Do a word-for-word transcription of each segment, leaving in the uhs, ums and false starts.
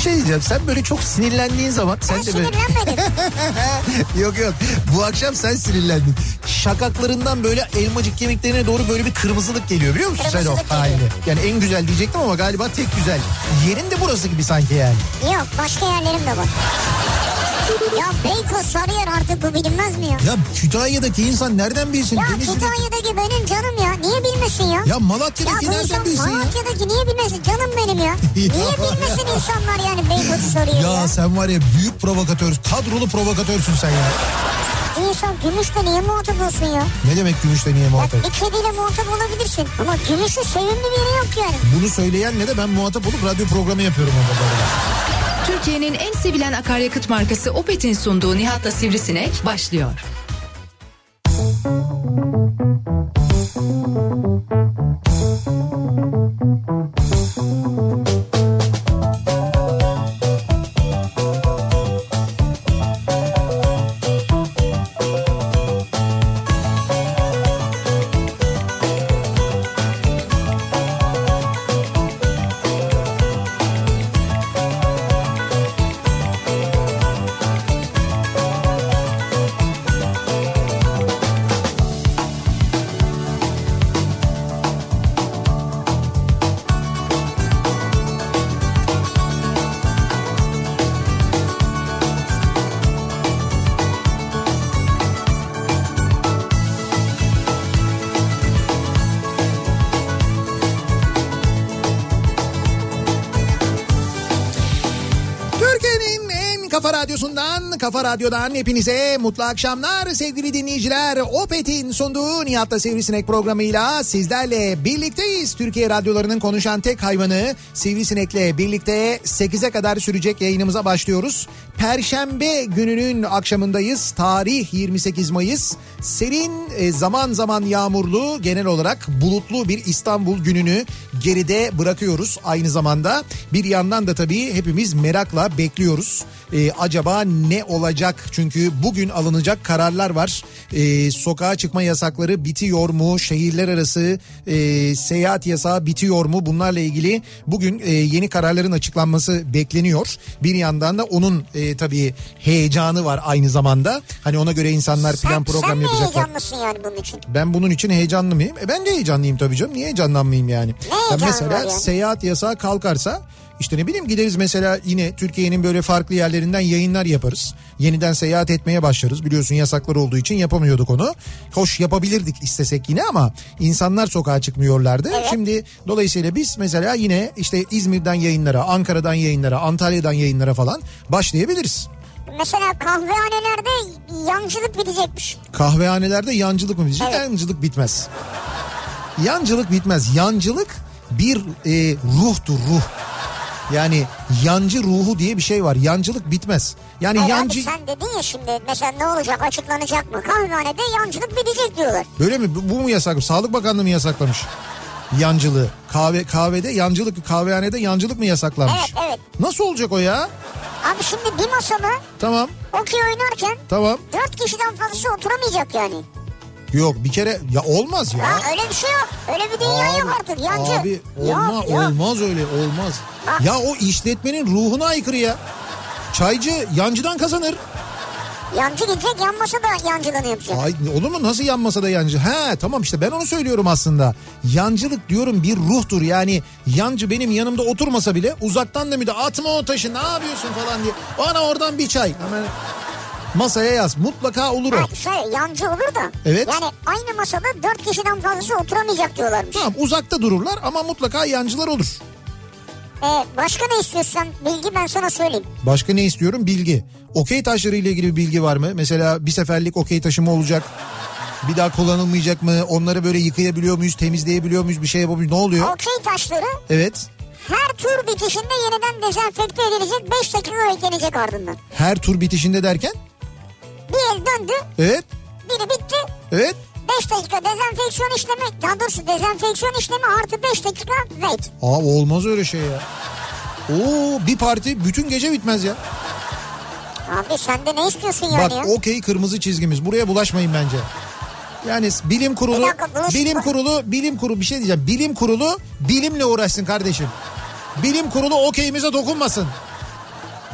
şey diyeceğim, sen böyle çok sinirlendiğin zaman... Ben sen de böyle... sinirlenmedim. Yok yok, bu akşam sen sinirlendin. Şakaklarından böyle elmacık kemiklerine doğru böyle bir kırmızılık geliyor, biliyor musun sen o halini? Yani en güzel diyecektim ama galiba tek güzel. Yerin de burası gibi sanki yani. Yok, başka yerlerim de var. Ya Beykoz, Sarıyer, artık bu bilinmez mi ya? Ya Kütahya'daki insan nereden bilsin? Ya Denizli... Kütahya'daki benim canım ya. Niye bilmesin ya? Ya Malatya'daki ya nereden bilsin ya? Malatya'daki niye bilmesin? Canım benim ya. Niye bilmesin insanlar yani Beykoz'u soruyor ya? Ya sen var ya büyük provokatör, kadrolu provokatörsün sen ya. İnsan Gümüş'te niye muhatap olsun ya? Ne demek Gümüş'te niye muhatap? Ya bir kediyle muhatap olabilirsin. Ama Gümüş'ün sevimli bir yeri yok yani. Bunu söyleyenle de ben muhatap olup radyo programı yapıyorum orada. Türkiye'nin en sevilen akaryakıt markası Opet'in sunduğu Nihat'la Sivrisinek başlıyor. Kafa Radyo'dan hepinize mutlu akşamlar sevgili dinleyiciler. Opet'in sunduğu Nihat'la Sivrisinek programıyla sizlerle birlikteyiz. Türkiye radyolarının konuşan tek hayvanı Sivrisinek'le birlikte sekize kadar sürecek yayınımıza başlıyoruz. Perşembe gününün akşamındayız. Tarih yirmi sekiz Mayıs. Serin, zaman zaman yağmurlu, genel olarak bulutlu bir İstanbul gününü geride bırakıyoruz. Aynı zamanda bir yandan da tabii hepimiz merakla bekliyoruz. Ee, acaba ne olacak? Çünkü bugün alınacak kararlar var. Ee, sokağa çıkma yasakları bitiyor mu? Şehirler arası e, seyahat yasağı bitiyor mu? Bunlarla ilgili bugün e, yeni kararların açıklanması bekleniyor. Bir yandan da onun e, tabii heyecanı var aynı zamanda. Hani ona göre insanlar plan sen, program yapacaklar. Sen heyecanlısın yani bunun için? Ben bunun için heyecanlı mıyım? E ben de heyecanlıyım tabii canım. Niye heyecanlanmayayım yani? Ne ben mesela yani? Seyahat yasağı kalkarsa... İşte ne bileyim, gideriz mesela yine Türkiye'nin böyle farklı yerlerinden yayınlar yaparız. Yeniden seyahat etmeye başlarız. Biliyorsun yasaklar olduğu için yapamıyorduk onu. Hoş yapabilirdik istesek yine ama insanlar sokağa çıkmıyorlardı. Evet. Şimdi dolayısıyla biz mesela yine işte İzmir'den yayınlara, Ankara'dan yayınlara, Antalya'dan yayınlara falan başlayabiliriz. Mesela kahvehanelerde yancılık bitecekmiş. Kahvehanelerde yancılık mı bitecek? Evet. Yancılık bitmez. Yancılık bitmez. Yancılık bir e, ruhtur, ruh. Yani yancı ruhu diye bir şey var. Yancılık bitmez. Yani Hayır yancı... Abi sen dedin ya şimdi mesela ne olacak, açıklanacak mı? Kahvehanede yancılık bitecek diyorlar. Böyle mi? Bu mu yasak? Sağlık Bakanlığı mı yasaklamış yancılığı? Kahve kahvede yancılık, kahvehanede yancılık mı yasaklanmış? Evet evet. Nasıl olacak o ya? Abi şimdi bir masada tamam. okey oynarken tamam. dört kişiden fazlası oturamayacak yani. Yok bir kere ya olmaz ya. Ya öyle bir şey yok. Öyle bir dünya abi, yok artık yancı. Abi olma, yok, yok. olmaz öyle olmaz. Bak. Ya o işletmenin ruhuna aykırı ya. Çaycı yancıdan kazanır. Yancı gidecek, yan masada yancılığını yapacak. Ay, olur mu? Nasıl yan masada yancı? He tamam işte ben onu söylüyorum aslında. Yancılık diyorum bir ruhtur. Yani yancı benim yanımda oturmasa bile uzaktan da bir de atma o taşı ne yapıyorsun falan diye. Bana oradan bir çay. Hemen masaya yaz. Mutlaka olur o. Ha, şey, yancı olur da. Evet. Yani aynı masada dört kişiden fazlası oturamayacak diyorlarmış. Tamam uzakta dururlar ama mutlaka yancılar olur. Ee, başka ne istiyorsan bilgi ben sana söyleyeyim. Başka ne istiyorum? Bilgi. Okey taşları ile ilgili bir bilgi var mı? Mesela bir seferlik okey taşı mı olacak? Bir daha kullanılmayacak mı? Onları böyle yıkayabiliyor muyuz? Temizleyebiliyor muyuz? Bir şey yapabiliyor muyuz? Ne oluyor? Okey taşları. Evet. Her tur bitişinde yeniden dezenfekte edilecek, beş dakika beklenecek ardından. Her tur bitişinde derken? Bir el döndü. Evet. Biri bitti. Evet. beş dakika dezenfeksiyon işlemi, daha doğrusu dezenfeksiyon işlemi artı beş dakika wait. Aa olmaz öyle şey ya. Oo bir parti bütün gece bitmez ya. Abi sen de ne istiyorsun yani? Bak okey kırmızı çizgimiz. Buraya bulaşmayın bence. Yani bilim kurulu, dakika, bilim kurulu, bilim kurulu bir şey diyeceğim. Bilim kurulu bilimle uğraşsın kardeşim. Bilim kurulu okeyimize dokunmasın.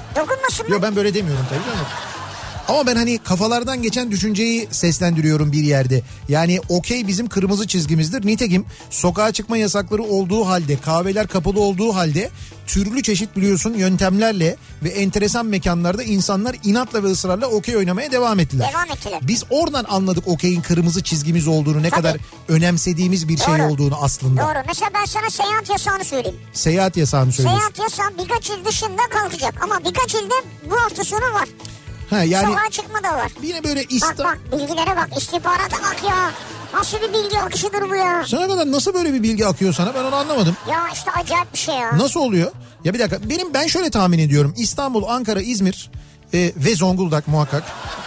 Dokunmasınlar. Yok ben böyle demiyorum tabii ama. Ama ben hani kafalardan geçen düşünceyi seslendiriyorum bir yerde. Yani okey bizim kırmızı çizgimizdir. Nitekim sokağa çıkma yasakları olduğu halde, kahveler kapalı olduğu halde türlü çeşit biliyorsun yöntemlerle ve enteresan mekanlarda insanlar inatla ve ısrarla okey oynamaya devam ettiler. Devam ettiler. Biz oradan anladık okeyin kırmızı çizgimiz olduğunu, ne Tabii. kadar önemsediğimiz bir şey Doğru. olduğunu aslında. Doğru. Mesela ben sana seyahat yasağını söyleyeyim. Seyahat yasağını söylüyorsun. Seyahat yasağı birkaç il dışında kalkacak ama birkaç ilde bu hafta sonu var. Ha yani Sokağa çıkma da var. yine böyle Bak İsta... bak bilgilere bak, istihbarata bak ya. Nasıl bir bilgi akışıdır bu ya? Sana kadar nasıl böyle bir bilgi akıyor sana, ben onu anlamadım. Ya işte acayip bir şey ya. Nasıl oluyor? Ya bir dakika, benim ben şöyle tahmin ediyorum. İstanbul, Ankara, İzmir e, ve Zonguldak muhakkak.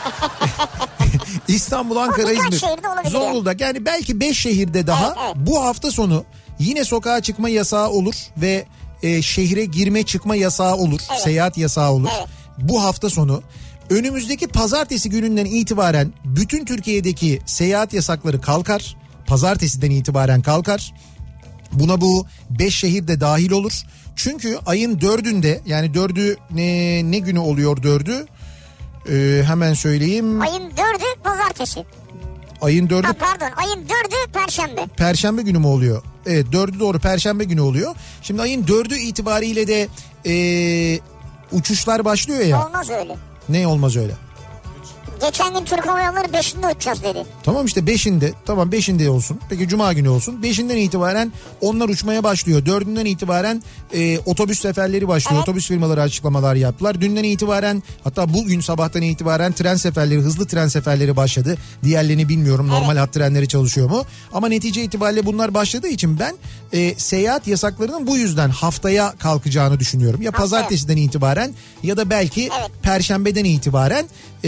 İstanbul, Ankara, birkaç İzmir, şehirde olabilir Zonguldak, yani belki beş şehirde daha Evet, evet. bu hafta sonu yine sokağa çıkma yasağı olur ve e, şehre girme çıkma yasağı olur. Evet. Seyahat yasağı olur. Evet. Bu hafta sonu önümüzdeki pazartesi gününden itibaren bütün Türkiye'deki seyahat yasakları kalkar. Pazartesiden itibaren kalkar. Buna bu beş şehir de dahil olur. Çünkü ayın dördünde, yani dördü ne, ne günü oluyor dördü? Ee, hemen söyleyeyim. Ayın dördü pazartesi. Ayın dördü Ha, pardon ayın dördü perşembe. Perşembe günü mü oluyor? Evet, dördü doğru, Perşembe günü oluyor. Şimdi ayın dördü itibariyle de ee, uçuşlar başlıyor ya. Olmaz öyle. Ne olmaz öyle? Geçen gün Türk Hava Yolları beşinde uçacağız dedi. Tamam işte beşinde, tamam beşinde olsun. Peki cuma günü olsun. Beşinden itibaren onlar uçmaya başlıyor. Dördünden itibaren e, otobüs seferleri başlıyor. Evet. Otobüs firmaları açıklamalar yaptılar. Dünden itibaren, hatta bugün sabahtan itibaren tren seferleri, hızlı tren seferleri başladı. Diğerlerini bilmiyorum, normal Evet. hat trenleri çalışıyor mu? Ama netice itibariyle bunlar başladığı için ben e, seyahat yasaklarının bu yüzden haftaya kalkacağını düşünüyorum. Ya Haftaya. pazartesiden itibaren ya da belki Evet. perşembeden itibaren e,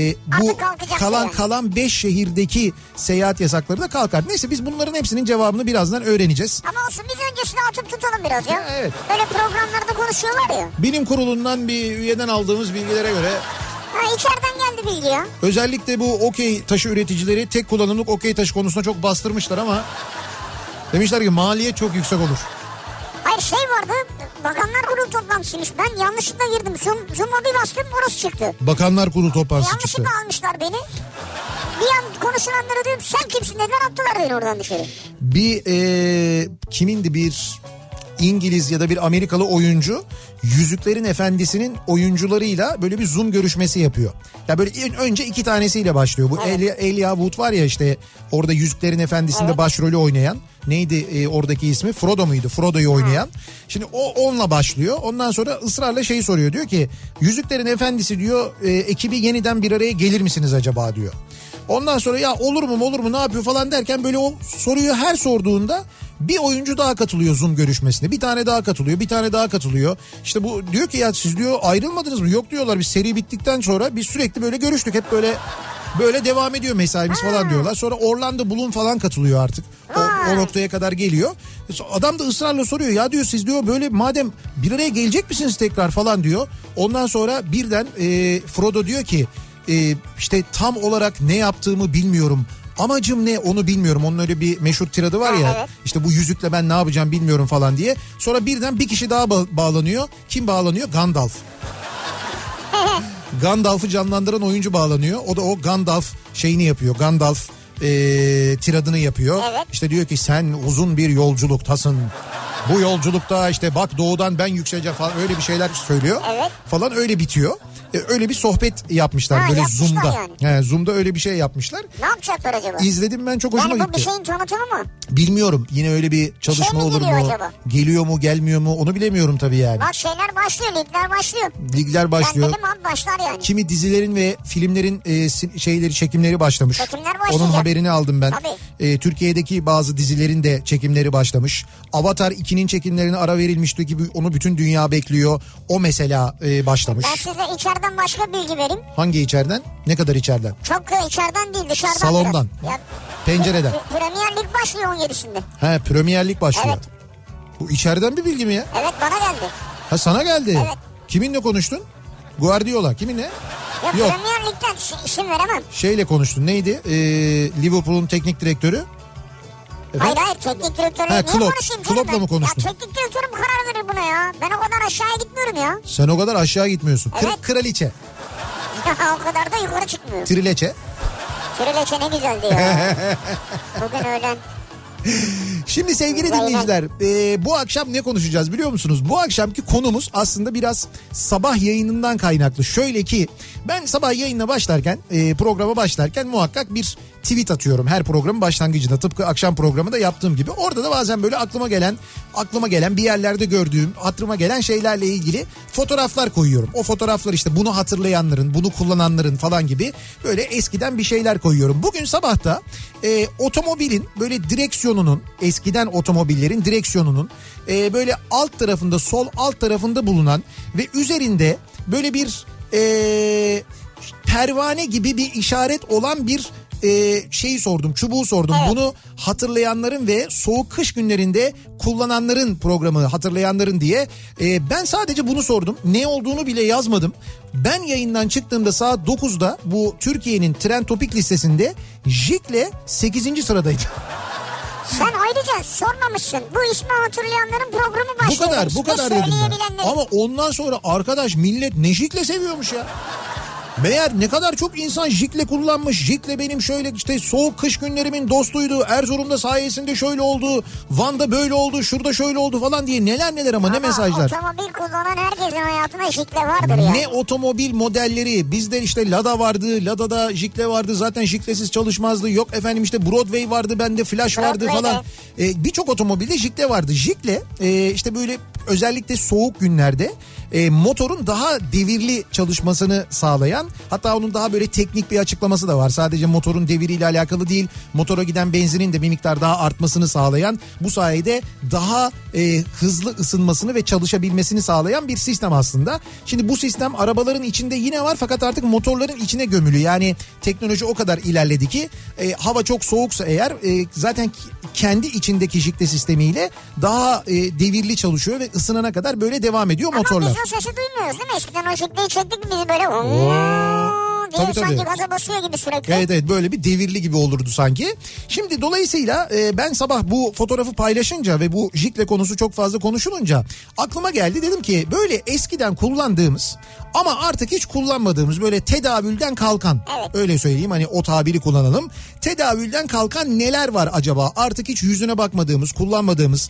bu Artık kalkacak kalan yani. kalan beş şehirdeki seyahat yasakları da kalkar. Neyse biz bunların hepsinin cevabını birazdan öğreneceğiz. Ama olsun biz öncesine atıp tutalım biraz ya. Ya, evet. Böyle programlarda konuşuyorlar ya. Bilim kurulundan bir üyeden aldığımız bilgilere göre Ha içeriden geldi bilgi ya. özellikle bu okey taşı üreticileri tek kullanımlık okey taşı konusunda çok bastırmışlar ama demişler ki maliyet çok yüksek olur. Hayır şey vardı, Bakanlar Kurulu toplantısıymış. Ben yanlışlıkla girdim. Zoom, Zoom'a bir bastım orası çıktı. Bakanlar Kurulu toplantısı çıktı. Yanlışlıkla almışlar beni. Bir an konuşulanlara diyorum sen kimsin dediler, attılar beni oradan dışarı. Bir e, kimindi bir İngiliz ya da bir Amerikalı oyuncu Yüzüklerin Efendisi'nin oyuncularıyla böyle bir Zoom görüşmesi yapıyor. Ya böyle önce iki tanesiyle başlıyor. Bu Evet. Elia, Elia Wood var ya işte orada Yüzüklerin Efendisi'nde Evet. başrolü oynayan. Neydi e, oradaki ismi? Frodo muydu? Frodo'yu oynayan. Şimdi o onunla başlıyor. Ondan sonra ısrarla şeyi soruyor. Diyor ki Yüzüklerin Efendisi diyor e, ekibi yeniden bir araya gelir misiniz acaba diyor. Ondan sonra ya olur mu olur mu ne yapıyor falan derken böyle o soruyu her sorduğunda bir oyuncu daha katılıyor Zoom görüşmesine. Bir tane daha katılıyor, bir tane daha katılıyor. İşte bu diyor ki ya siz diyor ayrılmadınız mı? Yok diyorlar, biz seri bittikten sonra biz sürekli böyle görüştük. Hep böyle böyle devam ediyor mesaimiz falan diyorlar. Sonra Orlando Bloom falan katılıyor artık. O, o noktaya kadar geliyor. Adam da ısrarla soruyor ya diyor siz diyor böyle madem bir araya gelecek misiniz tekrar falan diyor. Ondan sonra birden e, Frodo diyor ki e, işte tam olarak ne yaptığımı bilmiyorum. Amacım ne onu bilmiyorum. Onun öyle bir meşhur tiradı var ya. Evet. İşte bu yüzükle ben ne yapacağım bilmiyorum falan diye. Sonra birden bir kişi daha ba- bağlanıyor. Kim bağlanıyor? Gandalf. Gandalf'ı canlandıran oyuncu bağlanıyor. O da o Gandalf şeyini yapıyor. Gandalf e, tiradını yapıyor. Evet. İşte diyor ki sen uzun bir yolculuktasın. Bu yolculukta işte bak doğudan ben yükseleceğim falan öyle bir şeyler söylüyor. Evet. Falan öyle bitiyor. E, öyle bir sohbet yapmışlar Ha, böyle yapmışlar Zoom'da. yani. He, Zoom'da öyle bir şey yapmışlar. Ne yapacaklar acaba? İzledim ben, çok hoşuma Yani bu gitti. bir şeyin tanıtımı mı? Bilmiyorum yine öyle bir çalışma Şey mi olur geliyor mu? acaba? Geliyor mu gelmiyor mu onu bilemiyorum tabii yani. Bak şeyler başlıyor, ligler başlıyor. Ligler başlıyor. Ben dedim abi başlar yani. Kimi dizilerin ve filmlerin e, sin- şeyleri çekimleri başlamış. Çekimler başlayacak. Onun haberini aldım ben. Tabii. E, Türkiye'deki bazı dizilerin de çekimleri başlamış. Avatar ikinin çekimlerine ara verilmişti ki onu bütün dünya bekliyor. O mesela e, başlamış. Ben size içeriden başka bilgi vereyim. Hangi içeriden? Ne kadar içeriden? Çok içeriden değil dışarıdan. Salondan. biraz. Ya, Pencereden. Pre- Premier Lig başlıyor on yedisinde. He, Premier Lig başlıyor. Evet. Bu içeriden bir bilgi mi ya? Evet bana geldi. Ha sana geldi. Evet. Kiminle konuştun? Guardiola kiminle? Ya Yok. Premier Lig'den ş- isim veremem. Şeyle konuştun neydi? Ee, Liverpool'un teknik direktörü. Efendim? Hayır hayır teknik direktörle Ha, niye Klopp. konuşayım canım Klopp'la ben? mı konuştun? Ya teknik direktörüm karar verir buna ya. Ben o kadar aşağıya gitmiyorum ya. Sen o kadar aşağı gitmiyorsun. Evet. Kır, kraliçe. O kadar da yukarı çıkmıyor. Trileçe. Trileçe ne güzeldi ya. Bugün öğlen. Şimdi sevgili dinleyiciler, e, bu akşam ne konuşacağız biliyor musunuz? Bu akşamki konumuz aslında biraz sabah yayınından kaynaklı. Şöyle ki ben sabah yayına başlarken, e, programa başlarken muhakkak bir tweet atıyorum her programın başlangıcında, tıpkı akşam programında yaptığım gibi. Orada da bazen böyle aklıma gelen aklıma gelen bir yerlerde gördüğüm, hatırıma gelen şeylerle ilgili fotoğraflar koyuyorum. O fotoğraflar işte bunu hatırlayanların, bunu kullananların falan gibi böyle eskiden bir şeyler koyuyorum. Bugün sabahta e, otomobilin böyle direksiyonunun, eskiden otomobillerin direksiyonunun e, böyle alt tarafında, sol alt tarafında bulunan ve üzerinde böyle bir e, pervane gibi bir işaret olan bir Ee, şeyi sordum, çubuğu sordum. Evet. Bunu hatırlayanların ve soğuk kış günlerinde kullananların programı, hatırlayanların diye. Ee, ben sadece bunu sordum. Ne olduğunu bile yazmadım. Ben yayından çıktığımda saat dokuzda bu Türkiye'nin Trend Topik listesinde Jikle sekizinci sıradaydı. Sen ayrıca sormamışsın. Bu ismi hatırlayanların programı başlıyor. Bu kadar, bu kadar dedim ben. Ama ondan sonra arkadaş millet ne Jikle seviyormuş ya. Meğer ne kadar çok insan Jikle kullanmış. Jikle benim şöyle işte soğuk kış günlerimin dostuydu. Erzurum'da sayesinde şöyle oldu. Van'da böyle oldu. Şurada şöyle oldu falan diye neler neler ama, ama ne mesajlar. Otomobil kullanan herkesin hayatında Jikle vardır yani. Ne otomobil modelleri. Bizde işte Lada vardı. Lada'da Jikle vardı. Zaten Jiklesiz çalışmazdı. Yok efendim işte Broadway vardı. Bende Flash vardı Broadway'de falan. Ee, Birçok otomobilde Jikle vardı. Jikle e, işte böyle özellikle soğuk günlerde e, motorun daha devirli çalışmasını sağlayan, hatta onun daha böyle teknik bir açıklaması da var. Sadece motorun deviriyle alakalı değil, motora giden benzinin de bir miktar daha artmasını sağlayan, bu sayede daha e, hızlı ısınmasını ve çalışabilmesini sağlayan bir sistem aslında. Şimdi bu sistem arabaların içinde yine var fakat artık motorların içine gömülü. Yani teknoloji o kadar ilerledi ki e, hava çok soğuksa eğer e, zaten kendi içindeki Jikle sistemiyle daha e, devirli çalışıyor ve ısınana kadar böyle devam ediyor ama motorlar. Ama biz o sesi duymuyoruz değil mi? Eskiden o Jikle'yi çektik bizi böyle ooo diye tabii, sanki tabii. gaza basıyor gibi sürekli. Evet evet, böyle bir devirli gibi olurdu sanki. Şimdi dolayısıyla e, ben sabah bu fotoğrafı paylaşınca ve bu Jikle konusu çok fazla konuşulunca aklıma geldi. Dedim ki böyle eskiden kullandığımız ama artık hiç kullanmadığımız, böyle tedavülden kalkan, evet, öyle söyleyeyim, hani o tabiri kullanalım. Tedavülden kalkan neler var acaba? Artık hiç yüzüne bakmadığımız, kullanmadığımız,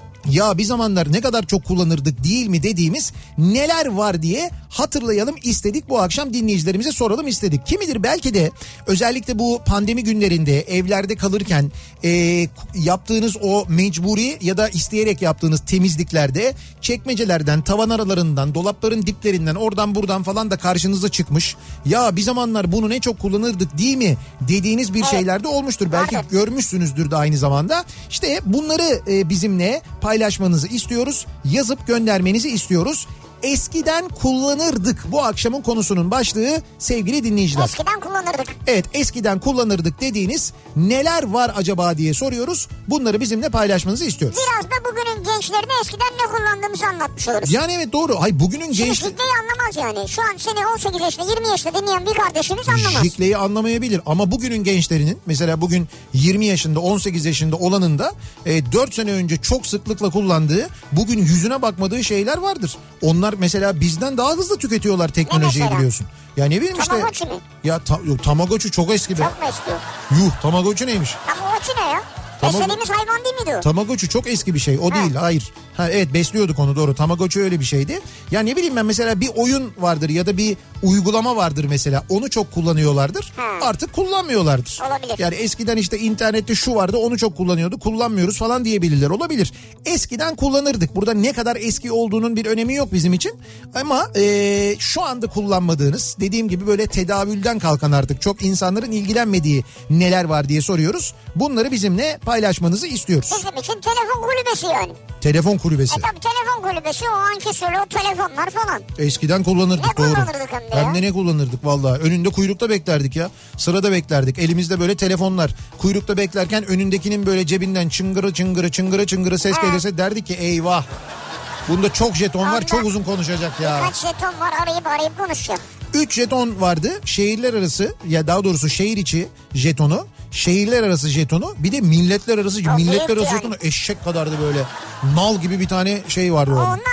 ya bir zamanlar ne kadar çok kullanırdık değil mi dediğimiz neler var diye hatırlayalım istedik. Bu akşam dinleyicilerimize soralım istedik. Kimidir belki de özellikle bu pandemi günlerinde evlerde kalırken e, yaptığınız o mecburi ya da isteyerek yaptığınız temizliklerde çekmecelerden, tavan aralarından, dolapların diplerinden, oradan buradan falan da karşınıza çıkmış. Ya bir zamanlar bunu ne çok kullanırdık değil mi dediğiniz bir, evet, şeyler de olmuştur. Belki evet, görmüşsünüzdür de aynı zamanda. İşte bunları e, bizimle paylaşmanızı istiyoruz. Yazıp göndermenizi istiyoruz. Eskiden kullanırdık bu akşamın konusunun başlığı sevgili dinleyiciler. Eskiden kullanırdık. Evet, eskiden kullanırdık dediğiniz neler var acaba diye soruyoruz. Bunları bizimle paylaşmanızı istiyoruz. Biraz da bugünün gençlerine eskiden ne kullandığımızı anlatmış oluruz. Yani evet, doğru. Hayır, bugünün gençleri... Şimdi Jikle'yi anlamaz yani. Şu an seni on sekiz yaşında yirmi yaşında dinleyen bir kardeşiniz anlamaz. Jikle'yi anlamayabilir ama bugünün gençlerinin, mesela bugün yirmi yaşında on sekiz yaşında olanın da e, dört sene önce çok sıklıkla kullandığı, bugün yüzüne bakmadığı şeyler vardır. Onlar mesela bizden daha hızlı tüketiyorlar teknolojiyi, biliyorsun. Ya ne bileyim işte. Tamagotchi mi? Ya ta, yok, Tamagotchi çok eski be. Çok mu eski? Yuh, Tamagotchi neymiş? Tamagotchi ne ya? Tamam. Beslediğimiz hayvan değil miydi o? Tamagotchi çok eski bir şey. O ha. değil, hayır. Ha, evet, besliyorduk onu, doğru. Tamagotchi öyle bir şeydi. Ya ne bileyim ben, mesela bir oyun vardır ya da bir uygulama vardır mesela. Onu çok kullanıyorlardır. Ha. Artık kullanmıyorlardır. Olabilir. Yani eskiden işte internette şu vardı, onu çok kullanıyordu. Kullanmıyoruz falan diyebilirler. Olabilir. Eskiden kullanırdık. Burada ne kadar eski olduğunun bir önemi yok bizim için. Ama ee, şu anda kullanmadığınız, dediğim gibi böyle tedavülden kalkan, artık çok insanların ilgilenmediği neler var diye soruyoruz. Bunları bizimle paylaşmanızı istiyoruz. Bizim için telefon kulübesi yani. Telefon kulübesi. E tabii telefon kulübesi, o anki şöyle o telefonlar falan. Eskiden kullanırdık, ne doğru. Ne kullanırdık hem de Hem de ne kullanırdık vallahi. Önünde kuyrukta beklerdik ya. Sırada beklerdik. Elimizde böyle telefonlar. Kuyrukta beklerken önündekinin böyle cebinden çıngırı çıngırı çıngırı çıngırı ses ha. gelirse derdik ki eyvah. Bunda çok jeton var, çok uzun konuşacak ya. Kaç jeton var, arayıp arayıp konuşacak. üç jeton vardı. Şehirler arası, ya daha doğrusu şehir içi jetonu, şehirler arası jetonu, bir de milletler arası. O milletler arası yani. Jetonu eşek kadardı böyle. Nal gibi bir tane şey vardı orada. Onlarla ben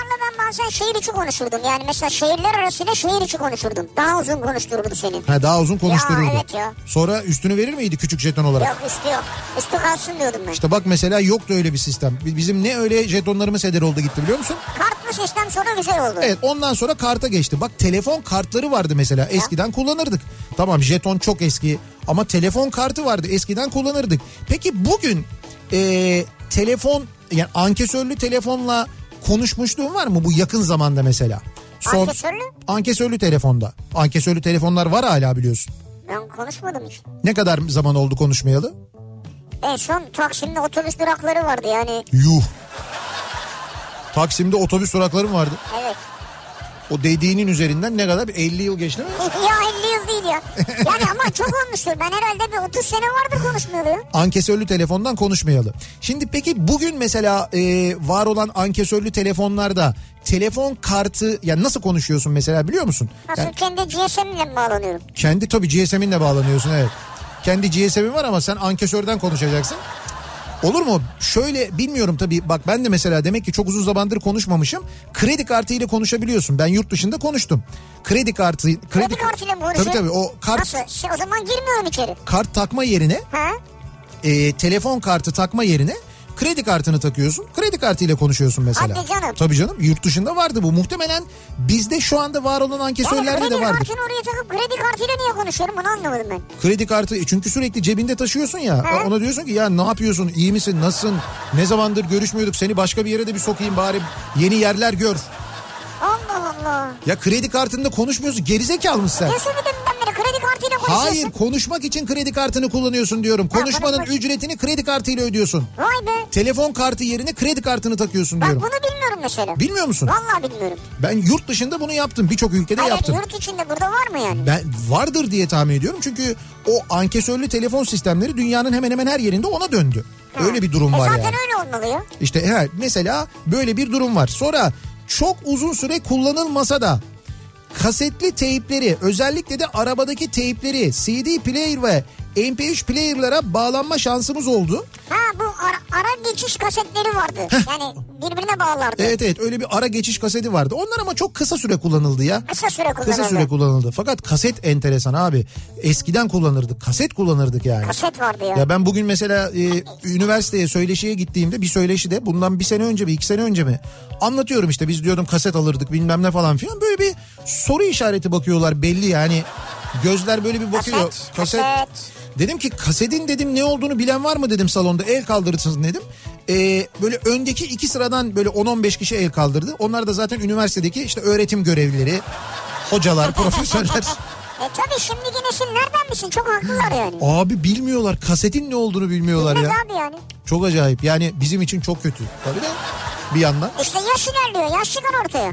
bazen şehir içi konuşurdum. Yani mesela şehirler arasıyla şehir içi konuşurdum. Daha uzun konuştururdu seni. Ha, daha uzun konuştururdu. Ya evet ya. Sonra üstünü verir miydi küçük jeton olarak? Yok üstü yok. Üstü kalsın diyordum ben. İşte bak mesela yoktu öyle bir sistem. Bizim ne öyle jetonlarımız heder oldu gitti biliyor musun? Kartlı sistem sonra güzel oldu. Evet, ondan sonra karta geçti. Bak telefon kartları vardı mesela. Eskiden kullanırdık. Tamam, jeton çok eski ama telefon kartı vardı. Eskiden kullanırdık. Peki bugün e, telefon, yani ankesörlü telefonla konuşmuşluğun var mı bu yakın zamanda mesela? Son, ankesörlü? Ankesörlü telefonda. Ankesörlü telefonlar var hala biliyorsun. Ben konuşmadım hiç. Ne kadar zaman oldu konuşmayalı? En son Taksim'de otobüs durakları vardı yani. Yuh. Taksim'de otobüs durakları mı vardı? Evet. O dediğinin üzerinden ne kadar? elli yıl geçti mi? Ya elli yıl değil ya. Yani ama çok olmuştur. Ben herhalde bir otuz sene vardır konuşmayalı. Ankesörlü telefondan konuşmayalı. Şimdi peki bugün mesela e, var olan ankesörlü telefonlarda telefon kartı, yani nasıl konuşuyorsun mesela biliyor musun? Nasıl, Yani, kendi G S M'le mi bağlanıyorum? kendi tabii G S M'inle bağlanıyorsun, evet. Kendi G S M'in var ama sen ankesörden konuşacaksın. Olur mu? Şöyle, bilmiyorum tabii, bak ben de mesela demek ki çok uzun zamandır konuşmamışım. Kredi kartıyla konuşabiliyorsun. Ben yurt dışında konuştum. Kredi kartı... Kredi, kredi kartıyla mı konuşuyorsun? Tabii tabii o kart... Nasıl? Şey, o zaman girmiyorum içeri. Kart takma yerine... Ha? E, telefon kartı takma yerine kredi kartını takıyorsun. Kredi kartıyla konuşuyorsun mesela. Hadi canım. Tabii canım, yurt dışında vardı bu. Muhtemelen bizde şu anda var olan ankesörlerde yani de vardır. kredi kartını oraya takıp kredi kartıyla niye konuşuyorum, bunu anlamadım ben. Kredi kartı çünkü sürekli cebinde taşıyorsun ya. He? Ona diyorsun ki ya ne yapıyorsun, iyi misin, nasılsın, ne zamandır görüşmüyorduk, seni başka bir yere de bir sokayım bari, yeni yerler gör. Allah Allah. Ya kredi kartında konuşmuyorsun, gerizekalı mısın sen? Ne söyledim ben beri, kredi kartıyla konuşuyorsun. Hayır, konuşmak için kredi kartını kullanıyorsun diyorum. Konuşmanın konuşmak. ücretini kredi kartıyla ödüyorsun. Vay be. Telefon kartı yerine kredi kartını takıyorsun Bak diyorum. bunu bilmiyorum mesela. Bilmiyor musun? Vallahi bilmiyorum. Ben yurt dışında bunu yaptım. Birçok ülkede Hayır, yaptım. yurt içinde burada var mı yani? Ben vardır diye tahmin ediyorum. Çünkü o ankesörlü telefon sistemleri dünyanın hemen hemen her yerinde ona döndü. Ha. Öyle bir durum e var zaten yani. öyle olmalı ya. İşte he, mesela böyle bir durum var. Sonra çok uzun süre kullanılmasa da kasetli teypleri, özellikle de arabadaki teypleri C D player ve M P üç player'lara bağlanma şansımız oldu. Ha, bu ara, ara geçiş kasetleri vardı. Heh. Yani birbirine bağlardı. Evet evet, öyle bir ara geçiş kaseti vardı. Onlar ama çok kısa süre kullanıldı ya. Kısa süre kullanıldı. Kısa süre kullanıldı. Fakat kaset enteresan abi. Eskiden kullanırdık. Kaset kullanırdık yani. Kaset vardı ya. Ya ben bugün mesela e, üniversiteye söyleşiye gittiğimde bir söyleşide bundan bir sene önce mi iki sene önce mi anlatıyorum işte, biz diyordum kaset alırdık bilmem ne falan filan, böyle bir soru işareti bakıyorlar belli yani, gözler böyle bir bakıyor. Kaset, kaset. Dedim ki kasetin dedim ne olduğunu bilen var mı dedim, salonda el kaldırırsınız dedim. Ee, böyle öndeki iki sıradan böyle on on beş kişi el kaldırdı. Onlar da zaten üniversitedeki işte öğretim görevlileri, hocalar, profesörler. E tabii şimdiki nesil nereden bilsin, çok haklılar yani. Abi bilmiyorlar, kasetin ne olduğunu bilmiyorlar Bilmez ya. abi yani. Çok acayip yani, bizim için çok kötü tabii de bir yandan. İşte yaş ilerliyor, yaş çıkar ortaya.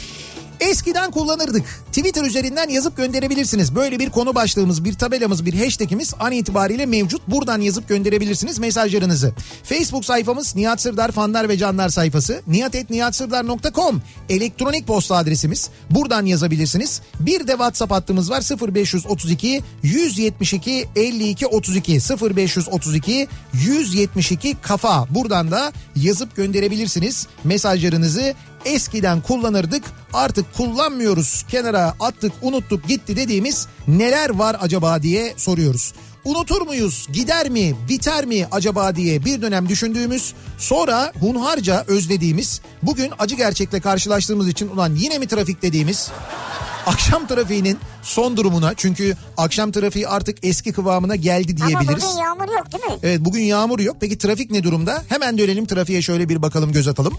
Eskiden kullanırdık. Twitter üzerinden yazıp gönderebilirsiniz. Böyle bir konu başlığımız, bir tabelamız, bir hashtagimiz an itibariyle mevcut. Buradan yazıp gönderebilirsiniz mesajlarınızı. Facebook sayfamız Nihat Sırdar fanlar ve canlar sayfası. nihat et nihat sırdar nokta com elektronik posta adresimiz. Buradan yazabilirsiniz. Bir de WhatsApp hattımız var, sıfır beş otuz iki yüz yetmiş iki elli iki otuz iki sıfır beş otuz iki yüz yetmiş iki kafa. Buradan da yazıp gönderebilirsiniz mesajlarınızı. Eskiden kullanırdık, artık kullanmıyoruz, kenara attık, unuttuk gitti dediğimiz neler var acaba diye soruyoruz. Unutur muyuz, gider mi, biter mi acaba diye bir dönem düşündüğümüz, sonra hunharca özlediğimiz, bugün acı gerçekle karşılaştığımız için ulan yine mi trafik dediğimiz akşam trafiğinin son durumuna, çünkü akşam trafiği artık eski kıvamına geldi diyebiliriz. Ama bugün yağmur yok değil mi? Evet, bugün yağmur yok. Peki trafik ne durumda? Hemen dönelim trafiğe, şöyle bir bakalım, göz atalım.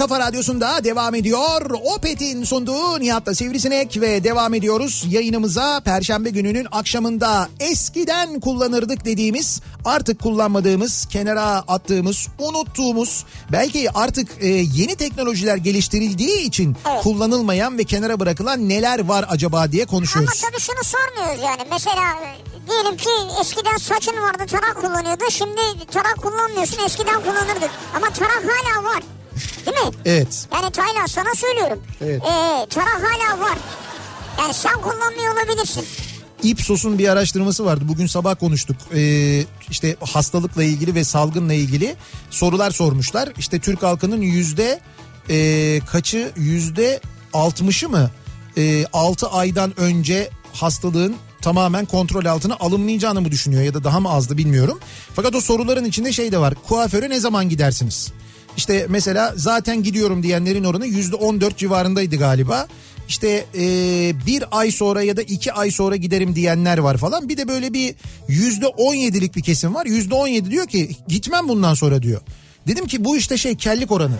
Kafa Radyosu'nda devam ediyor. Opet'in sunduğu Nihat'la Sivrisinek ve devam ediyoruz yayınımıza. Perşembe gününün akşamında eskiden kullanırdık dediğimiz, artık kullanmadığımız, kenara attığımız, unuttuğumuz, belki artık e, yeni teknolojiler geliştirildiği için evet. kullanılmayan ve kenara bırakılan neler var acaba diye konuşuyoruz. Ama tabii şunu sormuyoruz yani. Mesela diyelim ki eskiden saçın vardı, tarak kullanıyordu. Şimdi tarak kullanmıyorsun, eskiden kullanırdık. Ama tarak hala var. Değil mi? Evet. Yani Taylan sana söylüyorum. Evet. Ee, tarak hala var. Yani sen kullanmıyor olabilirsin. İpsos'un bir araştırması vardı. Bugün sabah konuştuk. Ee, işte hastalıkla ilgili ve salgınla ilgili sorular sormuşlar. İşte Türk halkının yüzde e, kaçı, yüzde altmışı mı e, altı aydan önce hastalığın tamamen kontrol altına alınmayacağını mı düşünüyor ya da daha mı azdı bilmiyorum. Fakat o soruların içinde şey de var. Kuaföre ne zaman gidersiniz? İşte mesela zaten gidiyorum diyenlerin oranı yüzde on dört civarındaydı galiba. İşte e, bir ay sonra ya da iki ay sonra giderim diyenler var falan. Bir de böyle bir yüzde on yedilik bir kesim var. Yüzde on yedi diyor ki gitmem bundan sonra diyor. Dedim ki bu işte şey kellik oranı.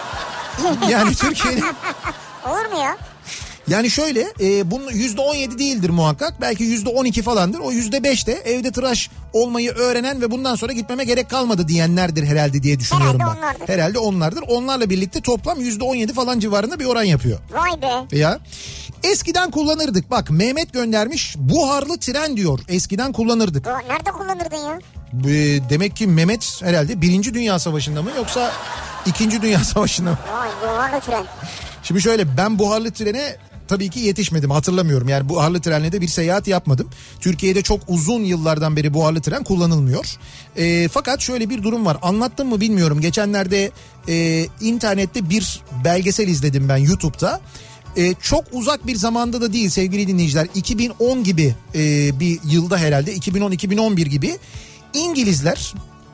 Yani Türkiye'nin... Olur mu ya? Yani şöyle e, bunun yüzde on yedi değildir muhakkak, belki yüzde on iki falandır. O yüzde beş de evde tıraş olmayı öğrenen ve bundan sonra gitmeme gerek kalmadı diyenlerdir herhalde diye düşünüyorum herhalde ben. Onlardır. Herhalde onlardır. Onlarla birlikte toplam yüzde on yedi falan civarında bir oran yapıyor. Vay be. Ya eskiden kullanırdık, bak Mehmet göndermiş, buharlı tren diyor, eskiden kullanırdık. Nerede kullanırdın ya? E, demek ki Mehmet herhalde Birinci Dünya Savaşı'nda mı yoksa İkinci Dünya Savaşı'nda mı? Vay, buharlı tren. Şimdi şöyle, ben buharlı trene tabii ki yetişmedim, hatırlamıyorum. Yani buharlı trenle de bir seyahat yapmadım. Türkiye'de çok uzun yıllardan beri buharlı tren kullanılmıyor. E, fakat şöyle bir durum var. Anlattım mı bilmiyorum. Geçenlerde e, internette bir belgesel izledim ben YouTube'da. E, çok uzak bir zamanda da değil sevgili dinleyiciler. iki bin on gibi e, bir yılda herhalde. iki bin on iki bin on bir gibi İngilizler...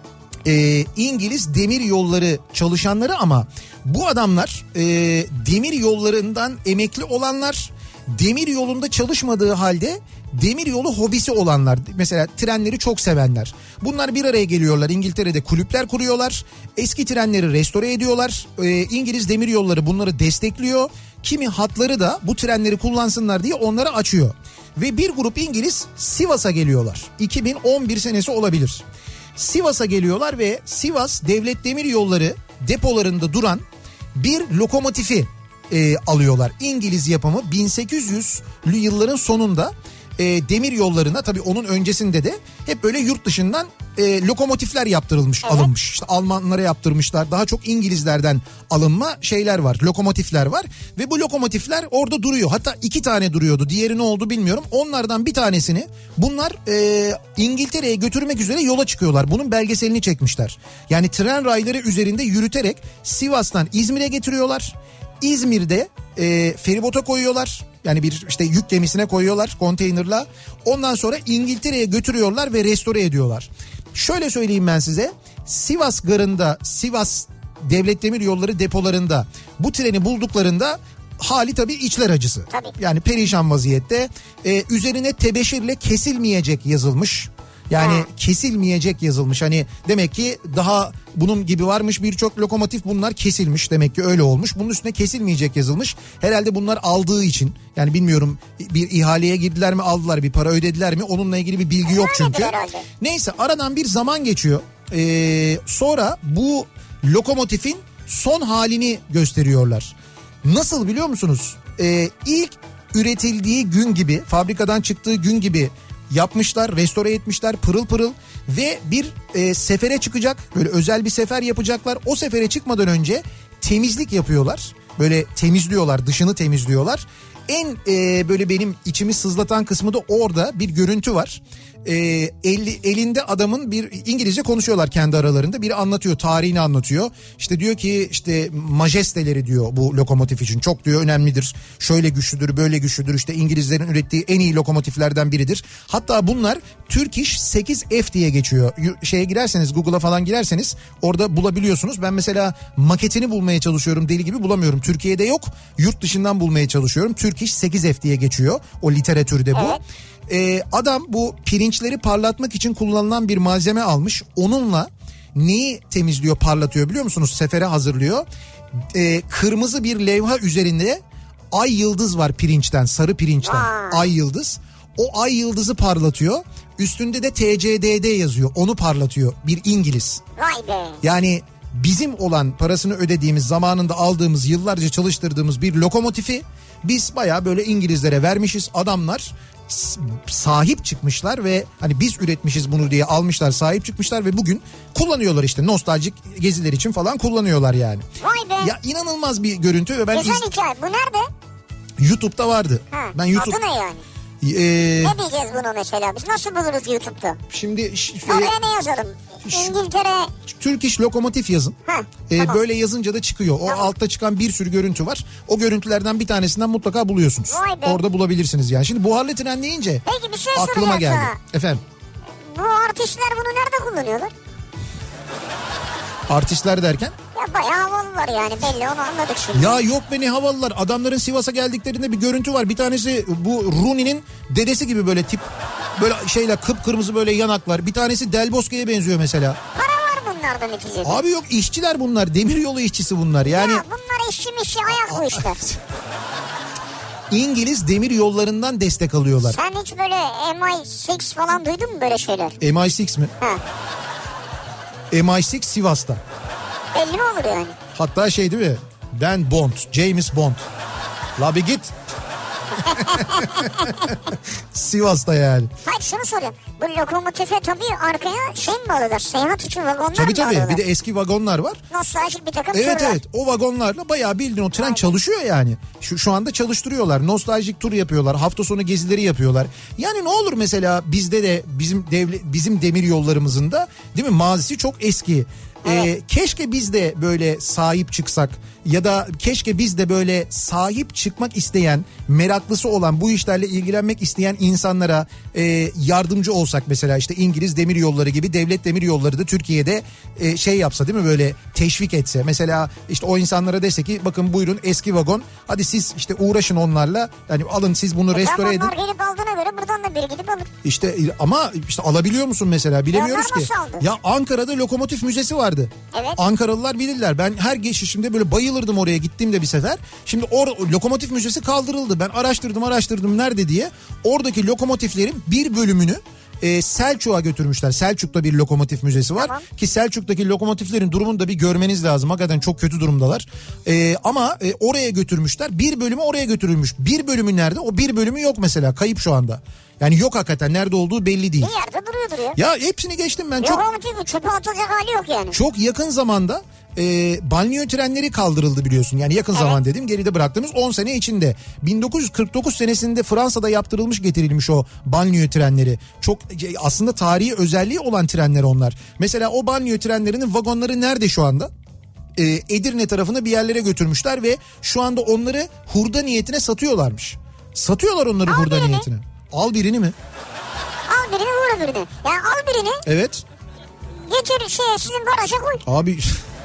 E, İngiliz demir yolları çalışanları, ama bu adamlar e, demir yollarından emekli olanlar, demir yolunda çalışmadığı halde demir yolu hobisi olanlar, mesela trenleri çok sevenler. Bunlar bir araya geliyorlar, İngiltere'de kulüpler kuruyorlar, eski trenleri restore ediyorlar. e, İngiliz demir yolları bunları destekliyor, kimi hatları da bu trenleri kullansınlar diye onlara açıyor. Ve bir grup İngiliz Sivas'a geliyorlar, iki bin on bir senesi olabilir. Sivas'a geliyorlar ve Sivas Devlet Demiryolları depolarında duran bir lokomotifi e, alıyorlar. İngiliz yapımı, bin sekiz yüzlü yılların sonunda e, demir yollarına, tabii onun öncesinde de hep böyle yurt dışından e, lokomotifler yaptırılmış, evet. alınmış. İşte Almanlara yaptırmışlar. Daha çok İngilizlerden alınma şeyler var, lokomotifler var. Ve bu lokomotifler orada duruyor. Hatta iki tane duruyordu. Diğeri ne oldu bilmiyorum. Onlardan bir tanesini bunlar e, İngiltere'ye götürmek üzere yola çıkıyorlar. Bunun belgeselini çekmişler. Yani tren rayları üzerinde yürüterek Sivas'tan İzmir'e getiriyorlar. İzmir'de e, feribota koyuyorlar. Yani bir işte yük gemisine koyuyorlar konteynerla. Ondan sonra İngiltere'ye götürüyorlar ve restore ediyorlar. Şöyle söyleyeyim ben size. Sivas garında, Sivas Devlet Demiryolları depolarında bu treni bulduklarında hali tabii içler acısı. Tabii. Yani perişan vaziyette. Ee, üzerine tebeşirle kesilmeyecek yazılmış. Yani ha. kesilmeyecek yazılmış. Hani demek ki daha bunun gibi varmış birçok lokomotif, bunlar kesilmiş. Demek ki öyle olmuş. Bunun üstüne kesilmeyecek yazılmış. Herhalde bunlar aldığı için, yani bilmiyorum bir ihaleye girdiler mi, aldılar, bir para ödediler mi, onunla ilgili bir bilgi yok çünkü. Neyse, aradan bir zaman geçiyor. Ee, sonra bu lokomotifin son halini gösteriyorlar. Nasıl biliyor musunuz? Ee, ilk üretildiği gün gibi, fabrikadan çıktığı gün gibi yapmışlar, restore etmişler, pırıl pırıl, ve bir e, sefere çıkacak, böyle özel bir sefer yapacaklar. O sefere çıkmadan önce temizlik yapıyorlar, böyle temizliyorlar, dışını temizliyorlar. En e, böyle benim içimi sızlatan kısmı da orada bir görüntü var. E, eli, elinde adamın, bir İngilizce konuşuyorlar kendi aralarında, biri anlatıyor, tarihini anlatıyor. İşte diyor ki işte majesteleri diyor bu lokomotif için çok diyor önemlidir. Şöyle güçlüdür, böyle güçlüdür, işte İngilizlerin ürettiği en iyi lokomotiflerden biridir. Hatta bunlar Turkish sekiz F diye geçiyor. Şeye girerseniz, Google'a falan girerseniz orada bulabiliyorsunuz. Ben mesela maketini bulmaya çalışıyorum, deli gibi bulamıyorum. Türkiye'de yok, yurt dışından bulmaya çalışıyorum. Turkish sekiz F diye geçiyor o literatürde bu. Evet. Ee, adam bu pirinçleri parlatmak için kullanılan bir malzeme almış. Onunla neyi temizliyor, parlatıyor biliyor musunuz? Sefere hazırlıyor. e, kırmızı bir levha üzerinde ay yıldız var pirinçten, sarı pirinçten. Aa. Ay yıldız. O ay yıldızı parlatıyor. Üstünde de T C D D yazıyor. Onu parlatıyor bir İngiliz. Vay be. Yani bizim olan, parasını ödediğimiz, zamanında aldığımız, yıllarca çalıştırdığımız bir lokomotifi biz bayağı böyle İngilizlere vermişiz. Adamlar sahip çıkmışlar ve hani biz üretmişiz bunu diye almışlar, sahip çıkmışlar ve bugün kullanıyorlar, işte nostaljik geziler için falan kullanıyorlar yani. Vay be. Ya inanılmaz bir görüntü ve ben Güzel iz... hikaye. Bu nerede? YouTube'da vardı. Ha, ben YouTube adı ne yani? Ee... Ne diyeceğiz bunu mesela? Biz nasıl buluruz YouTube'da? Şimdi oraya ne yazalım? İngiltere... Türk İş Lokomotif yazın. Ha, ee, tamam. Böyle yazınca da çıkıyor. O tamam. Altta çıkan bir sürü görüntü var. O görüntülerden bir tanesinden mutlaka buluyorsunuz. Orada bulabilirsiniz yani. Şimdi buharlı tren deyince Peki bir şey aklıma geldi. Sana. Efendim? Bu artistler bunu nerede kullanıyorlar? Artistler derken? Ya bayağı havalılar yani, belli, onu anladık şimdi. Ya yok be, ne havalılar. Adamların Sivas'a geldiklerinde bir görüntü var. Bir tanesi bu Rooney'nin dedesi gibi böyle tip, böyle şeyler, kıpkırmızı böyle yanaklar. Bir tanesi Del Bosque'ye benziyor mesela. Para var bunlarda neticede. Abi yok, işçiler bunlar. Demiryolu işçisi bunlar yani. Ya bunlar işçi mişi ayak bu işler. İngiliz demir yollarından destek alıyorlar. Sen hiç böyle M I altı falan duydun mu, böyle şeyler? M I altı mi? Ha. M I altı Sivas'ta. Belli mi olur yani? Hatta şey değil mi? Ben Bond, James Bond. La bir git. Sivas'ta yani. Hayır, şunu sorayım. Bu lokomotife tabii arkaya şey mi alıyorlar? Seyahat için vagonlar tabii, mı tabii. alıyorlar? Bir de eski vagonlar var. Nostaljik bir takım Evet turlar. evet, o vagonlarla bayağı bildiğin o tren Aynen. çalışıyor yani. Şu, şu anda çalıştırıyorlar. Nostaljik tur yapıyorlar. Hafta sonu gezileri yapıyorlar. Yani ne olur mesela bizde de bizim devlet, bizim demir yollarımızın da değil mi, mazisi çok eski. Evet. Ee, keşke biz de böyle sahip çıksak ya da keşke biz de böyle sahip çıkmak isteyen, meraklısı olan, bu işlerle ilgilenmek isteyen insanlara e, yardımcı olsak. Mesela işte İngiliz demir yolları gibi devlet demir yolları da Türkiye'de e, şey yapsa değil mi, böyle teşvik etse. Mesela işte o insanlara dese ki bakın buyurun eski vagon, hadi siz işte uğraşın onlarla, yani alın siz bunu e restore edin. Onlar gelip aldığına göre buradan da biri gidip alır. İşte ama işte alabiliyor musun mesela, bilemiyoruz ya ki. Ya Ankara'da lokomotif müzesi var. Evet. Ankaralılar bilirler. Ben her geçişimde böyle bayılırdım oraya, gittiğimde bir sefer. Şimdi or lokomotif müzesi kaldırıldı. Ben araştırdım araştırdım nerede diye. Oradaki lokomotiflerin bir bölümünü e, Selçuk'a götürmüşler. Selçuk'ta bir lokomotif müzesi var. Tamam. Ki Selçuk'taki lokomotiflerin durumunu da bir görmeniz lazım. Hakikaten çok kötü durumdalar. E, ama e, oraya götürmüşler. Bir bölümü oraya götürülmüş. Bir bölümü nerede? O bir bölümü yok mesela. Kayıp şu anda. Yani yok hakikaten, nerede olduğu belli değil. Bir yerde duruyordur ya. Ya hepsini geçtim ben. Çok, lokomotif çöpe atılacak hali yok yani. Çok yakın zamanda e, banliyö trenleri kaldırıldı biliyorsun. Yani yakın evet. zaman dedim, geride bıraktığımız on sene içinde. bin dokuz yüz kırk dokuz senesinde Fransa'da yaptırılmış, getirilmiş o banliyö trenleri. Çok aslında tarihi özelliği olan trenler onlar. Mesela o banliyö trenlerinin vagonları nerede şu anda? E, Edirne tarafına bir yerlere götürmüşler ve şu anda onları hurda niyetine satıyorlarmış. Satıyorlar onları Al hurda birini. niyetine. Al birini mi? Al birini, vur birini. Yani al birini. Evet. Getir şeye, sizin garaja koy. Abi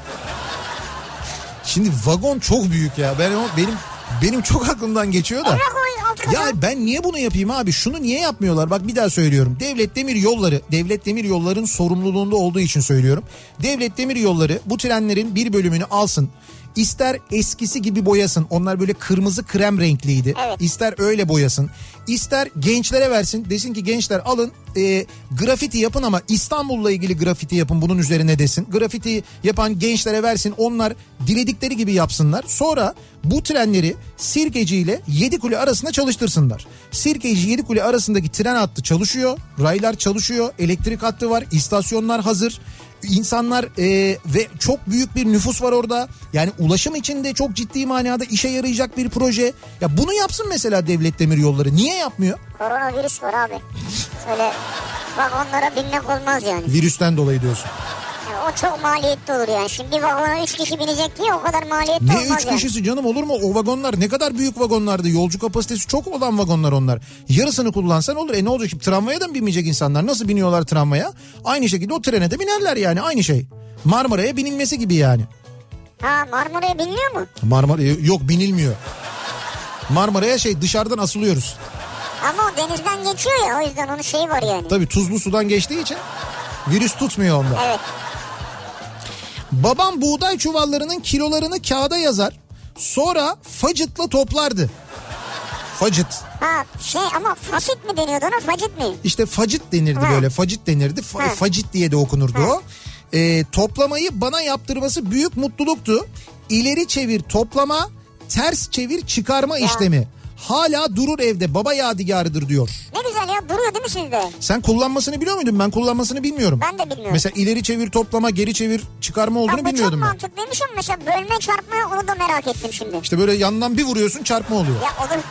şimdi vagon çok büyük ya. Ben o benim benim çok aklımdan geçiyor da. Eve koy, altına ya koy. Ben niye bunu yapayım abi? Şunu niye yapmıyorlar? Bak bir daha söylüyorum. Devlet Demir Yolları, Devlet Demir Yolları'nın sorumluluğunda olduğu için söylüyorum. Devlet Demir Yolları bu trenlerin bir bölümünü alsın. İster eskisi gibi boyasın. Onlar böyle kırmızı krem renkliydi. Evet. İster öyle boyasın. İster gençlere versin. Desin ki gençler alın e, grafiti yapın ama İstanbul'la ilgili grafiti yapın bunun üzerine desin. Grafiti yapan gençlere versin. Onlar diledikleri gibi yapsınlar. Sonra bu trenleri Sirkeci ile Yedikule arasında çalıştırsınlar. Sirkeci Yedikule arasındaki tren hattı çalışıyor. Raylar çalışıyor. Elektrik hattı var. İstasyonlar hazır. İnsanlar e, ve çok büyük bir nüfus var orada. Yani ulaşım için de çok ciddi manada işe yarayacak bir proje. Ya bunu yapsın mesela Devlet Demir Yolları. Niye yapmıyor? Koronavirüs var abi. Şöyle vagonlara binmek olmaz yani. Virüsten dolayı diyorsun. Yani o çok maliyetli olur yani. Şimdi vagona üç kişi binecek diye o kadar maliyetli ne olmaz üç yani. kişisi canım, olur mu? O vagonlar ne kadar büyük vagonlardı. Yolcu kapasitesi çok olan vagonlar onlar. Yarısını kullansan olur. E ne olacak şimdi, tramvaya da mı binmeyecek insanlar? Nasıl biniyorlar tramvaya? Aynı şekilde o trene de binerler yani, aynı şey. Marmara'ya binilmesi gibi yani. Ha, Marmara'ya biniliyor mu? Marmara yok, binilmiyor. Marmara'ya şey dışarıdan asılıyoruz. Ama o denizden geçiyor ya, o yüzden onun şeyi var yani. Tabii tuzlu sudan geçtiği için virüs tutmuyor onda. Evet. Babam buğday çuvallarının kilolarını kağıda yazar. Sonra facıtla toplardı. Facıt. Ha şey ama fasit mi deniyordu ona, facit mi? İşte facit denirdi ha. böyle facit denirdi. Fa- ha. Facit diye de okunurdu ha. o. Ee, toplamayı bana yaptırması büyük mutluluktu. İleri çevir toplama, ters çevir çıkarma ya. işlemi. Hala durur evde, baba yadigarıdır diyor. Ne güzel ya, duruyor değil mi sizde? Sen kullanmasını biliyor muydun? Ben kullanmasını bilmiyorum. Ben de bilmiyorum. Mesela ileri çevir toplama, geri çevir çıkarma olduğunu ya, bilmiyordum ben. Bu çok mantıklıymış ama mesela bölme çarpma onu da merak ettim şimdi. İşte böyle yandan bir vuruyorsun çarpma oluyor. Ya olur.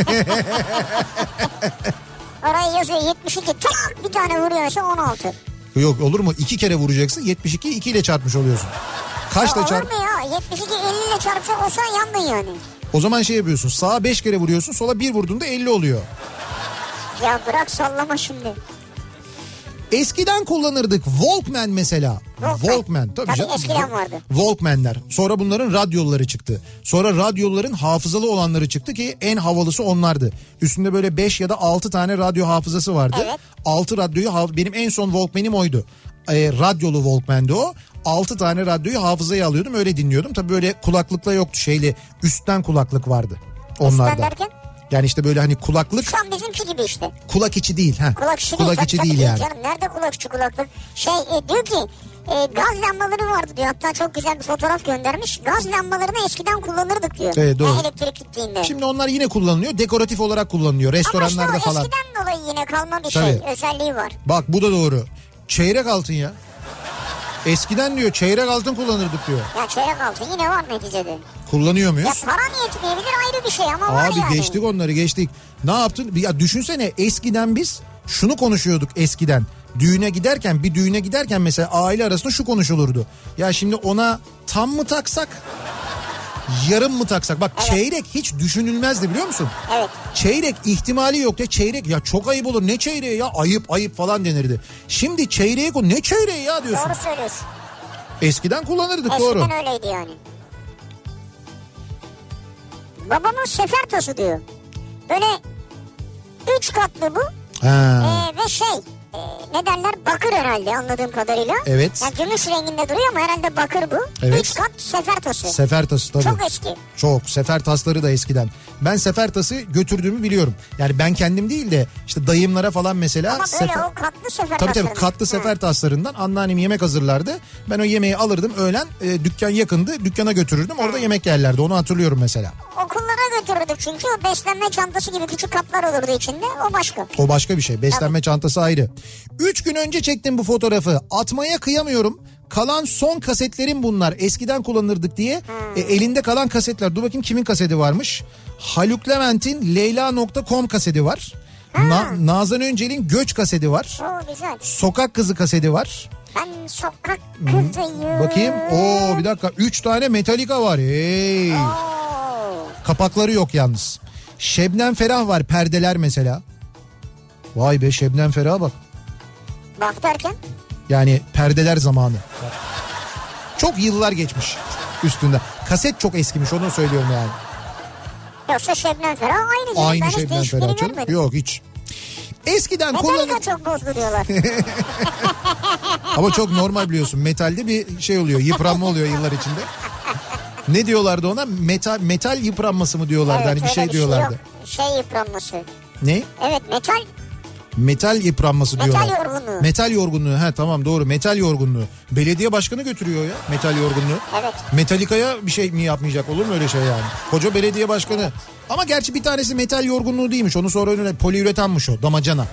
Oraya yazıyor yetmiş iki, tak bir tane vuruyorsa on altı. Yok olur mu? İki kere vuracaksın, yetmiş iki iki ile çarpmış oluyorsun. Kaçla ya çarp? Olur mu ya? yetmiş iki elli ile çarpacak olsan yandın yani. O zaman şey yapıyorsun, sağa beş kere vuruyorsun, sola bir vurduğunda elli oluyor. Ya bırak sallama şimdi. Eskiden kullanırdık Walkman mesela. Walkman, Walkman tabii, tabii canım. eskiden vardı. Walkman'ler. Sonra bunların radyoları çıktı. Sonra radyoların hafızalı olanları çıktı ki en havalısı onlardı. Üstünde böyle beş ya da altı tane radyo hafızası vardı. Evet. altı radyoyu, benim en son Walkman'im oydu. E, radyolu Walkman'di o. altı tane radyoyu hafızaya alıyordum, öyle dinliyordum. Tabii böyle kulaklıkla yoktu, şeyli üstten kulaklık vardı onlarda. Üstten derken? Yani işte böyle hani kulaklık. Şu an bizimki gibi işte. Kulak içi değil. Heh. Kulak içi kulak değil. içi Tabii, değil tabii yani. Canım, nerede kulak içi kulaklık? Şey e, diyor ki e, gaz lambaları vardı diyor. Hatta çok güzel bir fotoğraf göndermiş. Gaz lambalarını eskiden kullanırdık diyor. Evet, doğru. Yani elektrik gittiğinde. Şimdi onlar yine kullanılıyor. Dekoratif olarak kullanılıyor. Restoranlarda Ama işte o falan. eskiden dolayı yine kalma bir Tabii. şey. Özelliği var. Bak bu da doğru. Çeyrek altın ya. Eskiden diyor çeyrek altın kullanırdık diyor. Ya çeyrek altın yine var neticede. Kullanıyor muyuz? Ya para niyetmeyebilir ayrı bir şey ama var Abi yani. Abi geçtik onları geçtik. Ne yaptın? Ya düşünsene, eskiden biz şunu konuşuyorduk eskiden. Düğüne giderken bir düğüne giderken mesela aile arasında şu konuşulurdu. Ya şimdi ona tam mı taksak? Yarım mı taksak? Bak evet. Çeyrek hiç düşünülmezdi biliyor musun? Evet. Çeyrek ihtimali yok ya, çeyrek ya çok ayıp olur, ne çeyreği ya, ayıp ayıp falan denirdi. Şimdi çeyreğe koy, ne çeyreği ya diyorsun. Doğru söylüyorsun. Eskiden kullanırdık. Eskiden doğru. Eskiden öyleydi yani. Babamın sefer tası diyor. Böyle üç katlı bu. Ha. Ee, ve şey e, ne derler, bakır herhalde anladığım kadarıyla. Evet. Yani gümüş renginde duruyor ama herhalde bakır bu. Evet. Üç kat sefer tası. Sefer tası tabii. Çok eski. Çok. Sefer tasları da eskiden. Ben sefer tası götürdüğümü biliyorum. Yani ben kendim değil de işte dayımlara falan mesela. Ama böyle sefer... o katlı sefer tabii tasları. tabii katlı sefer taslarından anneannem yemek hazırlardı. Ben o yemeği alırdım öğlen, e, dükkan yakındı, dükkana götürürdüm, orada yemek yerlerdi, onu hatırlıyorum mesela. Okullara götürürdük çünkü o beslenme çantası gibi küçük kaplar olurdu içinde, o başka. O başka bir şey, beslenme tabii. Çantası ayrı. Üç gün önce çektim bu fotoğrafı, atmaya kıyamıyorum. Kalan son kasetlerim bunlar. Eskiden kullanırdık diye. Hmm. E, elinde kalan kasetler. Dur bakayım kimin kaseti varmış. Haluk Levent'in Leyla nokta com kaseti var. Na, Nazan Öncel'in Göç kaseti var. Oo, güzel. Sokak Kızı kaseti var. Ben sokak kızıyım. Bakayım. Oo bir dakika. Üç tane Metallica var. Hey. Oo. Kapakları yok yalnız. Şebnem Ferah var. Perdeler mesela. Vay be, Şebnem Ferah'a bak. Bak derken? Yani perdeler zamanı. Çok yıllar geçmiş üstünde. Kaset çok eskimiş, onu söylüyorum yani. Yoksa Şebnem Ferah aynı. Aynı ben Şebnem Ferah canım. Yok hiç. Eskiden kullanılan... Metallica çok bozdu diyorlar. Ama çok normal biliyorsun. Metalde bir şey oluyor. Yıpranma oluyor yıllar içinde. Ne diyorlardı ona? Metal metal yıpranması mı diyorlardı? Evet, hani bir şey bir diyorlardı. Şey, şey yıpranması. Ne? Evet, metal. Metal yıpranması metal diyorlar. Metal yorgunluğu. Metal yorgunluğu. He tamam doğru. Metal yorgunluğu. Belediye başkanı götürüyor ya metal yorgunluğu. Evet. Metallica'ya bir şey mi yapmayacak, olur mu öyle şey yani? Koca belediye başkanı. Ama gerçi bir tanesi metal yorgunluğu değilmiş. Onu sonra önüne poliüretanmış o, damacana.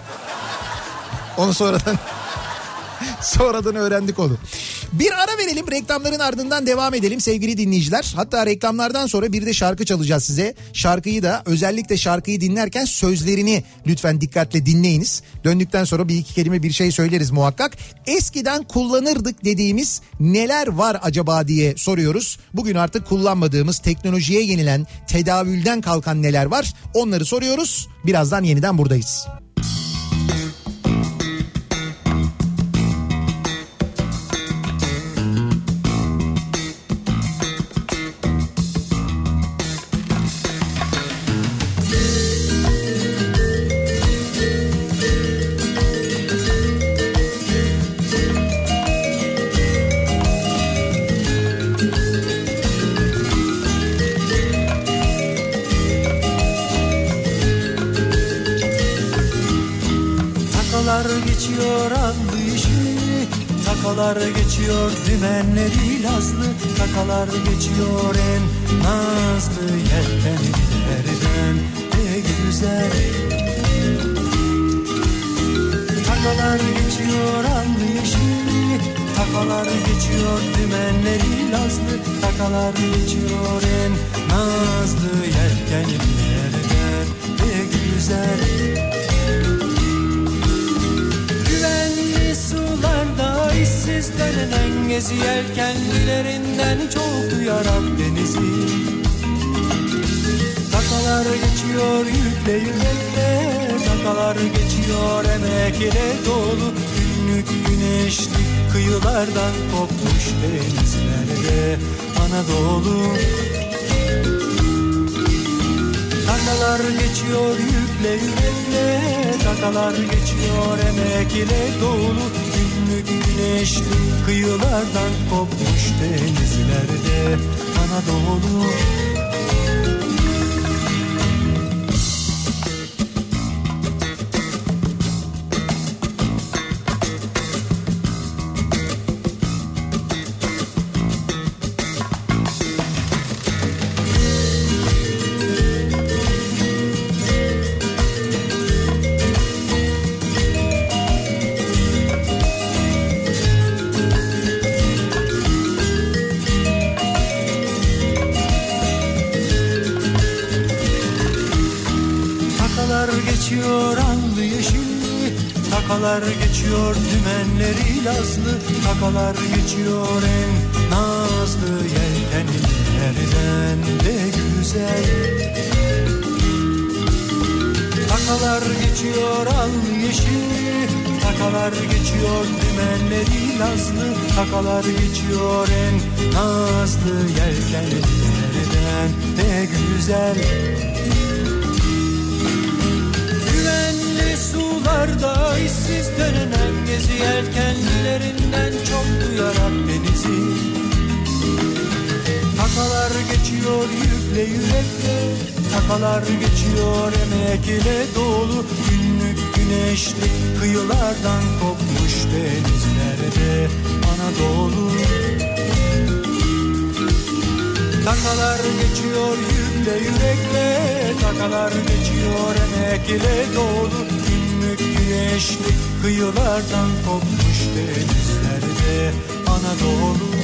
Onu sonradan sonradan öğrendik onu. Bir ara verelim, reklamların ardından devam edelim sevgili dinleyiciler. Hatta reklamlardan sonra bir de şarkı çalacağız size. Şarkıyı da, özellikle şarkıyı dinlerken sözlerini lütfen dikkatle dinleyiniz. Döndükten sonra bir iki kelime bir şey söyleriz muhakkak. Eskiden kullanırdık dediğimiz neler var acaba diye soruyoruz. Bugün artık kullanmadığımız, teknolojiye yenilen, tedavülden kalkan neler var? Onları soruyoruz. Birazdan yeniden buradayız. geçiyor allı yeşilli, takalar geçiyor dümenleri lazlı, takalar geçiyor en nazlı yelkenlilerden ne güzel. Takalar geçiyor allı yeşilli, takalar geçiyor dümenleri lazlı, takalar geçiyor en nazlı yelkenlilerden ne güzel. Güvenli sularda işsiz dönenen gezi yelkenlilerinden çok duyar Akdeniz'i. Takalar geçiyor yükle yürekle, takalar geçiyor emek ile dolu, günlük güneşli kıyılardan kopmuş denizlerde Anadolu. Takalar geçiyor yükle yürekle, takalar geçiyor emek ile dolu, günlük güneşli kıyılardan kopmuş denizlerde Anadolu. Geçiyor allı yeşilli, takalar geçiyor dümenleri lazlı, takalar geçiyor en nazlı yelkenlilerden de güzel. Takalar geçiyor allı yeşilli, takalar geçiyor dümenleri lazlı, takalar geçiyor en nazlı yelkenlilerden de güzel. Sularda işsiz dönenen gezi yelkenlilerinden çok duyar Akdeniz'i. Takalar geçiyor yükle yürekle, takalar geçiyor emek ile dolu, günlük güneşli kıyılardan kopmuş denizlerde Anadolu. Takalar geçiyor yükle yürekle, takalar geçiyor emek ile dolu, günlük güneşli kıyılardan kopmuş denizlerde Anadolu.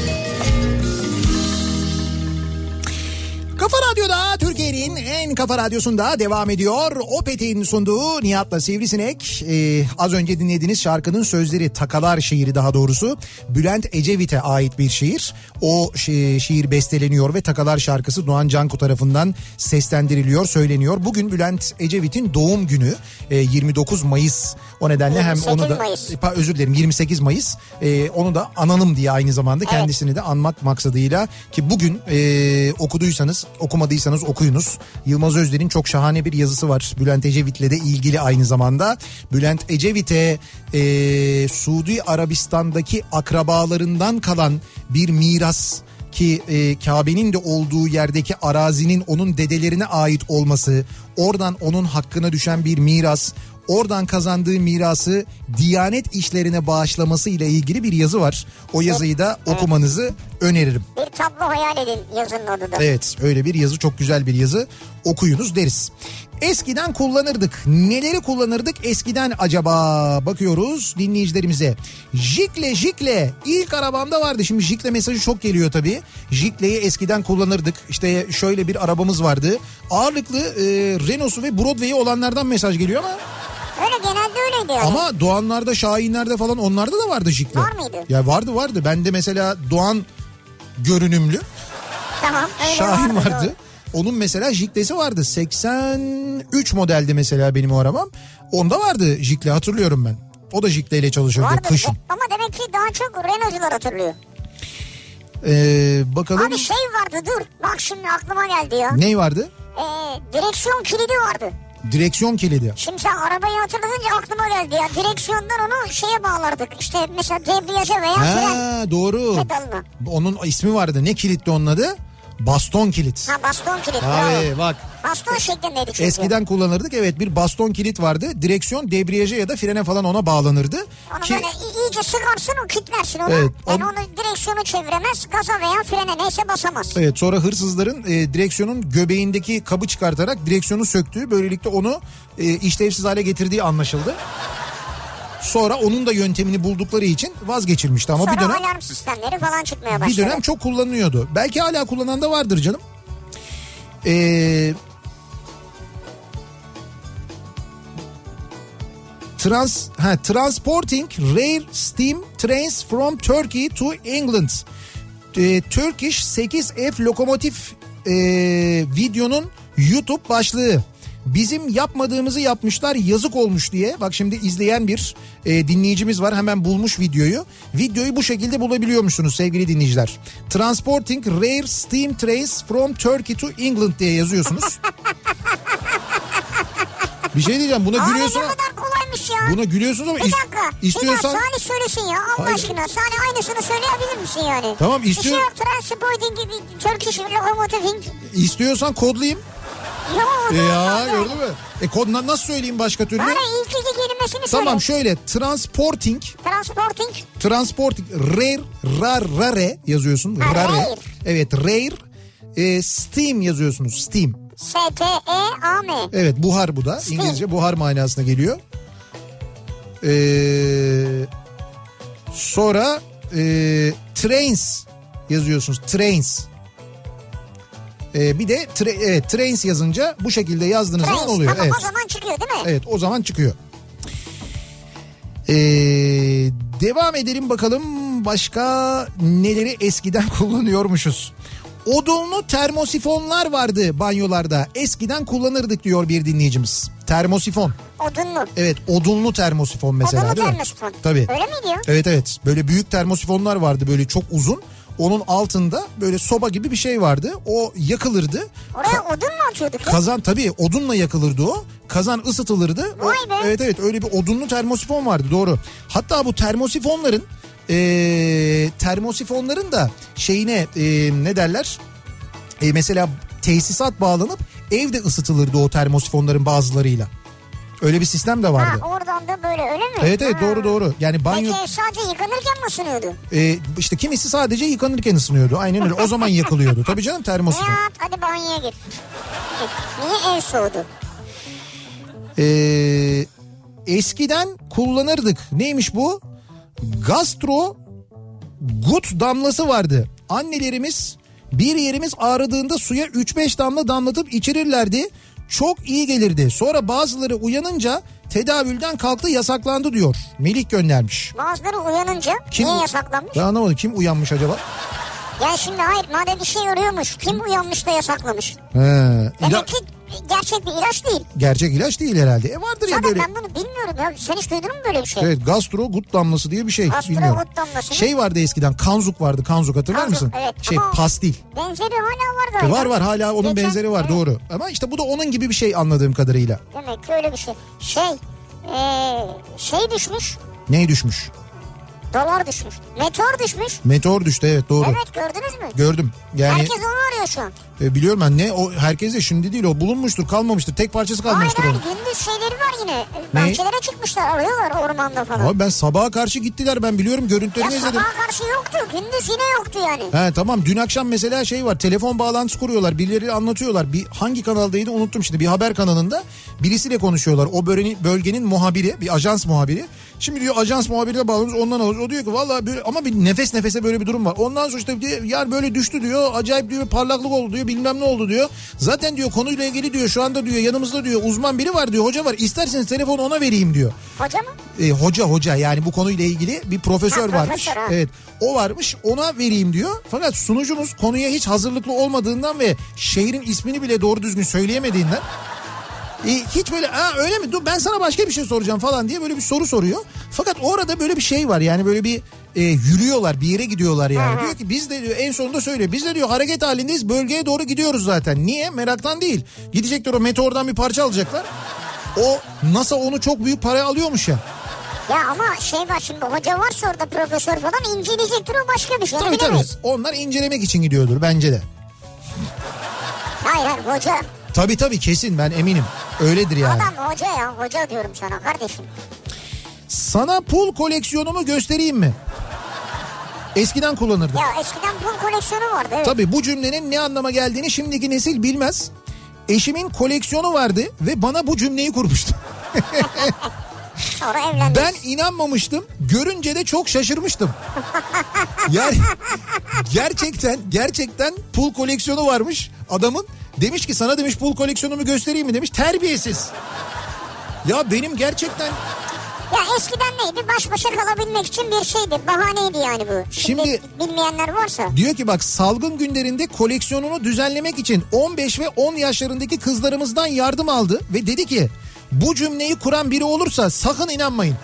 Kafa Radyo'da, Türkiye'nin en kafa radyosunda devam ediyor. Opet'in sunduğu Nihat'la Sivrisinek. Ee, az önce dinlediğiniz şarkının sözleri, Takalar şiiri daha doğrusu, Bülent Ecevit'e ait bir şiir. O şi- şiir besteleniyor ve Takalar şarkısı Doğan Canku tarafından seslendiriliyor, söyleniyor. Bugün Bülent Ecevit'in doğum günü, e, yirmi dokuz Mayıs. O nedenle hem onu da Mayıs. özür dilerim yirmi sekiz Mayıs e, onu da analım diye aynı zamanda, evet, kendisini de anmak maksadıyla, ki bugün e, okuduysanız, okumadıysanız okuyunuz. Yılmaz Özder'in çok şahane bir yazısı var Bülent Ecevit'le de ilgili aynı zamanda. Bülent Ecevit'e e, Suudi Arabistan'daki akrabalarından kalan bir miras, ki e, Kabe'nin de olduğu yerdeki arazinin onun dedelerine ait olması, oradan onun hakkına düşen bir miras, oradan kazandığı mirası Diyanet işlerine bağışlaması ile ilgili bir yazı var. O yazıyı da evet, okumanızı öneririm. Bir tablo hayal edin yazının adı da. Evet, öyle bir yazı, çok güzel bir yazı, okuyunuz deriz. Eskiden kullanırdık. Neleri kullanırdık eskiden acaba? Bakıyoruz dinleyicilerimize. Jikle jikle ilk arabamda vardı. Şimdi jikle mesajı çok geliyor tabii. Jikle'yi eskiden kullanırdık. İşte şöyle bir arabamız vardı. Ağırlıklı e, Renault'su ve Broadway'i olanlardan mesaj geliyor ama... Öyle genelde öyleydi yani. Ama Doğanlar'da, Şahinler'de falan, onlarda da vardı jikle. Var mıydı? Ya vardı vardı. Ben de mesela Doğan görünümlü. Tamam. Öyle Şahin vardı. vardı. Doğru. Onun mesela jiklesi vardı. seksen üç modeldi mesela benim o arabam. Onda vardı jikle, hatırlıyorum ben. O da jikleyle çalışırdı vardı, kışın. Ama demek ki daha çok Renault'cular hatırlıyor. Ee, bakalım. Abi şey vardı, dur. Bak şimdi aklıma geldi ya. Ney vardı? Ee, direksiyon kilidi vardı. Direksiyon kilidi. Şimdi sen arabayı hatırladınca aklıma geldi ya. Direksiyondan onu şeye bağlardık. İşte mesela debriyaja veya Ha, fren doğru. pedalına. Onun ismi vardı. Ne kilitti onun adı? Baston kilit. Ha baston kilit. Abi bravo. bak. Baston şeklindeydi çünkü. Eskiden kullanırdık, evet, bir baston kilit vardı. Direksiyon debriyaja ya da frene falan ona bağlanırdı. Onu Ki... böyle iyice sıkarsın, o kilitlersin onu. Evet, yani on... onu direksiyonu çeviremez, gaza veya frene neyse basamaz. Evet, sonra hırsızların e, direksiyonun göbeğindeki kabı çıkartarak direksiyonu söktüğü, böylelikle onu e, işlevsiz hale getirdiği anlaşıldı. Sonra onun da yöntemini buldukları için vazgeçilmişti ama sonra bir dönem alarm sistemleri falan çıkmaya başladı. Bir dönem çok kullanılıyordu. Belki hala kullanan da vardır canım. Eee Trans, ha, transporting rare steam trains from Turkey to England. Ee, Turkish sekiz F lokomotif e, videonun YouTube başlığı. Bizim yapmadığımızı yapmışlar, yazık olmuş diye. Bak şimdi izleyen bir e, dinleyicimiz var, hemen bulmuş videoyu. Videoyu bu şekilde bulabiliyormuşsunuz sevgili dinleyiciler. Transporting rare steam trains from Turkey to England diye yazıyorsunuz. Bir şey diyeceğim, buna Abi gülüyorsun. ne kadar kolaymış ya. Buna gülüyorsunuz ama bir dakika. istiyorsan... Bir dakika, Salih söylesin ya Allah Hayır. aşkına. Salih aynısını söyleyebilir misin yani? Tamam, istiyor... Bir şey yok, transporting gibi Turkish locomotive. İstiyorsan kodlayayım. Yok. E ya gördün mü? E kodla nasıl söyleyeyim başka türlü? Bana ilk iki kelimesini söyle. Tamam şöyle, transporting. Transporting. Transporting rare, rar, rare yazıyorsun. Ha, rare. rare. Evet, rare. E, steam yazıyorsunuz, steam. S T E A M. Evet, buhar bu da. Steam. İngilizce buhar manasına geliyor. Ee, sonra e, trains yazıyorsunuz. Trains. Ee, bir de tra- evet, trains yazınca bu şekilde yazdığınız Trains. zaman oluyor. Tamam, Evet. o zaman çıkıyor değil mi? Evet, o zaman çıkıyor. Ee, devam edelim bakalım, başka neleri eskiden kullanıyormuşuz. Odunlu termosifonlar vardı banyolarda. Eskiden kullanırdık diyor bir dinleyicimiz. Termosifon. Odunlu. Evet, odunlu termosifon mesela. Odunlu değil mi? termosifon. Tabii. Öyle miydi ya? Evet evet, böyle büyük termosifonlar vardı, böyle çok uzun. Onun altında böyle soba gibi bir şey vardı. O yakılırdı. Oraya Ka- odun mu atıyorduk ya? Kazan, tabii odunla yakılırdı o. Kazan ısıtılırdı. O, Vay be. evet evet, öyle bir odunlu termosifon vardı, doğru. Hatta bu termosifonların e, termosifonların da şeyine e, ne derler? E, mesela tesisat bağlanıp evde ısıtılırdı o termosifonların bazılarıyla. Öyle bir sistem de vardı. Ha, oradan da böyle öyle mi? Evet evet, ha. doğru doğru. Yani banyo... Peki sadece yıkanırken mi ısınıyordu? E, işte kimisi sadece yıkanırken ısınıyordu. Aynen öyle. O zaman yakılıyordu. Tabii canım, termosifon. Nihat hadi banyoya gir. Niye ev soğudu? Ee, eskiden kullanırdık. Neymiş bu? Gastro gut damlası vardı. Annelerimiz bir yerimiz ağrıdığında suya üç beş damla damlatıp içirirlerdi. Çok iyi gelirdi. Sonra bazıları uyanınca tedavülden kalktı, yasaklandı diyor. Melih göndermiş. Bazıları uyanınca Kim, niye yasaklanmış? Ben anlamadım, kim uyanmış acaba? Ya şimdi hayır, madem bir şey yoruyormuş, kim uyanmış da yasaklamış? He, Demek ila- ki gerçek bir ilaç değil. Gerçek ilaç değil herhalde. E vardır ya Zaten böyle. ben bunu bilmiyorum ya. Sen hiç duydun mu böyle bir şey? Evet, gastro gut damlası diye bir şey. Gastro Bilmiyorum. gut damlası mı? Şey vardı eskiden, kanzuk vardı. Kanzuk hatırlar Kanzuk, mısın? evet, Şey ama pastil. Benzeri hala var E galiba. var var, hala onun Geçen- benzeri var, evet. doğru. Ama işte bu da onun gibi bir şey anladığım kadarıyla. Demek ki öyle bir şey. Şey, ee, şey düşmüş, Ney düşmüş? dolar düşmüş, meteor düşmüş. Meteor düştü, evet doğru. Evet, gördünüz mü? Gördüm. Yani Herkes onu arıyor şu an. e, biliyorum ben, ne o, herkes de şimdi değil, o bulunmuştur, kalmamıştır. Tek parçası Hayır kalmıştır hayır, onun. gündüz şeyleri var yine. Ne? Bahçelere çıkmışlar, arıyorlar ormanda falan. Abi ben sabaha karşı gittiler, ben biliyorum, Ya görüntülerini izledim. sabaha karşı yoktu, gündüz yine yoktu yani. He tamam, dün akşam mesela şey var, telefon bağlantısı kuruyorlar, birileri anlatıyorlar. Bir hangi kanaldaydı unuttum şimdi, bir haber kanalında birisiyle konuşuyorlar. O bölgenin, bölgenin muhabiri, bir ajans muhabiri. Şimdi diyor ajans muhabirine bağlanıyoruz, ondan alıyoruz. O diyor ki vallahi böyle, ama bir nefes nefese böyle bir durum var. Ondan sonra işte diyor, yer böyle düştü diyor, acayip diyor, parlaklık oldu diyor, bilmem ne oldu diyor. Zaten diyor konuyla ilgili diyor şu anda diyor yanımızda diyor uzman biri var diyor, hoca var, isterseniz telefonu ona vereyim diyor. Hoca mı? E, hoca hoca yani bu konuyla ilgili bir profesör Ha, varmış. profesör, ha. Evet, o varmış, ona vereyim diyor. Fakat sunucumuz konuya hiç hazırlıklı olmadığından ve şehrin ismini bile doğru düzgün söyleyemediğinden e, hiç böyle ha öyle mi, dur ben sana başka bir şey soracağım falan diye böyle bir soru soruyor. Fakat orada böyle bir şey var yani, böyle bir e, yürüyorlar, bir yere gidiyorlar yani. Hı-hı. Diyor ki biz de diyor, en sonunda söylüyor, biz de diyor hareket halindeyiz, bölgeye doğru gidiyoruz zaten. Niye? Meraktan değil. Gidecekler, o meteordan bir parça alacaklar. O NASA onu çok büyük paraya alıyormuş ya. Ya ama şey var, şimdi hoca varsa orada, profesör falan inceleyecektir, o başka bir şey. Tabii tabii, onlar incelemek için gidiyordur bence de. Hayır hayır hoca. Tabii tabii kesin, ben eminim. Öyledir yani. Adam hoca ya, hoca diyorum sana kardeşim. Sana pul koleksiyonumu göstereyim mi? Eskiden kullanırdım. Ya eskiden pul koleksiyonu vardı. Evet. Tabii bu cümlenin ne anlama geldiğini şimdiki nesil bilmez. Eşimin koleksiyonu vardı ve bana bu cümleyi kurmuştu. Sonra evlendik. Ben inanmamıştım. Görünce de çok şaşırmıştım. Yani gerçekten gerçekten pul koleksiyonu varmış adamın. Demiş ki sana demiş pul koleksiyonumu göstereyim mi demiş. Terbiyesiz. Ya benim gerçekten... Ya eskiden neydi? Baş başa kalabilmek için bir şeydi. Bahaneydi yani bu. Şimdi, Şimdi bilmeyenler varsa. Diyor ki bak, salgın günlerinde koleksiyonunu düzenlemek için on beş ve on yaşlarındaki kızlarımızdan yardım aldı ve dedi ki bu cümleyi kuran biri olursa sakın inanmayın.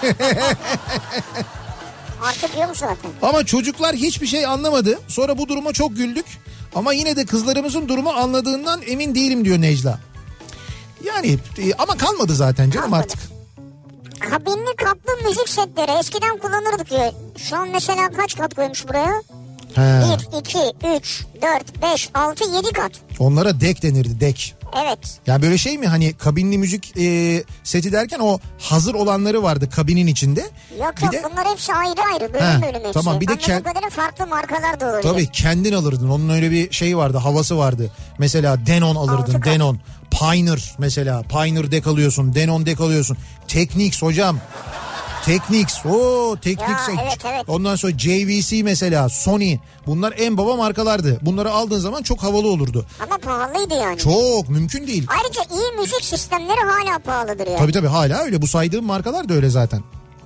Artık yok zaten. Ama çocuklar hiçbir şey anlamadı. Sonra bu duruma çok güldük. Ama yine de kızlarımızın durumu anladığından emin değilim diyor Necla. Yani ama kalmadı zaten canım kalmadı. Artık. Kabinli kaplı müzik setleri eskiden kullanırdık diyor. Şu an mesela kaç kat koymuş buraya? He. bir, iki, üç, dört, beş, altı, yedi kat. Onlara dek denirdi, dek. Evet. Ya böyle şey mi, hani kabinli müzik e, seti derken o hazır olanları vardı kabinin içinde. Yok bir yok de, bunlar hepsi ayrı ayrı bölüm he, bölüm hepsi. tamam, bir de Anladığım kend- kadarıyla farklı markalar da olabilir. Tabii kendin alırdın, onun öyle bir şeyi vardı, havası vardı. Mesela Denon alırdın, Denon. Pioneer mesela, Pioneer dek alıyorsun, Denon dek alıyorsun. Technics hocam. Technics, o Technics. Ya, evet, evet. Ondan sonra J V C mesela, Sony. Bunlar en baba markalardı. Bunları aldığın zaman çok havalı olurdu. Ama pahalıydı yani. Çok, mümkün değil. Ayrıca iyi müzik sistemleri hala pahalıdır yani. Tabii tabii hala öyle. Bu saydığım markalar da öyle zaten.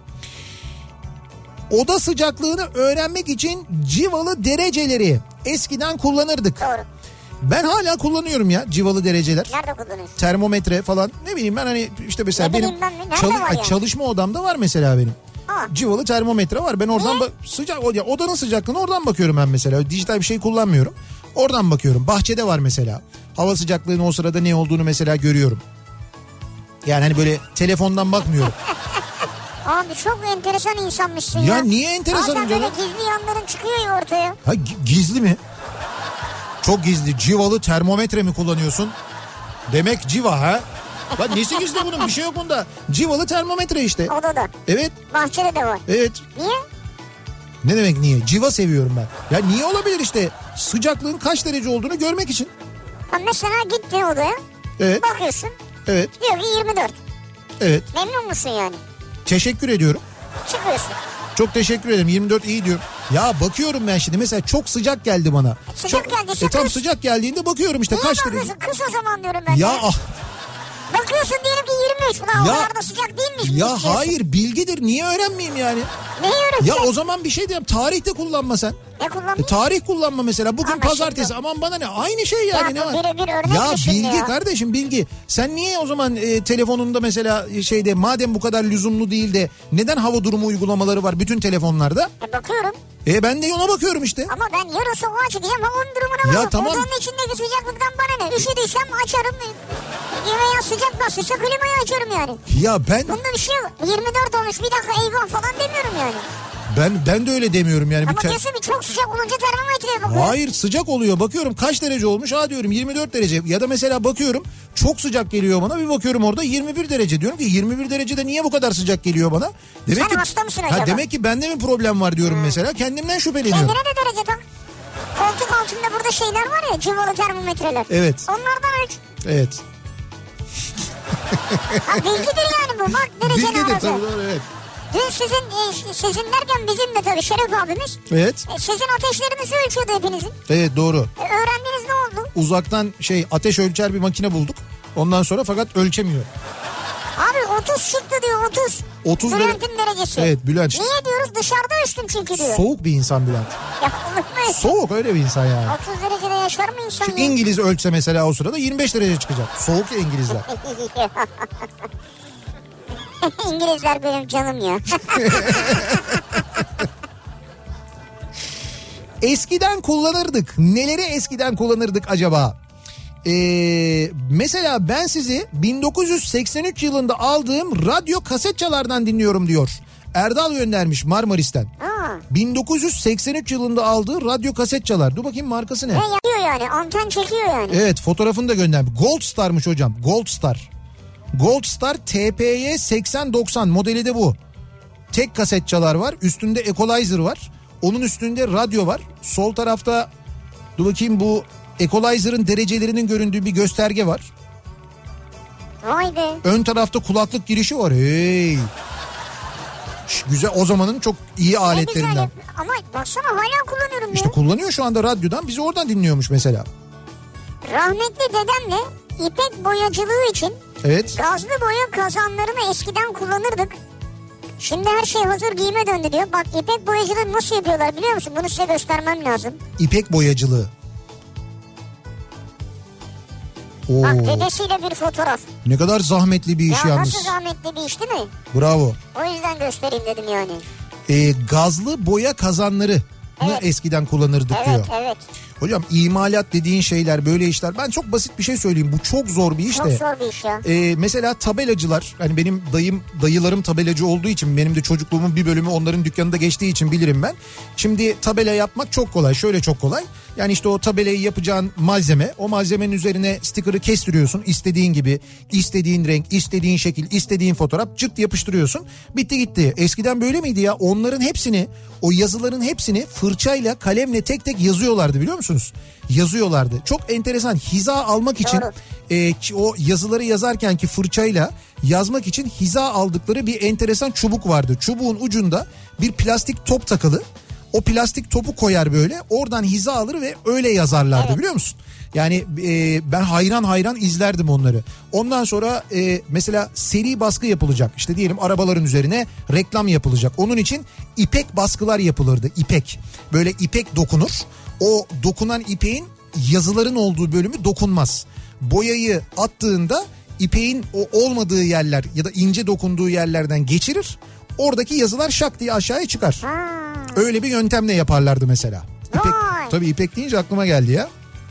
Oda sıcaklığını öğrenmek için civalı dereceleri eskiden kullanırdık. Doğru. Ben hala kullanıyorum ya civalı dereceler. Nerede kullanıyorsun? Termometre falan, ne bileyim ben, hani işte mesela Ne benim bileyim ben, nerede çalı- var yani? çalışma odamda var mesela benim. Aa. Civalı termometre var. Ben oradan ba- sıcak o- ya odanın sıcaklığını oradan bakıyorum ben mesela. Dijital bir şey kullanmıyorum. Oradan bakıyorum. Bahçede var mesela. Hava sıcaklığının o sırada ne olduğunu mesela görüyorum. Yani hani böyle telefondan bakmıyorum. Abi çok enteresan insanmışsın ya. Ya niye enteresanım Bazen canım? böyle gizli yanların çıkıyor ya ortaya. Ha, gi- gizli mi? Çok gizli. Civalı termometre mi kullanıyorsun? Demek civa ha? Lan nesi gizli bunun? Bir şey yok bunda. Civalı termometre işte. Odada. Evet. Bahçede de var. Evet. Niye? Ne demek niye? Civa seviyorum ben. Ya niye olabilir işte? Sıcaklığın kaç derece olduğunu görmek için. Ha mesela gittin odaya. Evet. Bakıyorsun. Evet. Diyor ki yirmi dört. Evet. Memnun musun yani? Teşekkür ediyorum. Çıkıyorsun. Çok teşekkür ederim. yirmi dört iyi diyorum. Ya bakıyorum ben şimdi mesela çok sıcak geldi bana. Sıcak çok, geldiyse e, tam kız. sıcak geldiğinde bakıyorum işte Niye kaç bakıyorsun? derece. Kız o zaman diyorum ben. Ya de. ah. Bakıyorsun diyelim ki yirmi üç. Ulan Ya- o kadar da sıcak değilmiş. Ya diyorsun. hayır, bilgidir, niye öğrenmeyeyim yani? Neyi Ya öğreteceksin? o zaman bir şey diyeyim, tarihte kullanma sen. Ne E, kullanmayayım? tarih kullanma mesela, bugün Ama pazartesi, şimdi- aman bana ne, aynı şey yani. Ya ne bu var? birebir örnek Ya mi şimdi bilgi ya? kardeşim, bilgi. Sen niye o zaman e, telefonunda mesela e, şeyde, madem bu kadar lüzumlu değil de neden hava durumu uygulamaları var bütün telefonlarda? E bakıyorum. E ben de ona bakıyorum işte. Ama ben yarın sokağa çıkacağım. Havanın durumuna Ya bakıyorum. tamam. Odanın içindeki sıcaklıktan bana ne? Üşüdüysem açarım. Veya sıcak basırsa klimayı açarım yani. Ya ben Bunda bir şey yok. yirmi dört olmuş, bir dakika eyvah falan demiyorum yani. ben ben de öyle demiyorum yani. Ama Bir te- diyorsun ki çok sıcak olunca termometreye bakıyorum. Hayır, sıcak oluyor, bakıyorum kaç derece olmuş, ha diyorum yirmi dört derece, ya da mesela bakıyorum çok sıcak geliyor bana, bir bakıyorum orada yirmi bir derece, diyorum ki yirmi bir derecede niye bu kadar sıcak geliyor bana? Demek Sen ki, hasta mısın ha, acaba? demek ki bende mi problem var diyorum mesela, kendimden şüpheleniyorum. Kendine de derece tak. Koltuk altında burada şeyler var ya, civalı termometreler. Evet. Onlardan ölç. Evet. Ha, bilgidir yani bu. Bak dereceli Bilgidir arası. tabii, doğru, evet. Dün sizin, e, sizin derken bizim de tabii Şeref abimiz. Evet. E, sizin ateşlerinizi ölçüyordu hepinizin. Evet, doğru. E, öğrendiniz ne oldu? Uzaktan şey, ateş ölçer bir makine bulduk. Ondan sonra fakat ölçemiyor. Abi otuz çıktı diyor, otuz. otuz dere- Bülent'in derecesi. Evet, Bülent. Niye diyoruz? Dışarıda ölçtüm çünkü diyor. Soğuk bir insan Bülent. Ya olur mu? Soğuk, öyle bir insan yani. otuz derecede yaşar mı insan Şu ya? İngiliz ölçse mesela o sırada yirmi beş derece çıkacak. Soğuk ya İngilizler. İngilizler benim canım ya. Eskiden kullanırdık. Neleri eskiden kullanırdık acaba? Ee, mesela ben sizi bin dokuz yüz seksen üç yılında aldığım radyo kaset çalardan dinliyorum diyor. Erdal göndermiş Marmaris'ten. Aa, bin dokuz yüz seksen üç yılında aldığı radyo kaset çalar. Dur bakayım markası ne? Ne yapıyor yani? Anten çekiyor yani. Evet, fotoğrafını da göndermiş. Gold Star'mış hocam. Gold Star. Gold Star T P Y seksen doksan modeli de bu. Tek kaset çalar var. Üstünde equalizer var. Onun üstünde radyo var. Sol tarafta dur bakayım, bu equalizer'ın derecelerinin göründüğü bir gösterge var. Vay be. Ön tarafta kulaklık girişi var. Hey. Şş, güzel, o zamanın çok iyi aletlerinden. Güzel. Ama baksana hala kullanıyorum İşte ya. kullanıyor şu anda radyodan. Bizi oradan dinliyormuş mesela. Rahmetli dedemle ipek boyacılığı için Evet. gazlı boya kazanlarını eskiden kullanırdık. Şimdi her şey hazır giyime döndü diyor. Bak ipek boyacılığı nasıl yapıyorlar biliyor musun? Bunu size göstermem lazım. İpek boyacılığı. Oo. Bak dedesiyle bir fotoğraf. Ne kadar zahmetli bir iş ya yalnız. nasıl zahmetli bir iş değil mi? Bravo. O yüzden göstereyim dedim yani. Ee, gazlı boya kazanları Evet. eskiden kullanırdık Evet diyor. evet. Hocam imalat dediğin şeyler, böyle işler, ben çok basit bir şey söyleyeyim, bu çok zor bir iş Çok de. zor bir iş ya. Ee, mesela tabelacılar, hani benim dayım dayılarım tabelacı olduğu için, benim de çocukluğumun bir bölümü onların dükkanında geçtiği için bilirim ben. Şimdi tabela yapmak çok kolay, şöyle çok kolay. Yani işte o tabelayı yapacağın malzeme, o malzemenin üzerine sticker'ı kestiriyorsun istediğin gibi, istediğin renk, istediğin şekil, istediğin fotoğraf, cırt yapıştırıyorsun, bitti gitti. Eskiden böyle miydi ya? Onların hepsini, o yazıların hepsini fırçayla, kalemle tek tek yazıyorlardı, biliyor musunuz? Yazıyorlardı. Çok enteresan, hiza almak için e, o yazıları yazarken ki fırçayla yazmak için hiza aldıkları bir enteresan çubuk vardı. Çubuğun ucunda bir plastik top takılı. O plastik topu koyar böyle, oradan hiza alır ve öyle yazarlardı, evet. Biliyor musun? Yani e, ben hayran hayran izlerdim onları. Ondan sonra e, mesela seri baskı yapılacak. İşte diyelim arabaların üzerine reklam yapılacak. Onun için ipek baskılar yapılırdı. İpek. Böyle ipek dokunur. O dokunan ipeğin yazıların olduğu bölümü dokunmaz. Boyayı attığında ipeğin o olmadığı yerler ya da ince dokunduğu yerlerden geçirir. Oradaki yazılar şak diye aşağıya çıkar. Ha. Öyle bir yöntemle yaparlardı mesela. İpek, tabii ipek deyince aklıma geldi ya.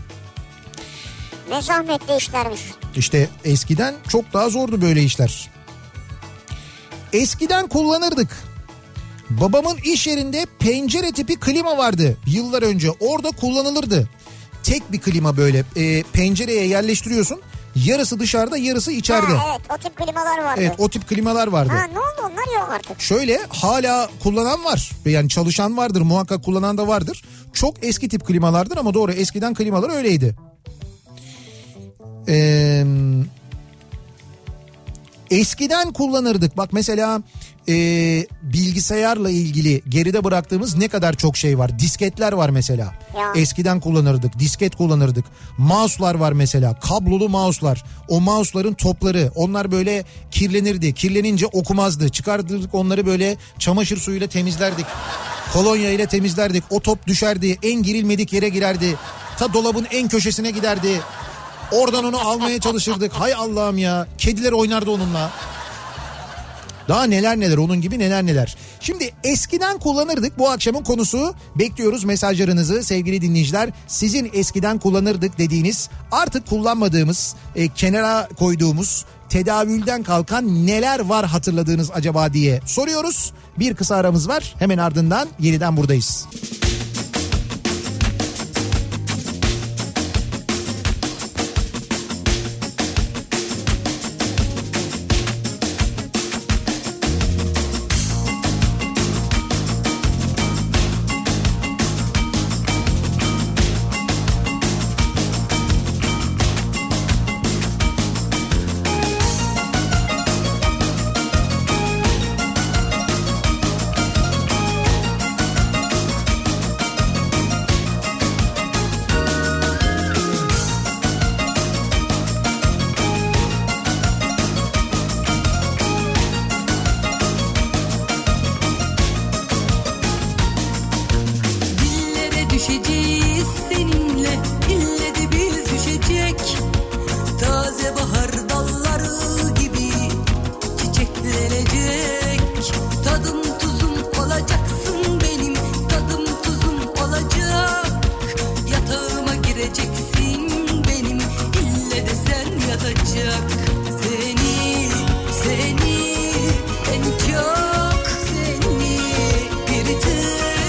Ne zahmetli işlermiş. İşte eskiden çok daha zordu böyle işler. Eskiden kullanırdık. Babamın iş yerinde pencere tipi klima vardı yıllar önce. Orada kullanılırdı. Tek bir klima böyle e, pencereye yerleştiriyorsun. Yarısı dışarıda, yarısı içeride. Ha, evet, o tip klimalar vardı. Evet, o tip klimalar vardı. Ha, ne oldu, onlar yok artık. Şöyle, hala kullanan var. Yani çalışan vardır, muhakkak kullanan da vardır. Çok eski tip klimalardır ama doğru, eskiden klimalar öyleydi. Eee... Eskiden kullanırdık. Bak mesela e, bilgisayarla ilgili geride bıraktığımız ne kadar çok şey var. Disketler var mesela. Ya. Eskiden kullanırdık. Disket kullanırdık. Mouse'lar var mesela. Kablolu mouse'lar. O mouse'ların topları. Onlar böyle kirlenirdi. Kirlenince okumazdı. Çıkardık onları, böyle çamaşır suyuyla temizlerdik. Kolonya ile temizlerdik. O top düşerdi. En girilmedik yere girerdi. Ta dolabın en köşesine giderdi. Oradan onu almaya çalışırdık. Hay Allah'ım ya. Kediler oynardı onunla. Daha neler neler, onun gibi neler neler. Şimdi eskiden kullanırdık. Bu akşamın konusu, bekliyoruz mesajlarınızı sevgili dinleyiciler. Sizin eskiden kullanırdık dediğiniz, artık kullanmadığımız, e, kenara koyduğumuz, tedavülden kalkan neler var hatırladığınız acaba diye soruyoruz. Bir kısa aramız var. Hemen ardından yeniden buradayız. Seni en çok seni bir tek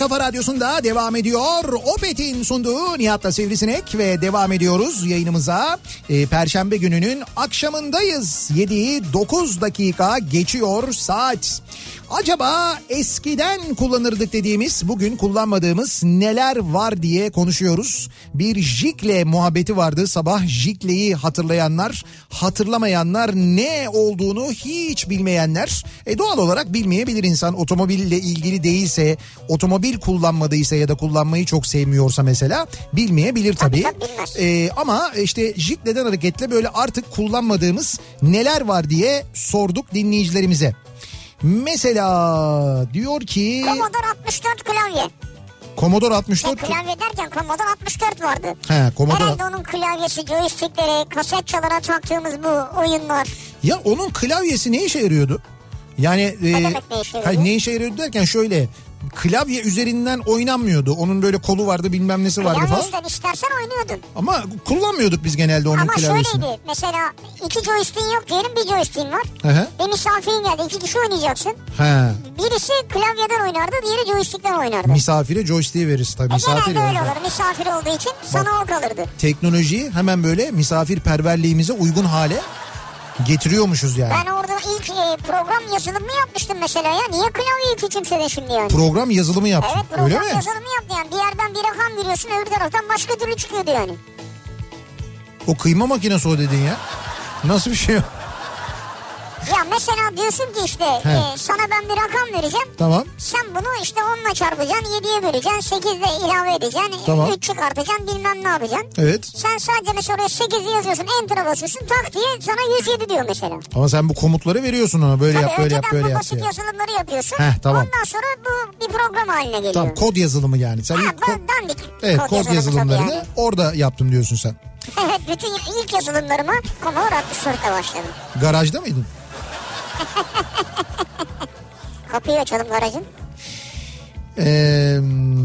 Kafa Radyosu'nda devam ediyor. Opet'in sunduğu Nihat'la Sivrisinek ve devam ediyoruz yayınımıza. Ee, Perşembe gününün akşamındayız. yediyi dokuz dakika geçiyor saat. Acaba eskiden kullanırdık dediğimiz, bugün kullanmadığımız neler var diye konuşuyoruz. Bir Jikle muhabbeti vardı sabah. Jikle'yi hatırlayanlar, hatırlamayanlar, ne olduğunu hiç bilmeyenler. E doğal olarak bilmeyebilir insan, otomobille ilgili değilse, otomobil kullanmadıysa ya da kullanmayı çok sevmiyorsa mesela bilmeyebilir tabii. Tabii, tabii, e, ama işte Jikle'den hareketle böyle artık kullanmadığımız neler var diye sorduk dinleyicilerimize. Mesela diyor ki... Commodore altmış dört klavye. Commodore altmış dört... E, klavye derken Commodore altmış dört vardı. He, Commodore... Herhalde onun klavyesi, joystickleri, kaset çalara taktığımız bu oyunlar. Ya onun klavyesi ne işe yarıyordu? Yani... Ne e, demek ne işe yarıyordu? Hayır, ne işe yarıyordu derken şöyle... Klavye üzerinden oynanmıyordu. Onun böyle kolu vardı, bilmem nesi vardı falan. Klavyesinden istersen oynuyordun. Ama kullanmıyorduk biz genelde onun Ama klavyesini. şöyleydi. Mesela iki joystick'in yok diyelim, bir joystick'in var. Hı hı. Ve misafirin geldi. İki kişi oynayacaksın. He. Birisi klavyeden oynardı, diğeri joystick'ten oynardı. Misafire joystick'i veririz tabii. E Misafir genelde öyle yani. olur. Misafir olduğu için sana o kalırdı. Teknolojiyi hemen böyle misafirperverliğimize uygun hale getiriyormuşuz yani. Ben orada ilk e, program yazılımı yapmıştım mesela ya. Niye klavyeyi küçümsedin şimdi yani? Program yazılımı yaptın. Evet, program Öyle mi? yazılımı yaptı yani. Bir yerden bir rakam veriyorsun, öbür taraftan başka türlü çıkıyordu yani. O kıyma makinesi o dedin ya. Nasıl bir şey o? Ya mesela diyorsun ki işte e, sana ben bir rakam vereceğim. Tamam. Sen bunu işte onla çarpacaksın, yediye böleceksin, sekizle ilave edeceksin, tamam. üç çıkartacaksın, bilmem ne yapacaksın. Evet. Sen sadece mesela oraya sekizi yazıyorsun, enter'a basıyorsun, tak diye sana yüz yedi diyor mesela. Ama sen bu komutları veriyorsun ona, böyle Tabii yap böyle yap böyle bu yap basit diye. yazılımları yapıyorsun. Heh, tamam. Ondan sonra bu bir program haline geliyor. Tamam, kod yazılımı yani. Sen Ha, ilk kod, dandik evet, kod, kod yazılımı yazılımlarını yani. orada yaptım diyorsun sen. Evet, bütün ilk yazılımlarıma Commodore altmış dörtte başladım. Garajda mıydın? Kapıyı açalım garajın. Ee,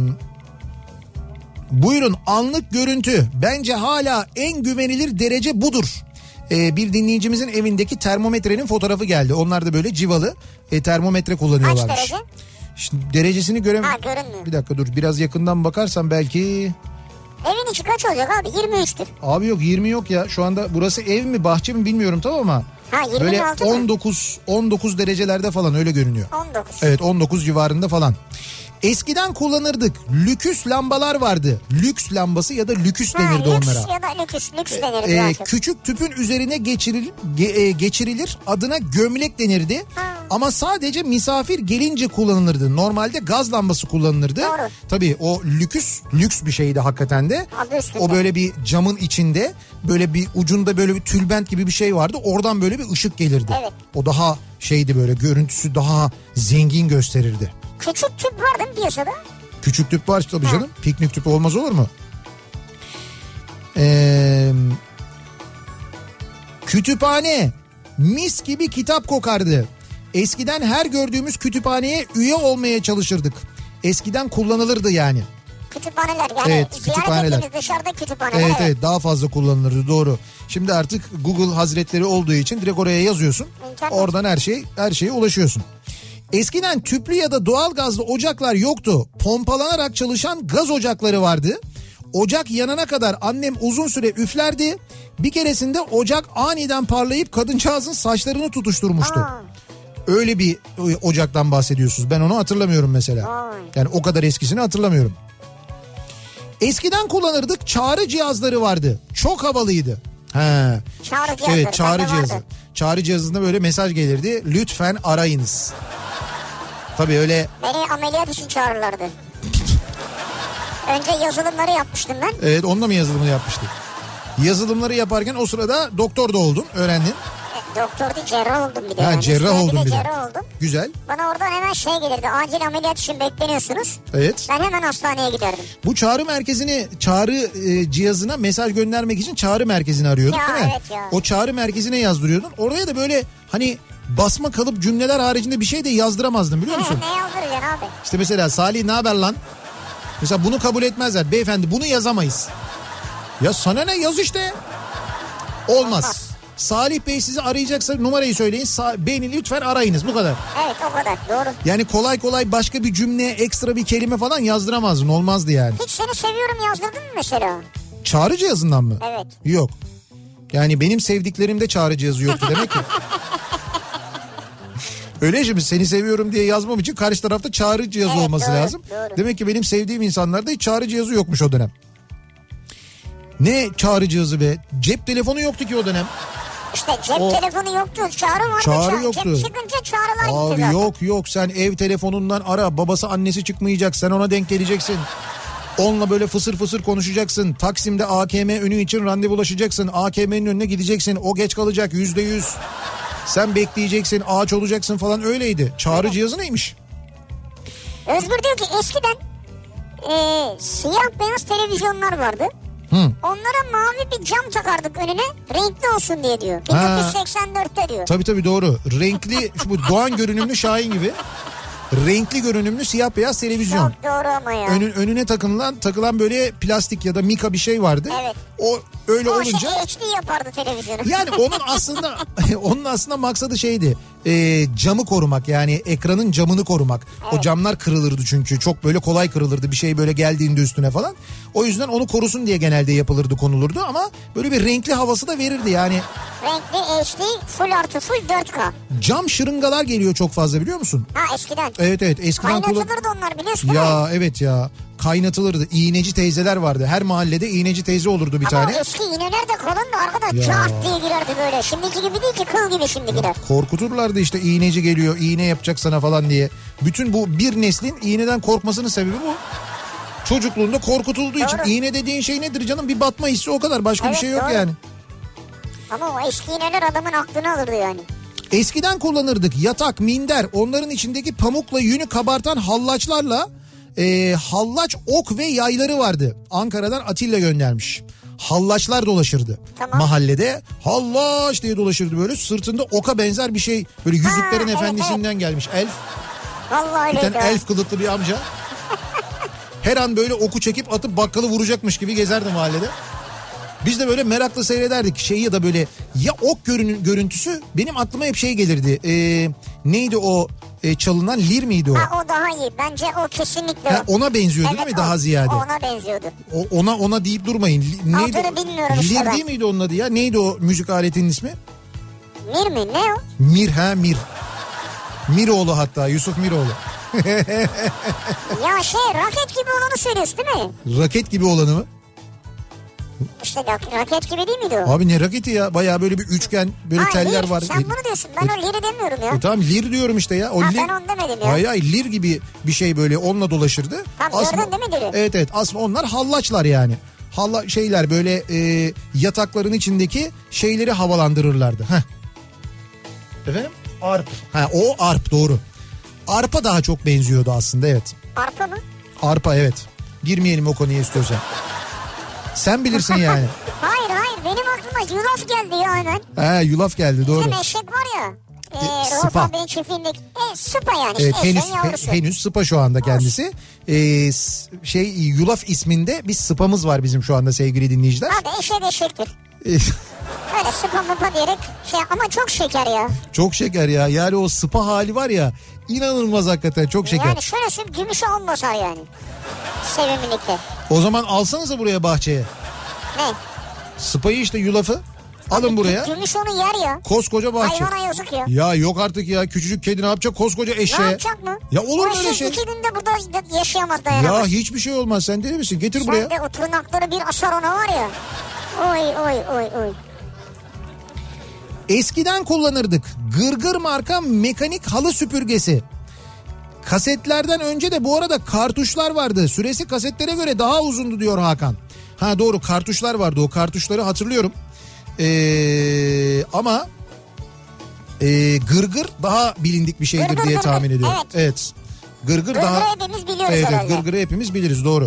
buyurun, anlık görüntü. Bence hala en güvenilir derece budur. Ee, bir dinleyicimizin evindeki termometrenin fotoğrafı geldi. Onlar da böyle civalı e, termometre kullanıyorlarmış. Kaç derece? Şimdi derecesini göremiyorum. Ha, görünmüyor. Bir dakika dur, biraz yakından bakarsam belki... Evin içi kaç olacak abi? yirmi üçtür. Abi yok, yirmi yok ya. Şu anda burası ev mi bahçe mi bilmiyorum, tamam ama... Ha, böyle yirmi altı mı? on dokuz on dokuz derecelerde falan öyle görünüyor. on dokuz. Evet, on dokuz civarında falan. Eskiden kullanırdık. Lüküs lambalar vardı. Lüks lambası ya da lüküs Ha, denirdi lüks onlara. ya da lüküs. Lüks denirdi Ee, daha çok. küçük tüpün üzerine geçiril, ge- e, geçirilir. Adına gömlek denirdi. Ha. Ama sadece misafir gelince kullanılırdı. Normalde gaz lambası kullanılırdı. Doğru. Tabii o lüküs, lüks bir şeydi hakikaten de. Adı üstünde. O böyle bir camın içinde, böyle bir ucunda böyle bir tülbent gibi bir şey vardı. Oradan böyle bir ışık gelirdi. Evet. O daha şeydi, böyle görüntüsü daha zengin gösterirdi. Küçük tüp var değil mi piyasada? Küçük tüp var tabii Ha. canım. Piknik tüpü olmaz olur mu? Ee, kütüphane. Mis gibi kitap kokardı. Eskiden her gördüğümüz kütüphaneye üye olmaya çalışırdık. Eskiden kullanılırdı yani. Kütüphaneler yani Evet, ziyaret kütüphaneler. ettiğimiz dışarıda kütüphaneler. Evet evet, daha fazla kullanılırdı, doğru. Şimdi artık Google Hazretleri olduğu için direkt oraya yazıyorsun. İnternet. Oradan her şey her şeye ulaşıyorsun. Eskiden tüplü ya da doğal gazlı ocaklar yoktu. Pompalanarak çalışan gaz ocakları vardı. Ocak yanana kadar annem uzun süre üflerdi. Bir keresinde ocak aniden parlayıp kadıncağızın saçlarını tutuşturmuştu. Aa. Öyle bir ocaktan bahsediyorsunuz. Ben onu hatırlamıyorum mesela. Vay. Yani o kadar eskisini hatırlamıyorum. Eskiden kullanırdık, çağrı cihazları vardı. Çok havalıydı. He. Çağrı cihazları. Evet, çağrı bende cihazı. vardı. Çağrı cihazında böyle mesaj gelirdi. Lütfen arayınız. Tabii öyle. Beni ameliyat için çağırırlardı. Önce yazılımları yapmıştım ben. Evet, onunla mı yazılımını yapmıştık? Yazılımları yaparken o sırada doktor da oldun, öğrendin. E, doktor değil, cerrah oldum bir de. Ha, yani. cerrah Üstüne oldun bir de. Cerrah oldum. Güzel. Bana oradan hemen şey gelirdi. Acil ameliyat için bekleniyorsunuz. Evet. Ben hemen hastaneye giderdim. Bu çağrı merkezini, çağrı e, cihazına mesaj göndermek için çağrı merkezini arıyorduk, Ya, değil mi? evet ya. O çağrı merkezine yazdırıyordun. Oraya da böyle hani basma kalıp cümleler haricinde bir şey de yazdıramazdın, biliyor musun? ne yazdıracaksın abi? İşte mesela Salih ne haber lan? Mesela bunu kabul etmezler. Beyefendi bunu yazamayız. Ya sana ne, yaz işte. Olmaz. Olmaz. Salih Bey sizi arayacaksa numarayı söyleyin. Sa- beni lütfen arayınız, bu kadar. Evet, o kadar doğru. Yani kolay kolay başka bir cümle, ekstra bir kelime falan yazdıramazdın, olmazdı yani. Hiç seni seviyorum yazdırdın mı mesela? Çağrı cihazından mı? Evet. Yok. Yani benim sevdiklerimde çağrı cihazı yoktu demek ki. Öyle şimdi seni seviyorum diye yazmam için karşı tarafta çağrı cihazı Evet, olması doğru, lazım. doğru. Demek ki benim sevdiğim insanlarda hiç çağrı cihazı yokmuş o dönem. Ne çağrı cihazı be? Cep telefonu yoktu ki o dönem. İşte cep O- telefonu yoktu, çağrı vardı. Çağrı Ça- yoktu. Cep çıkınca çağrılar gitti Abi zaten. yok yok, sen ev telefonundan ara, babası annesi çıkmayacak, sen ona denk geleceksin. Onunla böyle fısır fısır konuşacaksın. Taksim'de A K M önü için randevulaşacaksın. A K M'nin önüne gideceksin. O geç kalacak yüzde yüz. Sen bekleyeceksin, ağaç olacaksın falan, öyleydi. Çağrı cihazı neymiş? Özgür diyor ki eskiden e, siyah beyaz televizyonlar vardı. Hı. Onlara mavi bir cam takardık önüne, renkli olsun diye diyor. bin dokuz yüz seksen dörtte diyor. Tabii tabii doğru. Renkli, şu bu Doğan görünümlü Şahin gibi. Renkli görünümlü siyah beyaz televizyon. Çok doğru ama ya. Önün, önüne takılan takılan böyle plastik ya da mika bir şey vardı. Evet. O öyle o olunca şey H D yapardı televizyonu. yani onun aslında onun aslında maksadı şeydi. E, camı korumak, yani ekranın camını korumak. Evet. O camlar kırılırdı çünkü. Çok böyle kolay kırılırdı bir şey böyle geldiğinde üstüne falan. O yüzden onu korusun diye genelde yapılırdı, konulurdu ama böyle bir renkli havası da verirdi yani. Renkli H D full artı full dört K. Cam şırıngalar geliyor çok fazla, biliyor musun? Ha eskiden. Evet evet eskiden kullan- Kaynatılırdı onlar, biliyorsun değil mi? Ya evet ya, kaynatılırdı. İğneci teyzeler vardı. Her mahallede iğneci teyze olurdu bir Ama tane. o eski iğneler de kalındı arkada, Ya. cart diye girerdi böyle. Şimdiki gibi değil ki, kıl gibi şimdi girer. Korkuturlardı işte, iğneci geliyor, iğne yapacak sana falan diye. Bütün bu bir neslin iğneden korkmasının sebebi bu. Çocukluğunda korkutulduğu için. Doğru. İğne dediğin şey nedir canım? Bir batma hissi, o kadar. Başka Evet, bir şey yok doğru. yani. Ama o eski iğneler adamın aklını alırdı yani. Eskiden kullanırdık yatak, minder, onların içindeki pamukla yünü kabartan hallaçlarla e, hallaç ok ve yayları vardı. Ankara'dan Atilla göndermiş. Hallaçlar dolaşırdı. Tamam. Mahallede hallaç diye dolaşırdı, böyle sırtında oka benzer bir şey. Böyle Yüzüklerin evet, Efendisi'nden gelmiş elf. Vallahi Bir öyleydi. tane o. elf kılıklı bir amca. Her an böyle oku çekip atıp bakkalı vuracakmış gibi gezerdi mahallede. Biz de böyle merakla seyrederdik şeyi, ya da böyle ya ok görün, görüntüsü benim aklıma hep şey gelirdi. Ee, neydi o e, çalınan, lir miydi o? Ha, o daha iyi. Bence o kesinlikle Ha, o. ona benziyordu Evet, değil mi o. daha ziyade? O ona benziyordu. O, ona ona deyip durmayın. Li- Neydi? Adını bilmiyorum işte Lir ben. değil miydi onun adı ya? Neydi o müzik aletinin ismi? Mir mi? Ne o? Mir, ha Mir. Miroğlu hatta, Yusuf Miroğlu. Ya şey, raket gibi olanı söylüyorsun değil mi? Raket gibi olanı mı? İşte rak- raket gibi değil miydi o? Abi ne raketi ya? Bayağı böyle bir üçgen, böyle Ha, teller lir. var. Sen bunu diyorsun. Ben o liri demiyorum ya. E tamam, lir diyorum işte ya. O Ha, lir... ben onu demedim ya. Hayır hayır, lir gibi bir şey, böyle onunla dolaşırdı. Tamam, gördün değil mi liri? Evet evet, aslında onlar hallaçlar yani. Halla şeyler böyle e, yatakların içindeki şeyleri havalandırırlardı. Heh. Efendim? Arp. Ha, o arp, doğru. Arpa daha çok benziyordu aslında, evet. Arpa mı? Arpa, evet. Girmeyelim o konuya istiyorsan. Sen bilirsin yani. Hayır hayır, benim aklıma yulaf geldi ya hemen. Ha, yulaf geldi, doğru. Bizim eşek var ya. E, E, Rauf sıpa. abinin çiftliğindeki. E, sıpa yani işte, Evet, henüz eşeğin yavrusu. he- henüz sıpa şu anda kendisi. Ee, s- şey yulaf isminde bir sıpamız var bizim şu anda sevgili dinleyiciler. Hadi eşek eşektir. Ee, Öyle sıpa mıpa diyerek şey, ama çok şeker ya. Çok şeker ya. Yani o sıpa hali var ya, inanılmaz hakikaten, çok şeker. Yani şöyle söyleyeyim, gümüşü on basar yani. Sevimlilikte. O zaman alsanıza buraya bahçeye. Ne? Sıpayı işte, yulafı. Alın buraya. Gümüş onu yer ya. Koskoca bahçe. Hayvana yazık ya. Ya yok artık ya, küçücük kedi ne yapacak koskoca Ne eşeğe? yapacak mı? Ya olur mu O öyle eşek şey? iki günde burada yaşayamaz, dayanamaz. Ya hiçbir şey olmaz, sen deli misin? Getir Sen buraya. de o tırnakları bir asar ona var ya. Oy oy oy oy. Eskiden kullanırdık. Gırgır marka mekanik halı süpürgesi. Kasetlerden önce de bu arada kartuşlar vardı. Süresi kasetlere göre daha uzundu diyor Hakan. Ha doğru, kartuşlar vardı, o kartuşları hatırlıyorum. Ee, ama e, gırgır daha bilindik bir şeydir Gırgır, diye gırgır, tahmin ediyorum. evet. Evet. Gırgır, Gırgır'ı daha... hepimiz biliyoruz Evet, evet, herhalde. gırgırı hepimiz biliriz, doğru.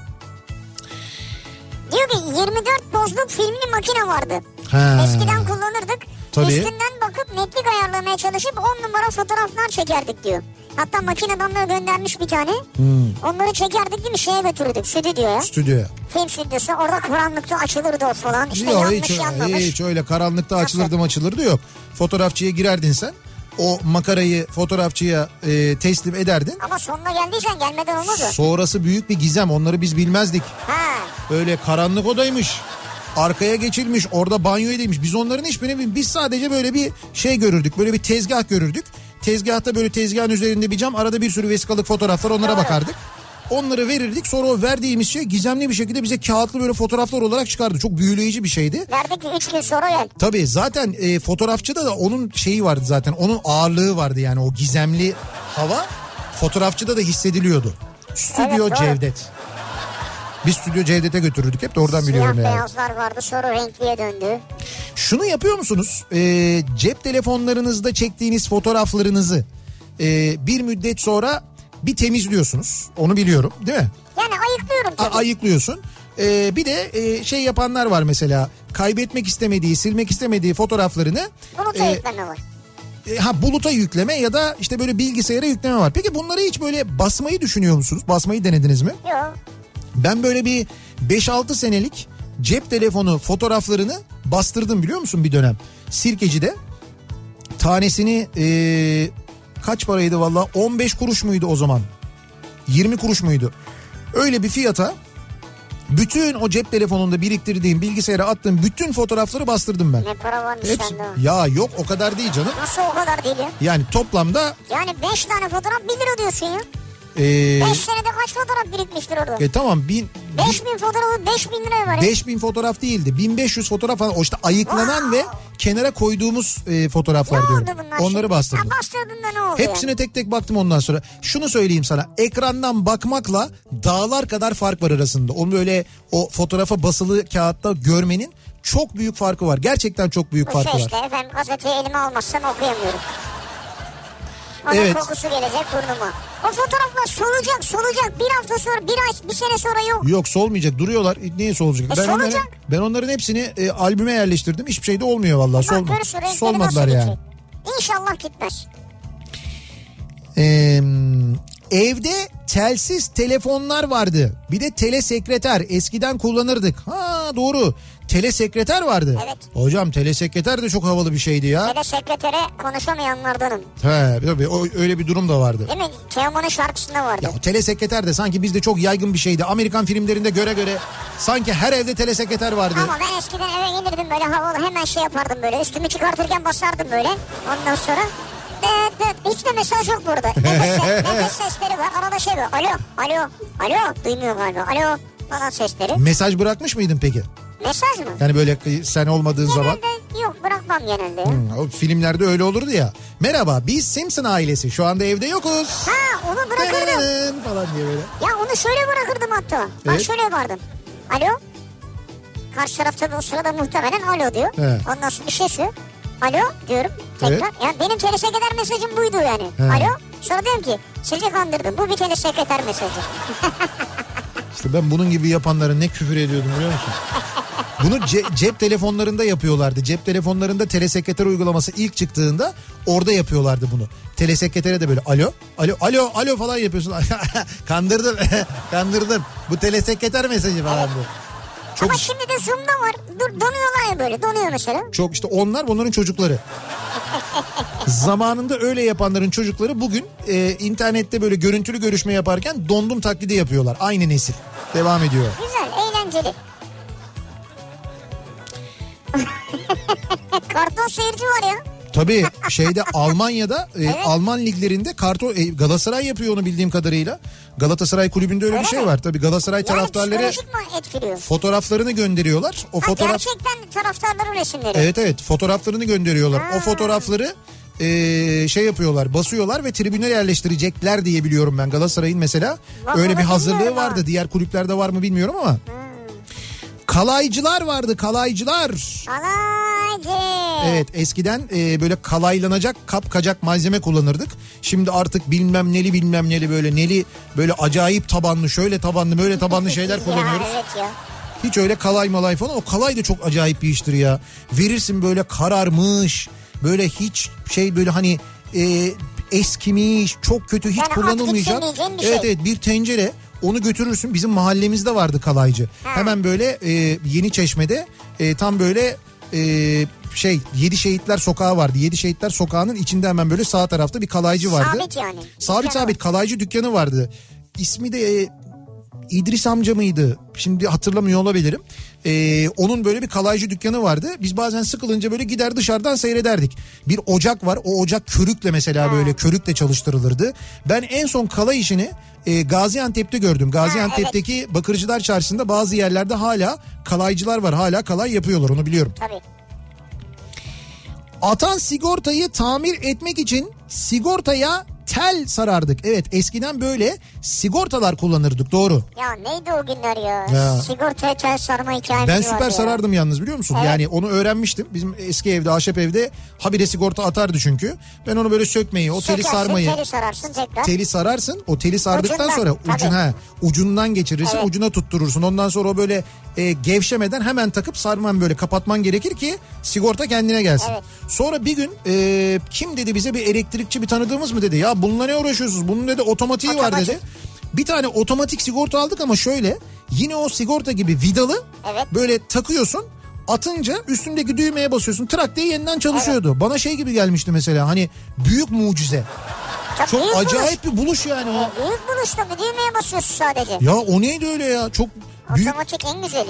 Diyor ki yirmi dört bozluk filmli makine vardı. Ha. Eskiden kullanırdık. Tabii. Üstünden bakıp netlik ayarlamaya çalışıp on numara fotoğraflar çekerdik diyor. Hatta makineden de göndermiş bir tane. Hmm. Onları çekerdik değil mi? Şeye götürdük stüdyoya. Stüdyoya. Film stüdyosu. Orada karanlıkta açılırdı o falan. İşte Yok, yanlış hiç, yanmamış. hiç öyle karanlıkta açılırdı mı açılırdı yok. Fotoğrafçıya girerdin sen. O makarayı fotoğrafçıya e, teslim ederdin. Ama sonuna geldiysen gelmeden olmaz o. Sonrası büyük bir gizem, onları biz bilmezdik. Ha. Öyle karanlık odaymış. Arkaya geçilmiş, orada banyo edilmiş. Biz onların hiçbirini bilmiyoruz. Biz sadece böyle bir şey görürdük. Böyle bir tezgah görürdük. Tezgahta böyle tezgahın üzerinde bir cam, arada bir sürü vesikalık fotoğraflar, onlara Doğru. bakardık. Onları verirdik, sonra o verdiğimiz şey gizemli bir şekilde bize kağıtlı böyle fotoğraflar olarak çıkardı. Çok büyüleyici bir şeydi. Verdik üç gün sonra gel. Tabii zaten e, fotoğrafçıda da onun şeyi vardı zaten. Onun ağırlığı vardı yani, o gizemli hava fotoğrafçıda da hissediliyordu. Stüdyo Evet, Cevdet. Biz Stüdyo Cevdet'e götürdük, hep de oradan biliyorum Siyah yani. beyazlar vardı, sonra renkliye döndü. Şunu yapıyor musunuz? Ee, cep telefonlarınızda çektiğiniz fotoğraflarınızı e, bir müddet sonra bir temizliyorsunuz. Onu biliyorum, değil mi? Yani ayıklıyorum A- tabii. ayıklıyorsun. Ee, bir de e, şey yapanlar var mesela. Kaybetmek istemediği, silmek istemediği fotoğraflarını... Buluta e, yükleme var. e, ha buluta yükleme ya da işte böyle bilgisayara yükleme var. Peki bunları hiç böyle basmayı düşünüyor musunuz? Basmayı denediniz mi? Yok. Ben böyle bir beş altı senelik cep telefonu fotoğraflarını bastırdım, biliyor musun, bir dönem. Sirkeci'de tanesini e, kaç paraydı valla, on beş kuruş muydu o zaman, yirmi kuruş muydu, öyle bir fiyata bütün o cep telefonunda biriktirdiğim, bilgisayara attığım bütün fotoğrafları bastırdım ben. Ne para varmış Hepsi, sende o. ya yok o kadar değil canım. Nasıl o kadar değil ya? Yani toplamda Yani beş tane fotoğraf bir lira diyorsun ya. e, beş senede kaç fotoğraf birikmiştir orada? e, tamam bin, beş bin fotoğrafı beş bin liraya var ya. beş bin fotoğraf değildi. bin beş yüz fotoğraf falan. O işte ayıklanan ve kenara koyduğumuz e, fotoğraflar Ne diyorum. oldu bunlar Onları şimdi? bastırdım. Ya bastırdın da ne oldu Hepsine yani? tek tek baktım ondan sonra. Şunu söyleyeyim sana. Ekrandan bakmakla dağlar kadar fark var arasında. Onu böyle o fotoğrafa basılı kağıtta görmenin çok büyük farkı var. Gerçekten çok büyük Bu farkı şey var. işte efendim, gazeteyi elime almazsam okuyamıyorum. Onun Evet. kokusu gelecek burnuma. O fotoğraflar solacak solacak. Bir hafta sonra, bir ay, bir sene sonra yok. Yok, solmayacak, duruyorlar. E, Niye solacak? E, ben, onların, solacak. ben onların hepsini e, albüme yerleştirdim. Hiçbir şey de olmuyor vallahi. Sol, Bak görürsün, renkleri solmadılar nasıl yani. gidecek. İnşallah gitmez. Ee, evde telsiz telefonlar vardı. Bir de telesekreter eskiden kullanırdık. Ha doğru. Telesekreter vardı. Evet. Hocam telesekreter de çok havalı bir şeydi ya. Hele sekretere konuşamayanlardanım. He tabii, o, öyle bir durum da vardı. Değil mi? Teoman'ın şarkısında vardı. Ya o telesekreter de sanki bizde çok yaygın bir şeydi. Amerikan filmlerinde göre göre sanki her evde telesekreter vardı. Ama ben eskiden eve gelirdim böyle havalı, hemen şey yapardım böyle. Üstümü çıkartırken basardım böyle. Ondan sonra dıt dıt. Hiç de mesaj yok burada. Nefes, nefes sesleri var. Arada şey var. Alo, alo, alo. Duymuyor galiba. Alo falan sesleri. Mesaj bırakmış mıydın peki? Mesaj mı? Yani böyle sen olmadığın zaman. Genelde yok, bırakmam genelde ya. Hmm, o filmlerde öyle olurdu ya. Merhaba, biz Simpson ailesi. Şu anda evde yokuz. Ha, onu bırakırdım. Dırırın falan diye böyle. Ya onu şöyle bırakırdım hatta. Ben Evet. şöyle yapardım. Alo. Karşı taraf tabii o sırada muhtemelen alo diyor. Evet. Ondan sonra bir şey söylüyor. Alo diyorum tekrar. Evet. Yani benim telesekreter mesajım buydu yani. Evet. Alo. Sonra diyorum ki sizi kandırdım. Bu bir telesekreter mesajı. İşte ben bunun gibi yapanlara ne küfür ediyordum biliyor musun? Bunu ce- cep telefonlarında yapıyorlardı. Cep telefonlarında telesekreter uygulaması ilk çıktığında orada yapıyorlardı bunu. Telesekretere de böyle alo, alo, alo, alo falan yapıyorsun. Kandırdın, kandırdın. Bu telesekreter mesajı falan bu. Çok, Ama şimdi de Zoom'da var. Dur, donuyorlar ya böyle. Donuyor mesela. çok işte onlar bunların çocukları. Zamanında öyle yapanların çocukları bugün e, internette böyle görüntülü görüşme yaparken dondum taklidi yapıyorlar. Aynı nesil. Devam ediyor. Güzel, eğlenceli. Karton seyirci var ya. Tabii şeyde Almanya'da e, Evet. Alman liglerinde karton e, Galatasaray yapıyor onu bildiğim kadarıyla. Galatasaray kulübünde öyle, Öyle bir şey mi? var. Tabii Galatasaray Yani taraftarları psikolojik mi etkiliyor? fotoğraflarını gönderiyorlar. O Ha, fotoğraf gerçekten taraftarların resimleri. Evet evet fotoğraflarını gönderiyorlar. Ha. O fotoğrafları e, şey yapıyorlar, basıyorlar ve tribüne yerleştirecekler diye biliyorum ben. Galatasaray'ın mesela Bak, öyle onu bir hazırlığı bilmiyorum vardı. ha. Diğer kulüplerde var mı bilmiyorum ama. Kalaycılar vardı, kalaycılar. Kalaycı. Evet eskiden e, böyle kalaylanacak kapkacak malzeme kullanırdık. Şimdi artık bilmem neli bilmem neli böyle neli böyle acayip tabanlı şöyle tabanlı böyle tabanlı şeyler kullanıyoruz. Ya evet ya. Hiç öyle kalay malay falan, o kalay da çok acayip bir iştir ya. Verirsin böyle kararmış böyle hiç şey böyle hani e, eskimiş, çok kötü, hiç yani kullanılmayacak. Bir evet şey. evet bir tencere, onu götürürsün. Bizim mahallemizde vardı kalaycı. Ha. Hemen böyle e, Yeniçeşme'de e, tam böyle e, şey Yedi Şehitler Sokağı vardı. Yedi Şehitler Sokağı'nın içinde hemen böyle sağ tarafta bir kalaycı vardı. Sabit yani. Sabit dükkanı sabit var. Kalaycı dükkanı vardı. İsmi de e, İdris amca mıydı? Şimdi hatırlamıyor olabilirim. Ee, onun böyle bir kalaycı dükkanı vardı. Biz bazen sıkılınca böyle gider dışarıdan seyrederdik. Bir ocak var. O ocak körükle mesela böyle hmm. körükle çalıştırılırdı. Ben en son kalay işini e, Gaziantep'te gördüm. Gaziantep'teki ha, evet. Bakırcılar Çarşısı'nda bazı yerlerde hala kalaycılar var. Hala kalay yapıyorlar, onu biliyorum. Tabii. Atan sigortayı tamir etmek için sigortaya tel sarardık. Evet, eskiden böyle sigortalar kullanırdık, doğru. Ya neydi o günler ya? ya. Sigortaya tel sarma hikayemiz Ben süper sarardım ya. Yalnız, biliyor musun? Evet. Yani onu öğrenmiştim. Bizim eski evde, ahşap evde habire sigorta atardı çünkü. Ben onu böyle sökmeyi, o Sökersin, teli sarmayı. teli sararsın tekrar. Teli sararsın. O teli sardıktan ucundan, sonra ucun, ha, ucundan geçirirsin. Evet. Ucuna tutturursun. Ondan sonra o böyle e, gevşemeden hemen takıp sarman, böyle kapatman gerekir ki sigorta kendine gelsin. Evet. Sonra bir gün e, kim dedi bize, bir elektrikçi bir tanıdığımız mı dedi. Ya bununla ne uğraşıyorsunuz? Bunun dedi otomatiği Otomatik. var dedi. Bir tane otomatik sigorta aldık ama şöyle, yine o sigorta gibi vidalı, evet. Böyle takıyorsun, atınca üstündeki düğmeye basıyorsun, trak diye yeniden çalışıyordu. Evet. Bana şey gibi gelmişti mesela, hani büyük mucize. Çok, çok büyük acayip buluş. bir buluş yani o. E, büyük buluş da bir düğmeye basıyorsun sadece. Ya o neydi öyle ya, çok büyük. Otomatik en güzeli.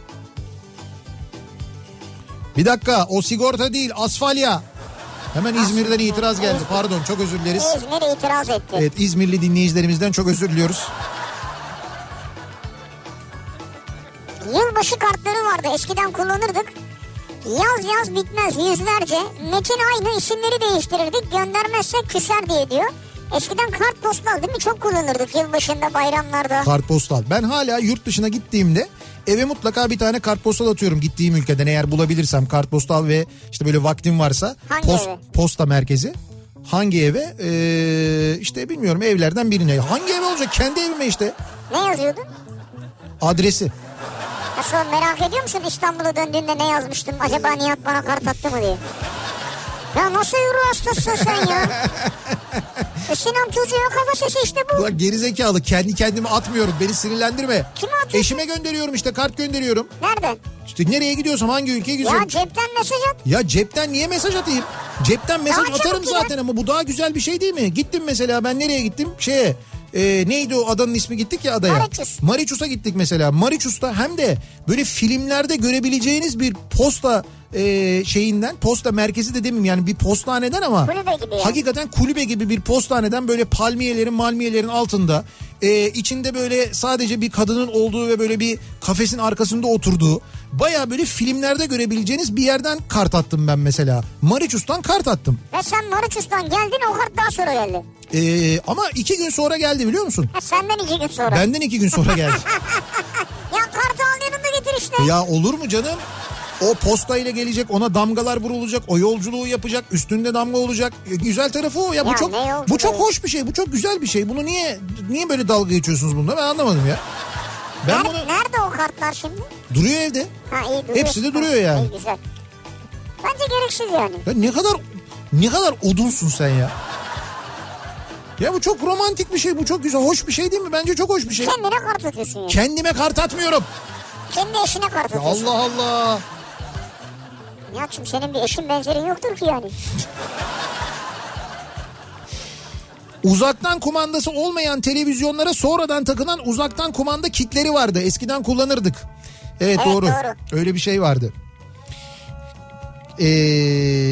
Bir dakika, o sigorta değil, asfalya. Hemen İzmir'den itiraz geldi. Pardon, çok özür dileriz. İzmir itiraz etti. Evet, İzmirli dinleyicilerimizden çok özür diliyoruz. Yılbaşı kartları vardı, eskiden kullanırdık. Yaz yaz bitmez yüzlerce. Metin aynı, isimleri değiştirirdik. Göndermezsek küser diye diyor. Eskiden kart postal değil mi? Çok kullanırdık yılbaşında, bayramlarda. Kart postal. Ben hala yurt dışına gittiğimde eve mutlaka bir tane kartpostal atıyorum gittiğim ülkeden, eğer bulabilirsem kartpostal ve işte böyle vaktim varsa. Hangi post, eve? Posta merkezi. Hangi eve? Ee, işte bilmiyorum, evlerden birine. Hangi eve olacak? Kendi evime işte. Ne yazıyordu? Adresi. Nasıl, merak ediyor musun İstanbul'a döndüğünde ne yazmıştım? Acaba Nihat bana kart attı mı diye. Ya nasıl euro hastasın sen ya? E Sinan Tuzcu'ya kafa sesi işte bu. Ulan gerizekalı, kendi kendime atmıyorum, beni sinirlendirme. Kime atıyorsun? Eşime gönderiyorum işte, kart gönderiyorum. Nereden? İşte nereye gidiyorsam, hangi ülkeye gidiyorsam. Ya cepten mesaj at. Ya cepten niye mesaj atayım? Cepten mesaj daha atarım zaten ya. Ama bu daha güzel bir şey değil mi? Gittim mesela, ben nereye gittim? Şeye... Ee, neydi o adanın ismi, gittik ya adaya. Mariçus. Mariçus'a gittik mesela. Mariçus'ta hem de böyle filmlerde görebileceğiniz bir posta e, şeyinden, posta merkezi de demeyeyim yani, bir postaneden ama kulübe gibi ya. Hakikaten kulübe gibi bir postaneden, böyle palmiyelerin malmiyelerin altında, e, içinde böyle sadece bir kadının olduğu ve böyle bir kafesin arkasında oturduğu, baya böyle filmlerde görebileceğiniz bir yerden kart attım ben mesela. Mariçus'tan kart attım. Ve sen Mariçus'tan geldin, o kart daha sonra geldi. Ee, ama iki gün sonra geldi, biliyor musun? Ha, senden iki gün sonra. Benden iki gün sonra geldi. Ya kartı al yanında getir işte. Ya olur mu canım? O posta ile gelecek, ona damgalar vurulacak, o yolculuğu yapacak, üstünde damga olacak. E, güzel tarafı o ya, bu ya çok bu çok hoş bir şey, bu çok güzel bir şey. Bunu niye niye böyle dalga geçiyorsunuz bunda, ben anlamadım ya. Ben nerede, bunu... nerede o kartlar şimdi? Duruyor evde. Ha, iyi duruyor. Hepsi de duruyor yani. İyi, güzel. Bence gereksiz yani. Ya ne kadar ne kadar odunsun sen ya. Ya bu çok romantik bir şey, bu çok güzel, hoş bir şey değil mi? Bence çok hoş bir şey. Kendine kart atıyorsun yani. Kendime kart atmıyorum. Kendi eşine kart atıyorsun. Allah Allah. Nihat'cığım, senin bir eşin benzerin yoktur ki yani. Uzaktan kumandası olmayan televizyonlara sonradan takılan uzaktan kumanda kitleri vardı. Eskiden kullanırdık. Evet, evet doğru. doğru. Öyle bir şey vardı. Ee,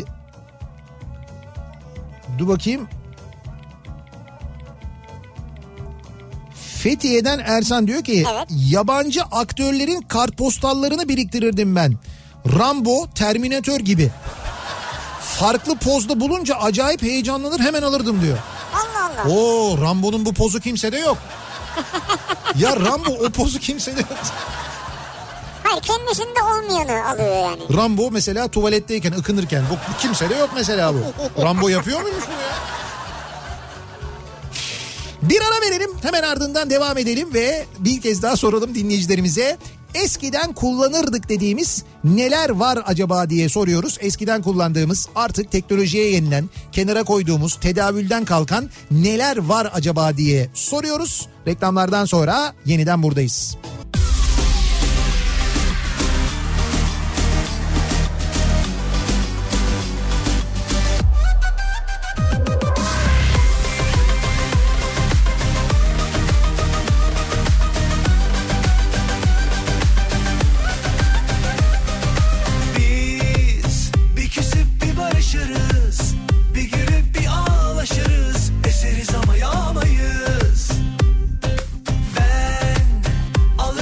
dur bakayım. Fethiye'den Ersan diyor ki, evet, yabancı aktörlerin kartpostallarını biriktirirdim ben. Rambo, Terminator gibi. Farklı pozda bulunca acayip heyecanlanır, hemen alırdım diyor. Allah Allah. Oo, Rambo'nun bu pozu kimsede yok. Ya Rambo o pozu kimsede yok. Hayır, kendisinde olmayanı alıyor yani. Rambo mesela tuvaletteyken, ıkınırken, bu kimsede yok mesela bu. Rambo yapıyor muymuş bu ya? Bir ara verelim, hemen ardından devam edelim ve bir kez daha soralım dinleyicilerimize. eskiden kullanırdık dediğimiz neler var acaba diye soruyoruz. Eskiden kullandığımız, artık teknolojiye yenilen, kenara koyduğumuz, tedavülden kalkan neler var acaba diye soruyoruz. Reklamlardan sonra yeniden buradayız. Eseriz ama yağmayız. Ben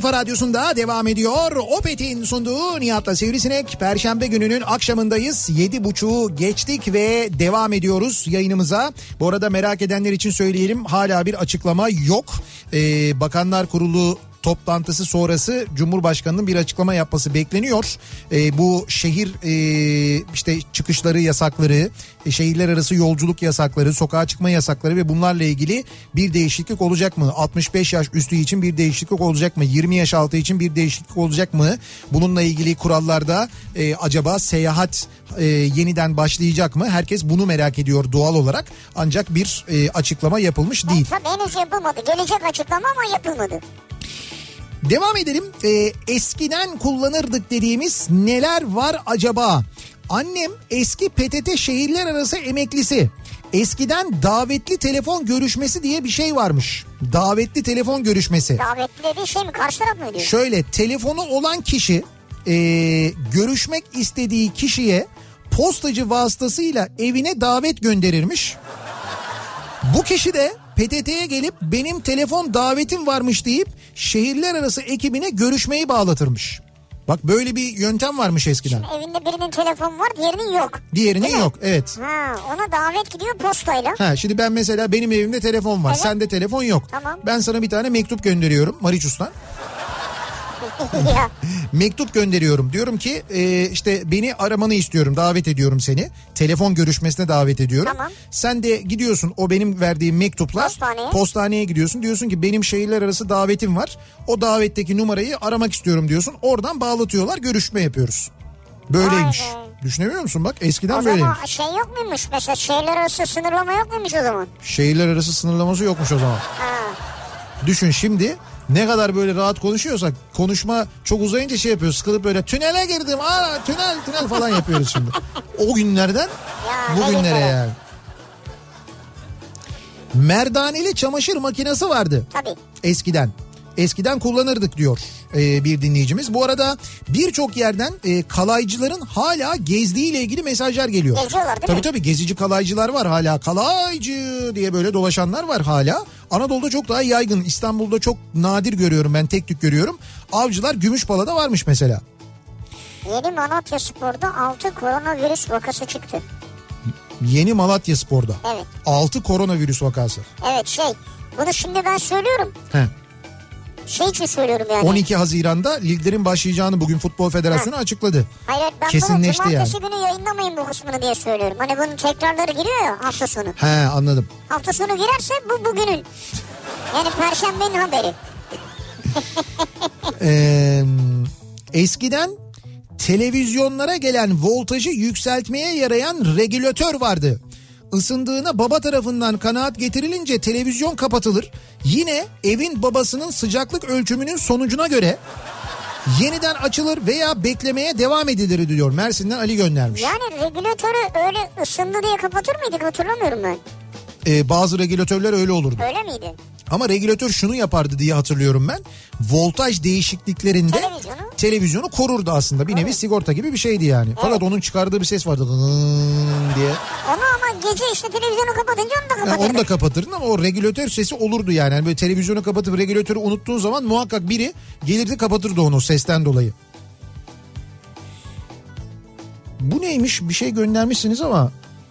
Kafa Radyosu'nda devam ediyor. Opet'in sunduğu Nihat'la Sivrisinek. Perşembe gününün akşamındayız. Yedi buçuğu geçtik ve devam ediyoruz yayınımıza. Bu arada merak edenler için söyleyelim. Hala bir açıklama yok. Ee, Bakanlar Kurulu toplantısı sonrası Cumhurbaşkanı'nın bir açıklama yapması bekleniyor. E, bu şehir e, işte çıkışları yasakları, e, şehirler arası yolculuk yasakları, sokağa çıkma yasakları ve bunlarla ilgili bir değişiklik olacak mı? altmış beş yaş üstü için bir değişiklik olacak mı? yirmi yaş altı için bir değişiklik olacak mı? Bununla ilgili kurallarda e, acaba seyahat e, yeniden başlayacak mı? Herkes bunu merak ediyor doğal olarak. Ancak bir e, açıklama yapılmış değil. Tabii henüz yapılmadı. Gelecek açıklama ama yapılmadı. Devam edelim. Ee, eskiden kullanırdık dediğimiz neler var acaba? Annem eski P T T şehirler arası emeklisi. Eskiden davetli telefon görüşmesi diye bir şey varmış. Davetli telefon görüşmesi. Davetli dediği şey mi? Karşı taraf mı diyor? Şöyle, telefonu olan kişi e, görüşmek istediği kişiye postacı vasıtasıyla evine davet gönderirmiş. Bu kişi de P T T'ye gelip benim telefon davetim varmış deyip şehirler arası ekibine görüşmeyi bağlatırmış. Bak böyle bir yöntem varmış eskiden. Şimdi evinde birinin telefonu var, diğerinin yok. Diğerinin yok, evet. Ha, ona davet gidiyor postayla. Ha, şimdi ben mesela benim evimde telefon var, evet. Sende telefon yok. Tamam. Ben sana bir tane mektup gönderiyorum Mariçus'tan. Mektup gönderiyorum. Diyorum ki e, işte beni aramanı istiyorum. Davet ediyorum seni. Telefon görüşmesine davet ediyorum. Tamam. Sen de gidiyorsun o benim verdiğim mektupla. Postaneye. Postaneye gidiyorsun. Diyorsun ki benim şehirler arası davetim var. O davetteki numarayı aramak istiyorum diyorsun. Oradan bağlatıyorlar. Görüşme yapıyoruz. Böyleymiş. Düşünebiliyor musun bak? Eskiden böyleymiş. O zaman şey yok muymuş? Mesela şehirler arası sınırlama yok muymuş o zaman? Şehirler arası sınırlaması yokmuş o zaman. Ha. Düşün şimdi ne kadar böyle rahat konuşuyorsak konuşma çok uzayınca şey yapıyoruz. Sıkılıp böyle tünele girdim. Aa, tünel tünel falan yapıyoruz şimdi. O günlerden ya, bugünlere yani. Merdaneli çamaşır makinesi vardı. Tabii. Eskiden. Eskiden kullanırdık diyor e, bir dinleyicimiz. Bu arada birçok yerden e, kalaycıların hala gezdiğiyle ilgili mesajlar geliyor. Geziyorlar değil tabii mi? Tabii gezici kalaycılar var hala. Kalaycı diye böyle dolaşanlar var hala. Anadolu'da çok daha yaygın. İstanbul'da çok nadir görüyorum, ben tek tük görüyorum. Avcılar Gümüşpala'da varmış mesela. Yeni Malatya Spor'da altı koronavirüs vakası çıktı. Yeni Malatya Spor'da. Evet. altı koronavirüs vakası. Evet şey bunu şimdi ben söylüyorum. He. Şey için söylüyorum yani. on iki Haziran'da liglerin başlayacağını bugün Futbol Federasyonu ha. açıkladı. Hayır ben kesinleşti bunu yani. cumartesi günü yayınlamayın bu kısmını diye söylüyorum. Hani bunun tekrarları giriyor ya hafta sonu. He, anladım. Hafta sonu girerse bu bugünün. Yani Perşembenin haberi. ee, eskiden televizyonlara gelen voltajı yükseltmeye yarayan regülatör vardı. Isındığına baba tarafından kanaat getirilince televizyon kapatılır. Yine evin babasının sıcaklık ölçümünün sonucuna göre yeniden açılır veya beklemeye devam edilir diyor. Mersin'den Ali göndermiş. Yani regülatörü öyle ısındı diye kapatır mıydık, hatırlamıyorum ben. Ee, bazı regülatörler öyle olurdu. Öyle miydi? Ama regülatör şunu yapardı diye hatırlıyorum ben. Voltaj değişikliklerinde televizyonu, televizyonu korurdu aslında. Bir nevi sigorta gibi bir şeydi yani. Evet. Fakat onun çıkardığı bir ses vardı diye. Onu ama gece işte televizyonu kapatınca onu da kapatırdık. Yani onu da kapatırdın ama o regülatör sesi olurdu yani. yani böyle televizyonu kapatıp regülatörü unuttuğun zaman muhakkak biri gelirdi kapatırdı onu sesten dolayı. Bu neymiş? Bir şey göndermişsiniz ama.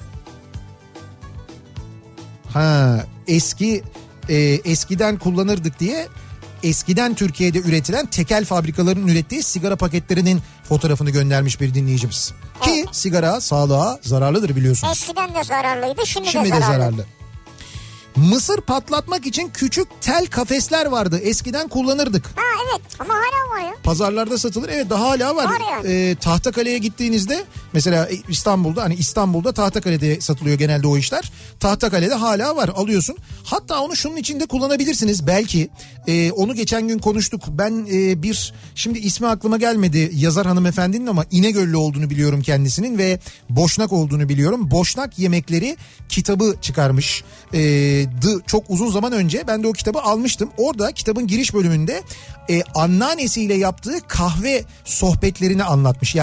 Ha, eski e, eskiden kullanırdık diye eskiden Türkiye'de üretilen tekel fabrikaların ürettiği sigara paketlerinin fotoğrafını göndermiş bir dinleyicimiz. Ki evet. Sigara sağlığa zararlıdır biliyorsunuz. Eskiden de zararlıydı, şimdi, şimdi de, de zararlı. zararlı. Mısır patlatmak için küçük tel kafesler vardı. Eskiden kullanırdık. Ha evet ama hala var ya. Pazarlarda satılır. Evet daha hala var. Var yani. Ee, Tahtakale'ye gittiğinizde mesela İstanbul'da hani İstanbul'da Tahtakale'de satılıyor genelde o işler. Tahtakale'de hala var, alıyorsun. Hatta onu şunun içinde kullanabilirsiniz belki. Ee, onu geçen gün konuştuk. Ben e, bir şimdi ismi aklıma gelmedi yazar hanımefendinin ama İnegöllü olduğunu biliyorum kendisinin ve Boşnak olduğunu biliyorum. Boşnak Yemekleri kitabı çıkarmış. Ee, çok uzun zaman önce ben de o kitabı almıştım. Orada kitabın giriş bölümünde e, anneannesiyle yaptığı kahve sohbetlerini anlatmış. Yani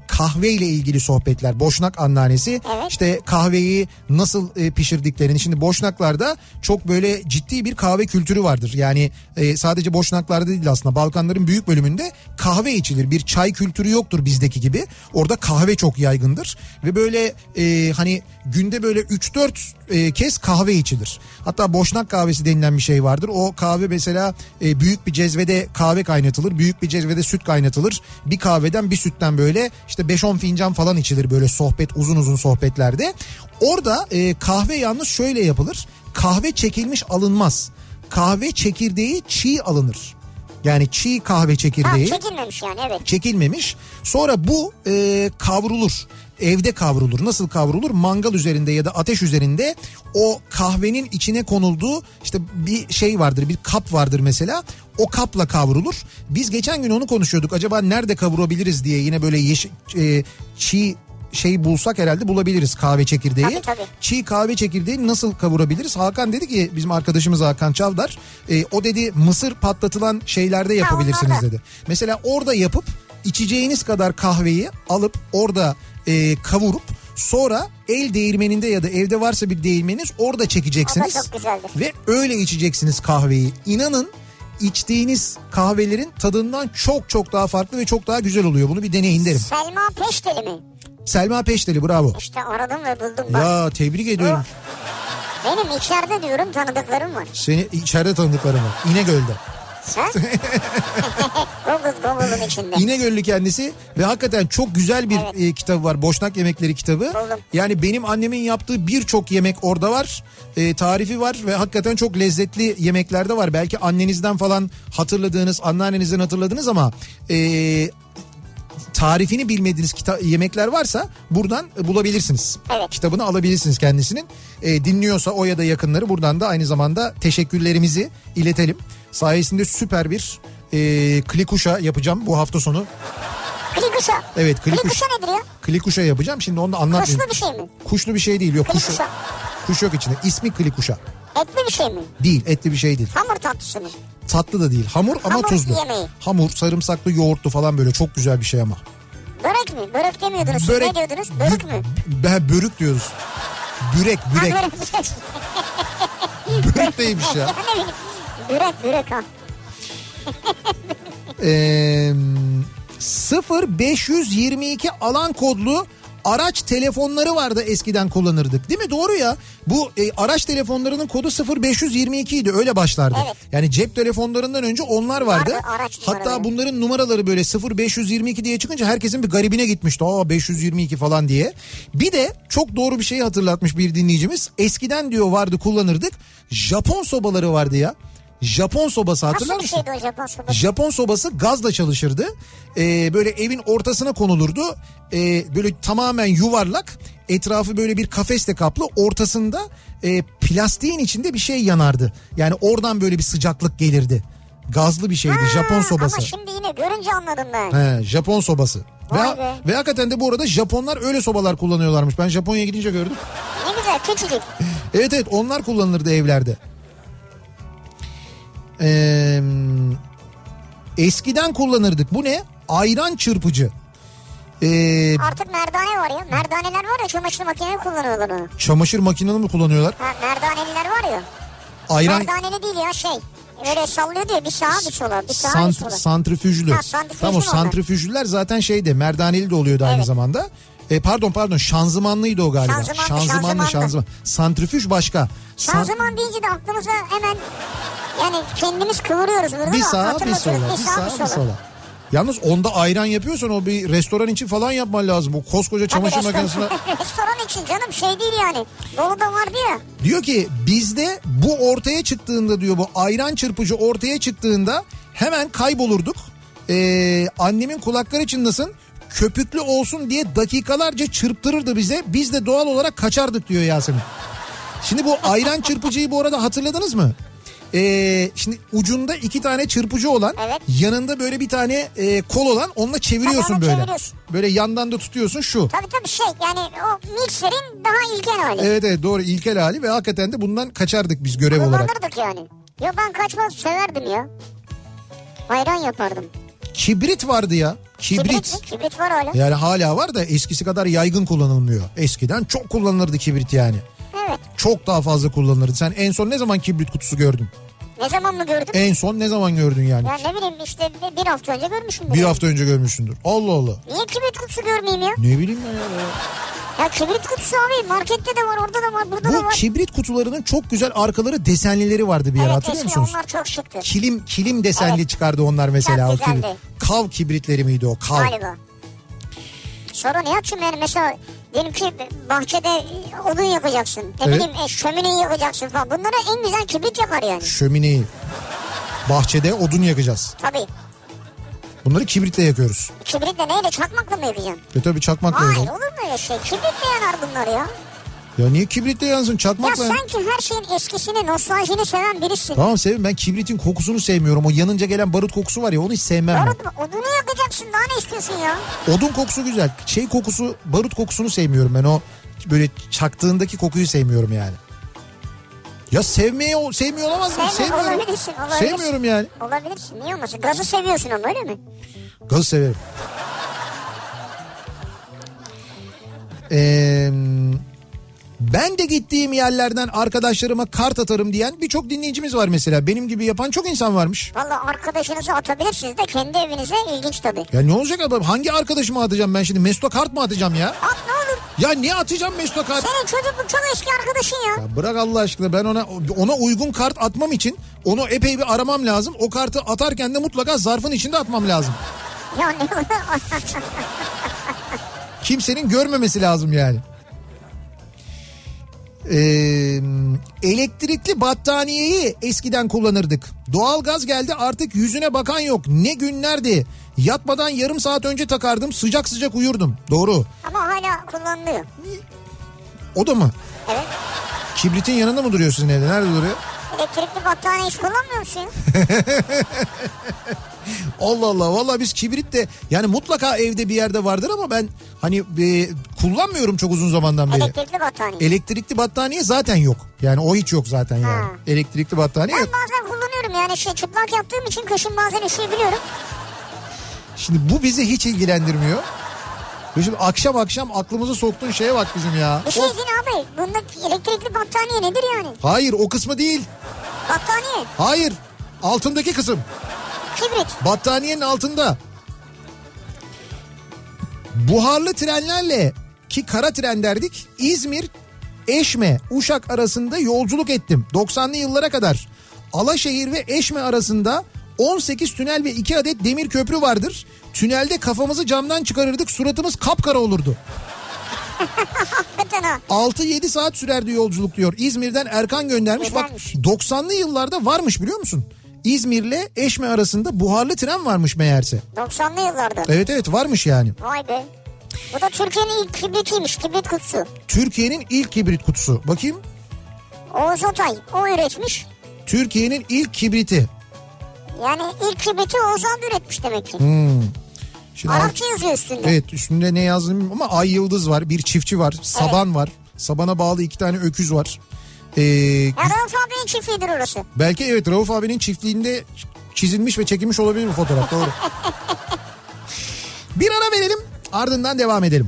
kahveyle ilgili sohbetler. Boşnak anneannesi Evet. işte kahveyi nasıl e, pişirdiklerini. Şimdi Boşnaklarda çok böyle ciddi bir kahve kültürü vardır. Yani e, sadece Boşnaklarda değil aslında, Balkanların büyük bölümünde kahve içilir. Bir çay kültürü yoktur bizdeki gibi. Orada kahve çok yaygındır ve böyle e, hani günde böyle üç dört e, kez kahve içilir. Hatta Boşnak kahvesi denilen bir şey vardır. O kahve mesela e, büyük bir cezvede kahve kaynatılır. Büyük bir cezvede süt kaynatılır. Bir kahveden bir sütten böyle işte beş on fincan falan içilir böyle sohbet, uzun uzun sohbetlerde. Orada e, kahve yalnız şöyle yapılır. Kahve çekilmiş alınmaz. Kahve çekirdeği çiğ alınır. Yani çiğ kahve çekirdeği. Ha, çekilmemiş yani, evet. Çekilmemiş. Sonra bu e, kavrulur. Evde kavrulur. Nasıl kavrulur? Mangal üzerinde ya da ateş üzerinde o kahvenin içine konulduğu işte bir şey vardır, bir kap vardır mesela. O kapla kavrulur. Biz geçen gün onu konuşuyorduk. Acaba nerede kavurabiliriz diye, yine böyle yeşil, e, çiğ şey bulsak herhalde bulabiliriz kahve çekirdeği. Tabii, tabii. Çiğ kahve çekirdeği nasıl kavurabiliriz? Hakan dedi ki, bizim arkadaşımız Hakan Çavdar, e, o dedi mısır patlatılan şeylerde yapabilirsiniz Ha, dedi. Mesela orada yapıp içeceğiniz kadar kahveyi alıp orada e, kavurup sonra el değirmeninde ya da evde varsa bir değirmeniniz, orada çekeceksiniz. O da çok güzeldir. Ve öyle içeceksiniz kahveyi. İnanın içtiğiniz kahvelerin tadından çok çok daha farklı ve çok daha güzel oluyor. Bunu bir deneyin derim. Selma Peşteli mi? Selma Peşteli, bravo. İşte aradım ve buldum bak. Ya tebrik ediyorum. Benim içeride diyorum tanıdıklarım var. Seni içeride tanıdıklarım var. İnegöl'de. Sen? Google, Google'un içinde. İnegöllü kendisi ve hakikaten çok güzel bir Evet. e, kitabı var. Boşnak Yemekleri kitabı. Buldum. Yani benim annemin yaptığı birçok yemek orada var. E, tarifi var ve hakikaten çok lezzetli yemekler de var. Belki annenizden falan hatırladığınız, anneannenizden hatırladınız ama e, tarifini bilmediğiniz kita- yemekler varsa buradan e, bulabilirsiniz. Evet. Kitabını alabilirsiniz kendisinin. E, dinliyorsa o ya da yakınları, buradan da aynı zamanda teşekkürlerimizi iletelim. Sayesinde süper bir e, klikuşa yapacağım bu hafta sonu. Klikuşa. Evet, klikuş, Klikuşa nedir ya? klikuşa yapacağım. Şimdi onu da anlatmayayım. Kuşlu bir şey mi? Kuşlu bir şey değil, yok. Kuş, Klikuşa. kuş yok içinde. İsmi klikuşa. Etli bir şey mi? Değil, etli bir şey değil. Hamur tatlısı mı? Tatlı da değil. Hamur ama Hamur tuzlu. yemeği. Hamur, sarımsaklı, yoğurtlu falan, böyle çok güzel bir şey ama. Börek mi? Börek demiyordunuz. Siz ne diyordunuz? Börek mü? Be, börük diyoruz. Bürek, bürek. Ha, börek. Börek neymiş ya? Ya ne bileyim. Börek, börek ha. Ee, sıfır beş yirmi iki alan kodlu araç telefonları vardı, eskiden kullanırdık. Değil mi? Doğru ya. Bu e, araç telefonlarının kodu sıfır beş yirmi iki idi, öyle başlardı. Evet. Yani cep telefonlarından önce onlar vardı. Vardı, araç Hatta numaraları. bunların numaraları böyle sıfır beş yirmi iki diye çıkınca herkesin bir garibine gitmişti. Aa beş yüz yirmi iki falan diye. Bir de çok doğru bir şeyi hatırlatmış bir dinleyicimiz. Eskiden diyor vardı, kullanırdık. Japon sobaları vardı ya. Japon sobası, hatırlar Nasıl bir mısın? şeydi o Japon sobası? Japon sobası gazla çalışırdı. Ee, böyle evin ortasına konulurdu. Ee, böyle tamamen yuvarlak. Etrafı böyle bir kafesle kaplı. Ortasında e, plastiğin içinde bir şey yanardı. Yani oradan böyle bir sıcaklık gelirdi. Gazlı bir şeydi, Ha, Japon sobası. Ama şimdi yine görünce anladım ben. He, Japon sobası. Vay Ve, be. ve hakikaten de bu arada Japonlar öyle sobalar kullanıyorlarmış. Ben Japonya'ya gidince gördüm. Ne güzel, küçücük. Evet evet, onlar kullanılırdı evlerde. Ee, eskiden kullanırdık. Bu ne? Ayran çırpıcı. Ee, Artık merdane var ya. Merdaneler var ya, çamaşır makinesi kullanıyorlar onu. çamaşır makinesi mi kullanıyorlar? Ha, merdaneliler var ya. Ayran Merdaneli değil ya, şey. Böyle sallıyor diyor, bir sağa bir sola, bir sağa bir sant, sola. santrifüjlü. Ha, santrifüjlü Tamam, o mü onlar? santrifüjlüler zaten şeyde, merdaneli de oluyordu aynı Evet. zamanda. E, pardon pardon şanzımanlıydı o galiba. Şanzımanlı, şanzımanlı şanzımanlı. şanzıman. Santrifüj başka. San- Şanzıman deyince de aklımıza hemen, yani kendimiz kıvırıyoruz burada bir da sağa bir hatırlatıyoruz. sola, bir sağa bir sola. Yalnız onda ayran yapıyorsan o bir restoran için falan yapman lazım. O koskoca çamaşır Tabii makinesine. restoran, restoran için canım, şey değil yani. Doluda vardı ya. Diyor ki bizde bu ortaya çıktığında, diyor, bu ayran çırpıcı ortaya çıktığında hemen kaybolurduk. Ee, annemin kulakları çınlasın, köpüklü olsun diye dakikalarca çırptırırdı bize. Biz de doğal olarak kaçardık diyor Yasemin. Şimdi bu ayran çırpıcıyı bu arada hatırladınız mı? Ee, şimdi ucunda iki tane çırpıcı olan, Evet. yanında böyle bir tane e, kol olan, onunla çeviriyorsun Tabii onu böyle. çeviriyorsun. Böyle yandan da tutuyorsun şu. Tabii tabii, şey yani o mikserin daha ilkel hali. Evet evet, doğru, ilkel hali ve hakikaten de bundan kaçardık biz görev olarak. Kullanırdık yani. Yo, ben kaçmaz severdim ya. Ayran yapardım. Kibrit vardı ya. Kibrit. Kibrit, kibrit var hala. Yani hala var da eskisi kadar yaygın kullanılmıyor. Eskiden çok kullanılırdı kibrit yani. Evet. Çok daha fazla kullanılırdı. Sen en son ne zaman kibrit kutusu gördün? Ne zaman mı gördün? En son ne zaman gördün yani? Ya ne bileyim işte bir hafta önce görmüşümdür. Bir yani. hafta önce görmüşsündür. Allah Allah. Niye kibrit kutusu görmeyeyim ya? Ne bileyim ben ya. Ya kibrit kutusu abi markette de var, orada da var, burada Bu da var. kibrit kutularının çok güzel arkaları desenlileri vardı bir yer, Evet, hatırlıyor eski musunuz? onlar çok şıktı. Kilim kilim desenli Evet. çıkardı onlar mesela. Çok O kibrit. güzeldi. Kav kibritleri miydi o? Kav. Galiba. Sonra ne yapayım yani mesela diyelim ki bahçede odun yakacaksın. Ne Evet. bileyim e, şömineyi yakacaksın falan. Bunlara en güzel kibrit yakar yani. Şömineyi. Bahçede odun yakacağız. Tabii. Bunları kibritle yakıyoruz. Kibritle neyle, çakmakla mı yakacaksın? E tabii çakmakla Hayır, yakalım. olur mu öyle şey? Kibritle yanar bunlar ya. Ya niye kibritle yansın, Ya çakmakla yan- sanki her şeyin eskisini, nostaljini seven birisin. Tamam sevim, ben kibritin kokusunu sevmiyorum. O yanınca gelen barut kokusu var ya, onu hiç sevmem ben. Barut mu? Odunu yakacaksın, daha ne istiyorsun ya? Odun kokusu güzel. Şey kokusu, barut kokusunu sevmiyorum ben. O böyle çaktığındaki kokuyu sevmiyorum yani. Ya sevmeye o sevmiyor olamaz mı? Sevme, Sevmiyorum. olabilirsin, olabilirsin. Sevmiyorum yani. Olabilirsin, niye olmasın? Gazı seviyorsun ama öyle mi? Gazı severim. Ee, ben de gittiğim yerlerden arkadaşlarıma kart atarım diyen birçok dinleyicimiz var mesela. Benim gibi yapan çok insan varmış. Valla arkadaşınızı atabilirsiniz de kendi evinize, ilginç tabii. Ya ne olacak adam? Hangi arkadaşıma atacağım ben şimdi? Mesut'a kart mı atacağım ya? At ne olur. Ya niye atacağım Mesut'a kart? Senin çocukluk çok eski arkadaşın ya. Ya bırak Allah aşkına, ben ona ona uygun kart atmam için onu epey bir aramam lazım. O kartı atarken de mutlaka zarfın içinde atmam lazım. Ya ne Kimsenin görmemesi lazım yani. Ee, elektrikli battaniyeyi eskiden kullanırdık. Doğalgaz geldi, artık yüzüne bakan yok. Ne günlerdi. Yatmadan yarım saat önce takardım, sıcak sıcak uyurdum. Doğru. Ama hala kullanılıyor. O da mı? Evet. Kibritin yanında mı duruyor sizin evde? Nerede duruyor? Elektrikli battaniye hiç kullanmıyor musun? Allah Allah, vallahi biz kibrit de yani mutlaka evde bir yerde vardır ama ben hani e, kullanmıyorum çok uzun zamandan beri. Elektrikli battaniye. Elektrikli battaniye zaten yok. Yani o hiç yok zaten yani. Ha. Elektrikli battaniye Ben yok. bazen kullanıyorum yani şey, çıplak yaptığım için kışın bazen üşüyebiliyorum. Şimdi bu bizi hiç ilgilendirmiyor. Ve şimdi akşam akşam aklımıza soktuğun şeye bak bizim ya. Bir şey Of. değil abi. Bundaki elektrikli battaniye nedir yani? Hayır, o kısmı değil. Battaniye. Hayır. Altındaki kısım. Kibrit. Battaniyenin altında. Buharlı trenlerle, ki kara tren derdik, İzmir, Eşme, Uşak arasında yolculuk ettim. doksanlı yıllara kadar. Alaşehir ve Eşme arasında on sekiz tünel ve iki adet demir köprü vardır. Tünelde kafamızı camdan çıkarırdık, suratımız kapkara olurdu. Hakikaten ha. altı yedi saat sürerdi yolculuk diyor. İzmir'den Erkan göndermiş. Bak Güzelmiş. doksanlı yıllarda varmış, biliyor musun? İzmir'le Eşme arasında buharlı tren varmış meğerse. doksanlı yıllarda. Evet evet, varmış yani. Vay be. Bu da Türkiye'nin ilk kibritiymiş. Kibrit kutusu. Türkiye'nin ilk kibrit kutusu. Bakayım. Oğuz Otay. O üretmiş. Türkiye'nin ilk kibriti. Yani ilk kibriti Oğuz abi üretmiş demek ki. Hmm. Şimdi Arapça yazıyor üstünde. evet, üstünde ne yazdığını bilmiyorum ama ay yıldız var, bir çiftçi var, saban var. Sabana bağlı iki tane öküz var. Ee, Ya Rauf abinin çiftliğidir orası. belki evet, Rauf abinin çiftliğinde çizilmiş ve çekilmiş olabilir bu fotoğraf, doğru. Bir ara verelim, ardından devam edelim.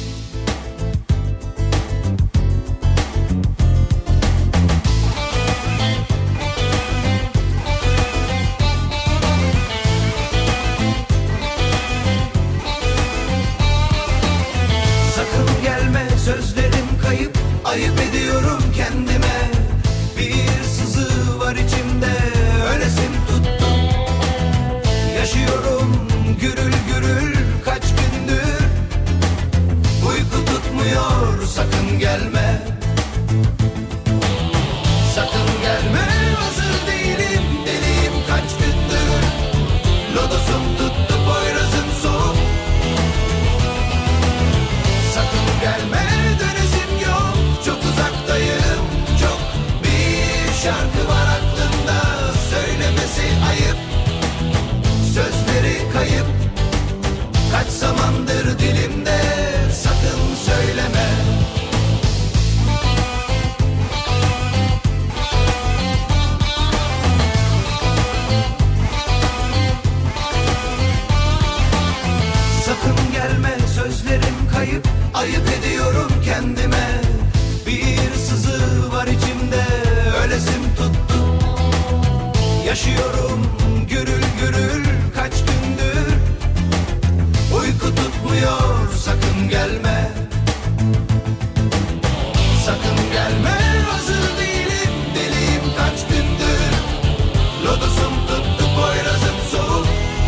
Sakın gelme, sözlerim kayıp, ayıp ediyorum kendime. Bir sızı var içimde, ölesim tuttu. Yaşıyorum gürül gürül kaç gündür. Uyku tutmuyor, sakın gelme. Sakın gelme, hazır değilim, deliyim kaç gündür. Lodosum tuttu, Poyraz'ım soğuk. Sakın gelme, dönesim yok, çok uzaktayım, çok. Bir şarkı var aklımda, söylemesi ayıp. Sözleri kayıp, kaç zamandır dilimde, sakın söyleme. gelme hazır değilim deliyim kaç gündür. Lodosum tuttu Poyraz'ım soğuk.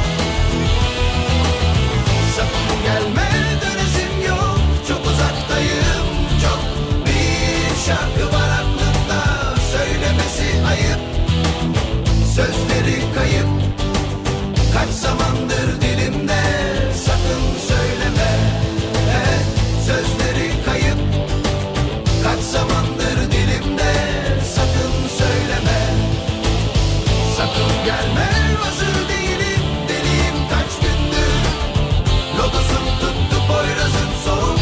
Sakın gelme dönesim yok çok uzaktayım çok. Bir şarkı var aklımda söylemesi ayıp. Sözleri kayıp kaç zamandır dilimde sakın söyleme. Evet sözleri kayıp kaç zamandır dilimde sakın söyleme. Sakın gelme hazır değilim deliyim kaç gündür. Lodosum tuttu Poyraz'ım soğuk.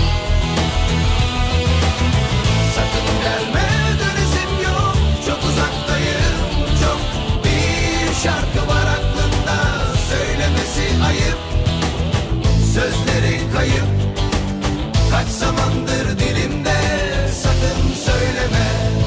Sakın gelme dönesim yok çok uzaktayım çok. Bir şarkı var aklımda söylemesi ayıp. Sözleri kayıp kaç zamandır dilimde sakın söyleme.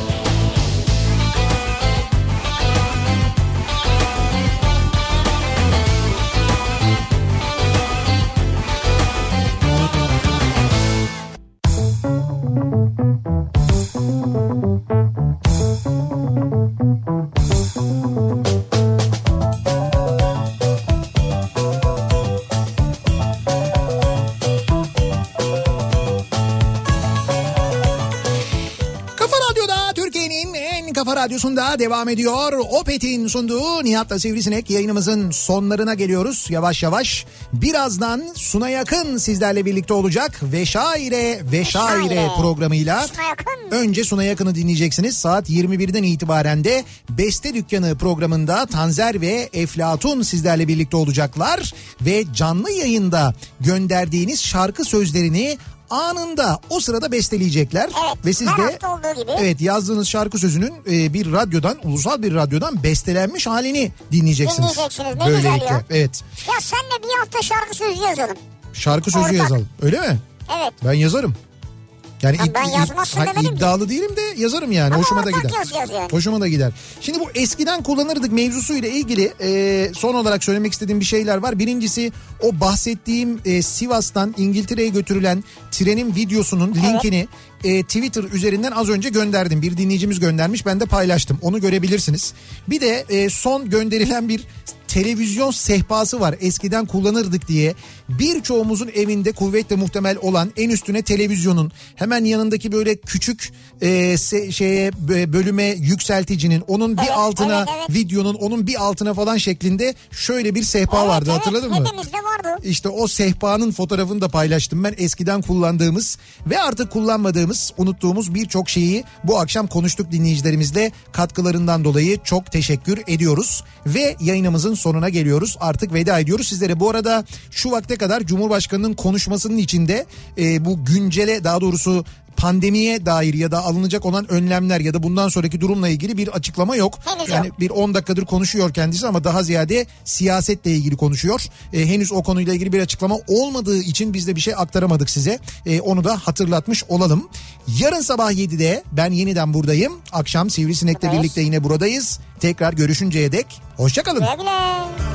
Kafa Radyo'da, Türkiye'nin en kafa radyosunda devam ediyor. Opet'in sunduğu Nihat'la Sivrisinek yayınımızın sonlarına geliyoruz. Yavaş yavaş birazdan Suna Yakın sizlerle birlikte olacak. Ve şaire ve şaire programıyla. Suna Yakın. Önce Suna Yakın'ı dinleyeceksiniz. Saat yirmi birden itibaren de Beste Dükkanı programında Tanzer ve Eflatun sizlerle birlikte olacaklar. Ve canlı yayında gönderdiğiniz şarkı sözlerini anında o sırada besteleyecekler. Evet, ve siz her de hafta olduğu gibi. evet yazdığınız şarkı sözünün e, bir radyodan, ulusal bir radyodan bestelenmiş halini dinleyeceksiniz. Dinleyeceksiniz, ne Böylelikle. güzel ya. Evet. Ya senle bir hafta şarkı sözü yazalım. Şarkı sözü Ortak. yazalım. Öyle mi? Evet. Ben yazarım. Yani Ya ben id- yazmazsın ha, demedim ki. iddialı değilim de yazarım yani. Ama Hoşuma da ortak gider. yaz yaz yani. Hoşuma da gider. Şimdi bu eskiden kullanırdık mevzusuyla ilgili e, son olarak söylemek istediğim bir şeyler var. Birincisi o bahsettiğim e, Sivas'tan İngiltere'ye götürülen trenin videosunun linkini e, Twitter üzerinden az önce gönderdim. Bir dinleyicimiz göndermiş, ben de paylaştım. Onu görebilirsiniz. Bir de e, son gönderilen bir televizyon sehpası var. Eskiden kullanırdık diye. Birçoğumuzun evinde kuvvetle muhtemel olan, en üstüne televizyonun hemen yanındaki böyle küçük e, se- şeye bölüme yükselticinin, onun bir Evet, altına evet, evet. videonun onun bir altına falan şeklinde şöyle bir sehpa Evet, vardı, evet, hatırladın mı? hepimizde vardı. İşte o sehpanın fotoğrafını da paylaştım ben. Eskiden kullandığımız ve artık kullanmadığımız, unuttuğumuz birçok şeyi bu akşam konuştuk dinleyicilerimizle. Katkılarından dolayı çok teşekkür ediyoruz. Ve yayınımızın sonuna geliyoruz. Artık veda ediyoruz sizlere. Bu arada şu vakte kadar Cumhurbaşkanı'nın konuşmasının içinde e, bu güncele, daha doğrusu pandemiye dair ya da alınacak olan önlemler ya da bundan sonraki durumla ilgili bir açıklama yok. Henüz yani yok. bir on dakikadır konuşuyor kendisi ama daha ziyade siyasetle ilgili konuşuyor. E, henüz o konuyla ilgili bir açıklama olmadığı için biz de bir şey aktaramadık size. E, onu da hatırlatmış olalım. Yarın sabah yedide ben yeniden buradayım. Akşam Sivrisinek'le Evet. birlikte yine buradayız. Tekrar görüşünceye dek hoşça kalın. Güle güle.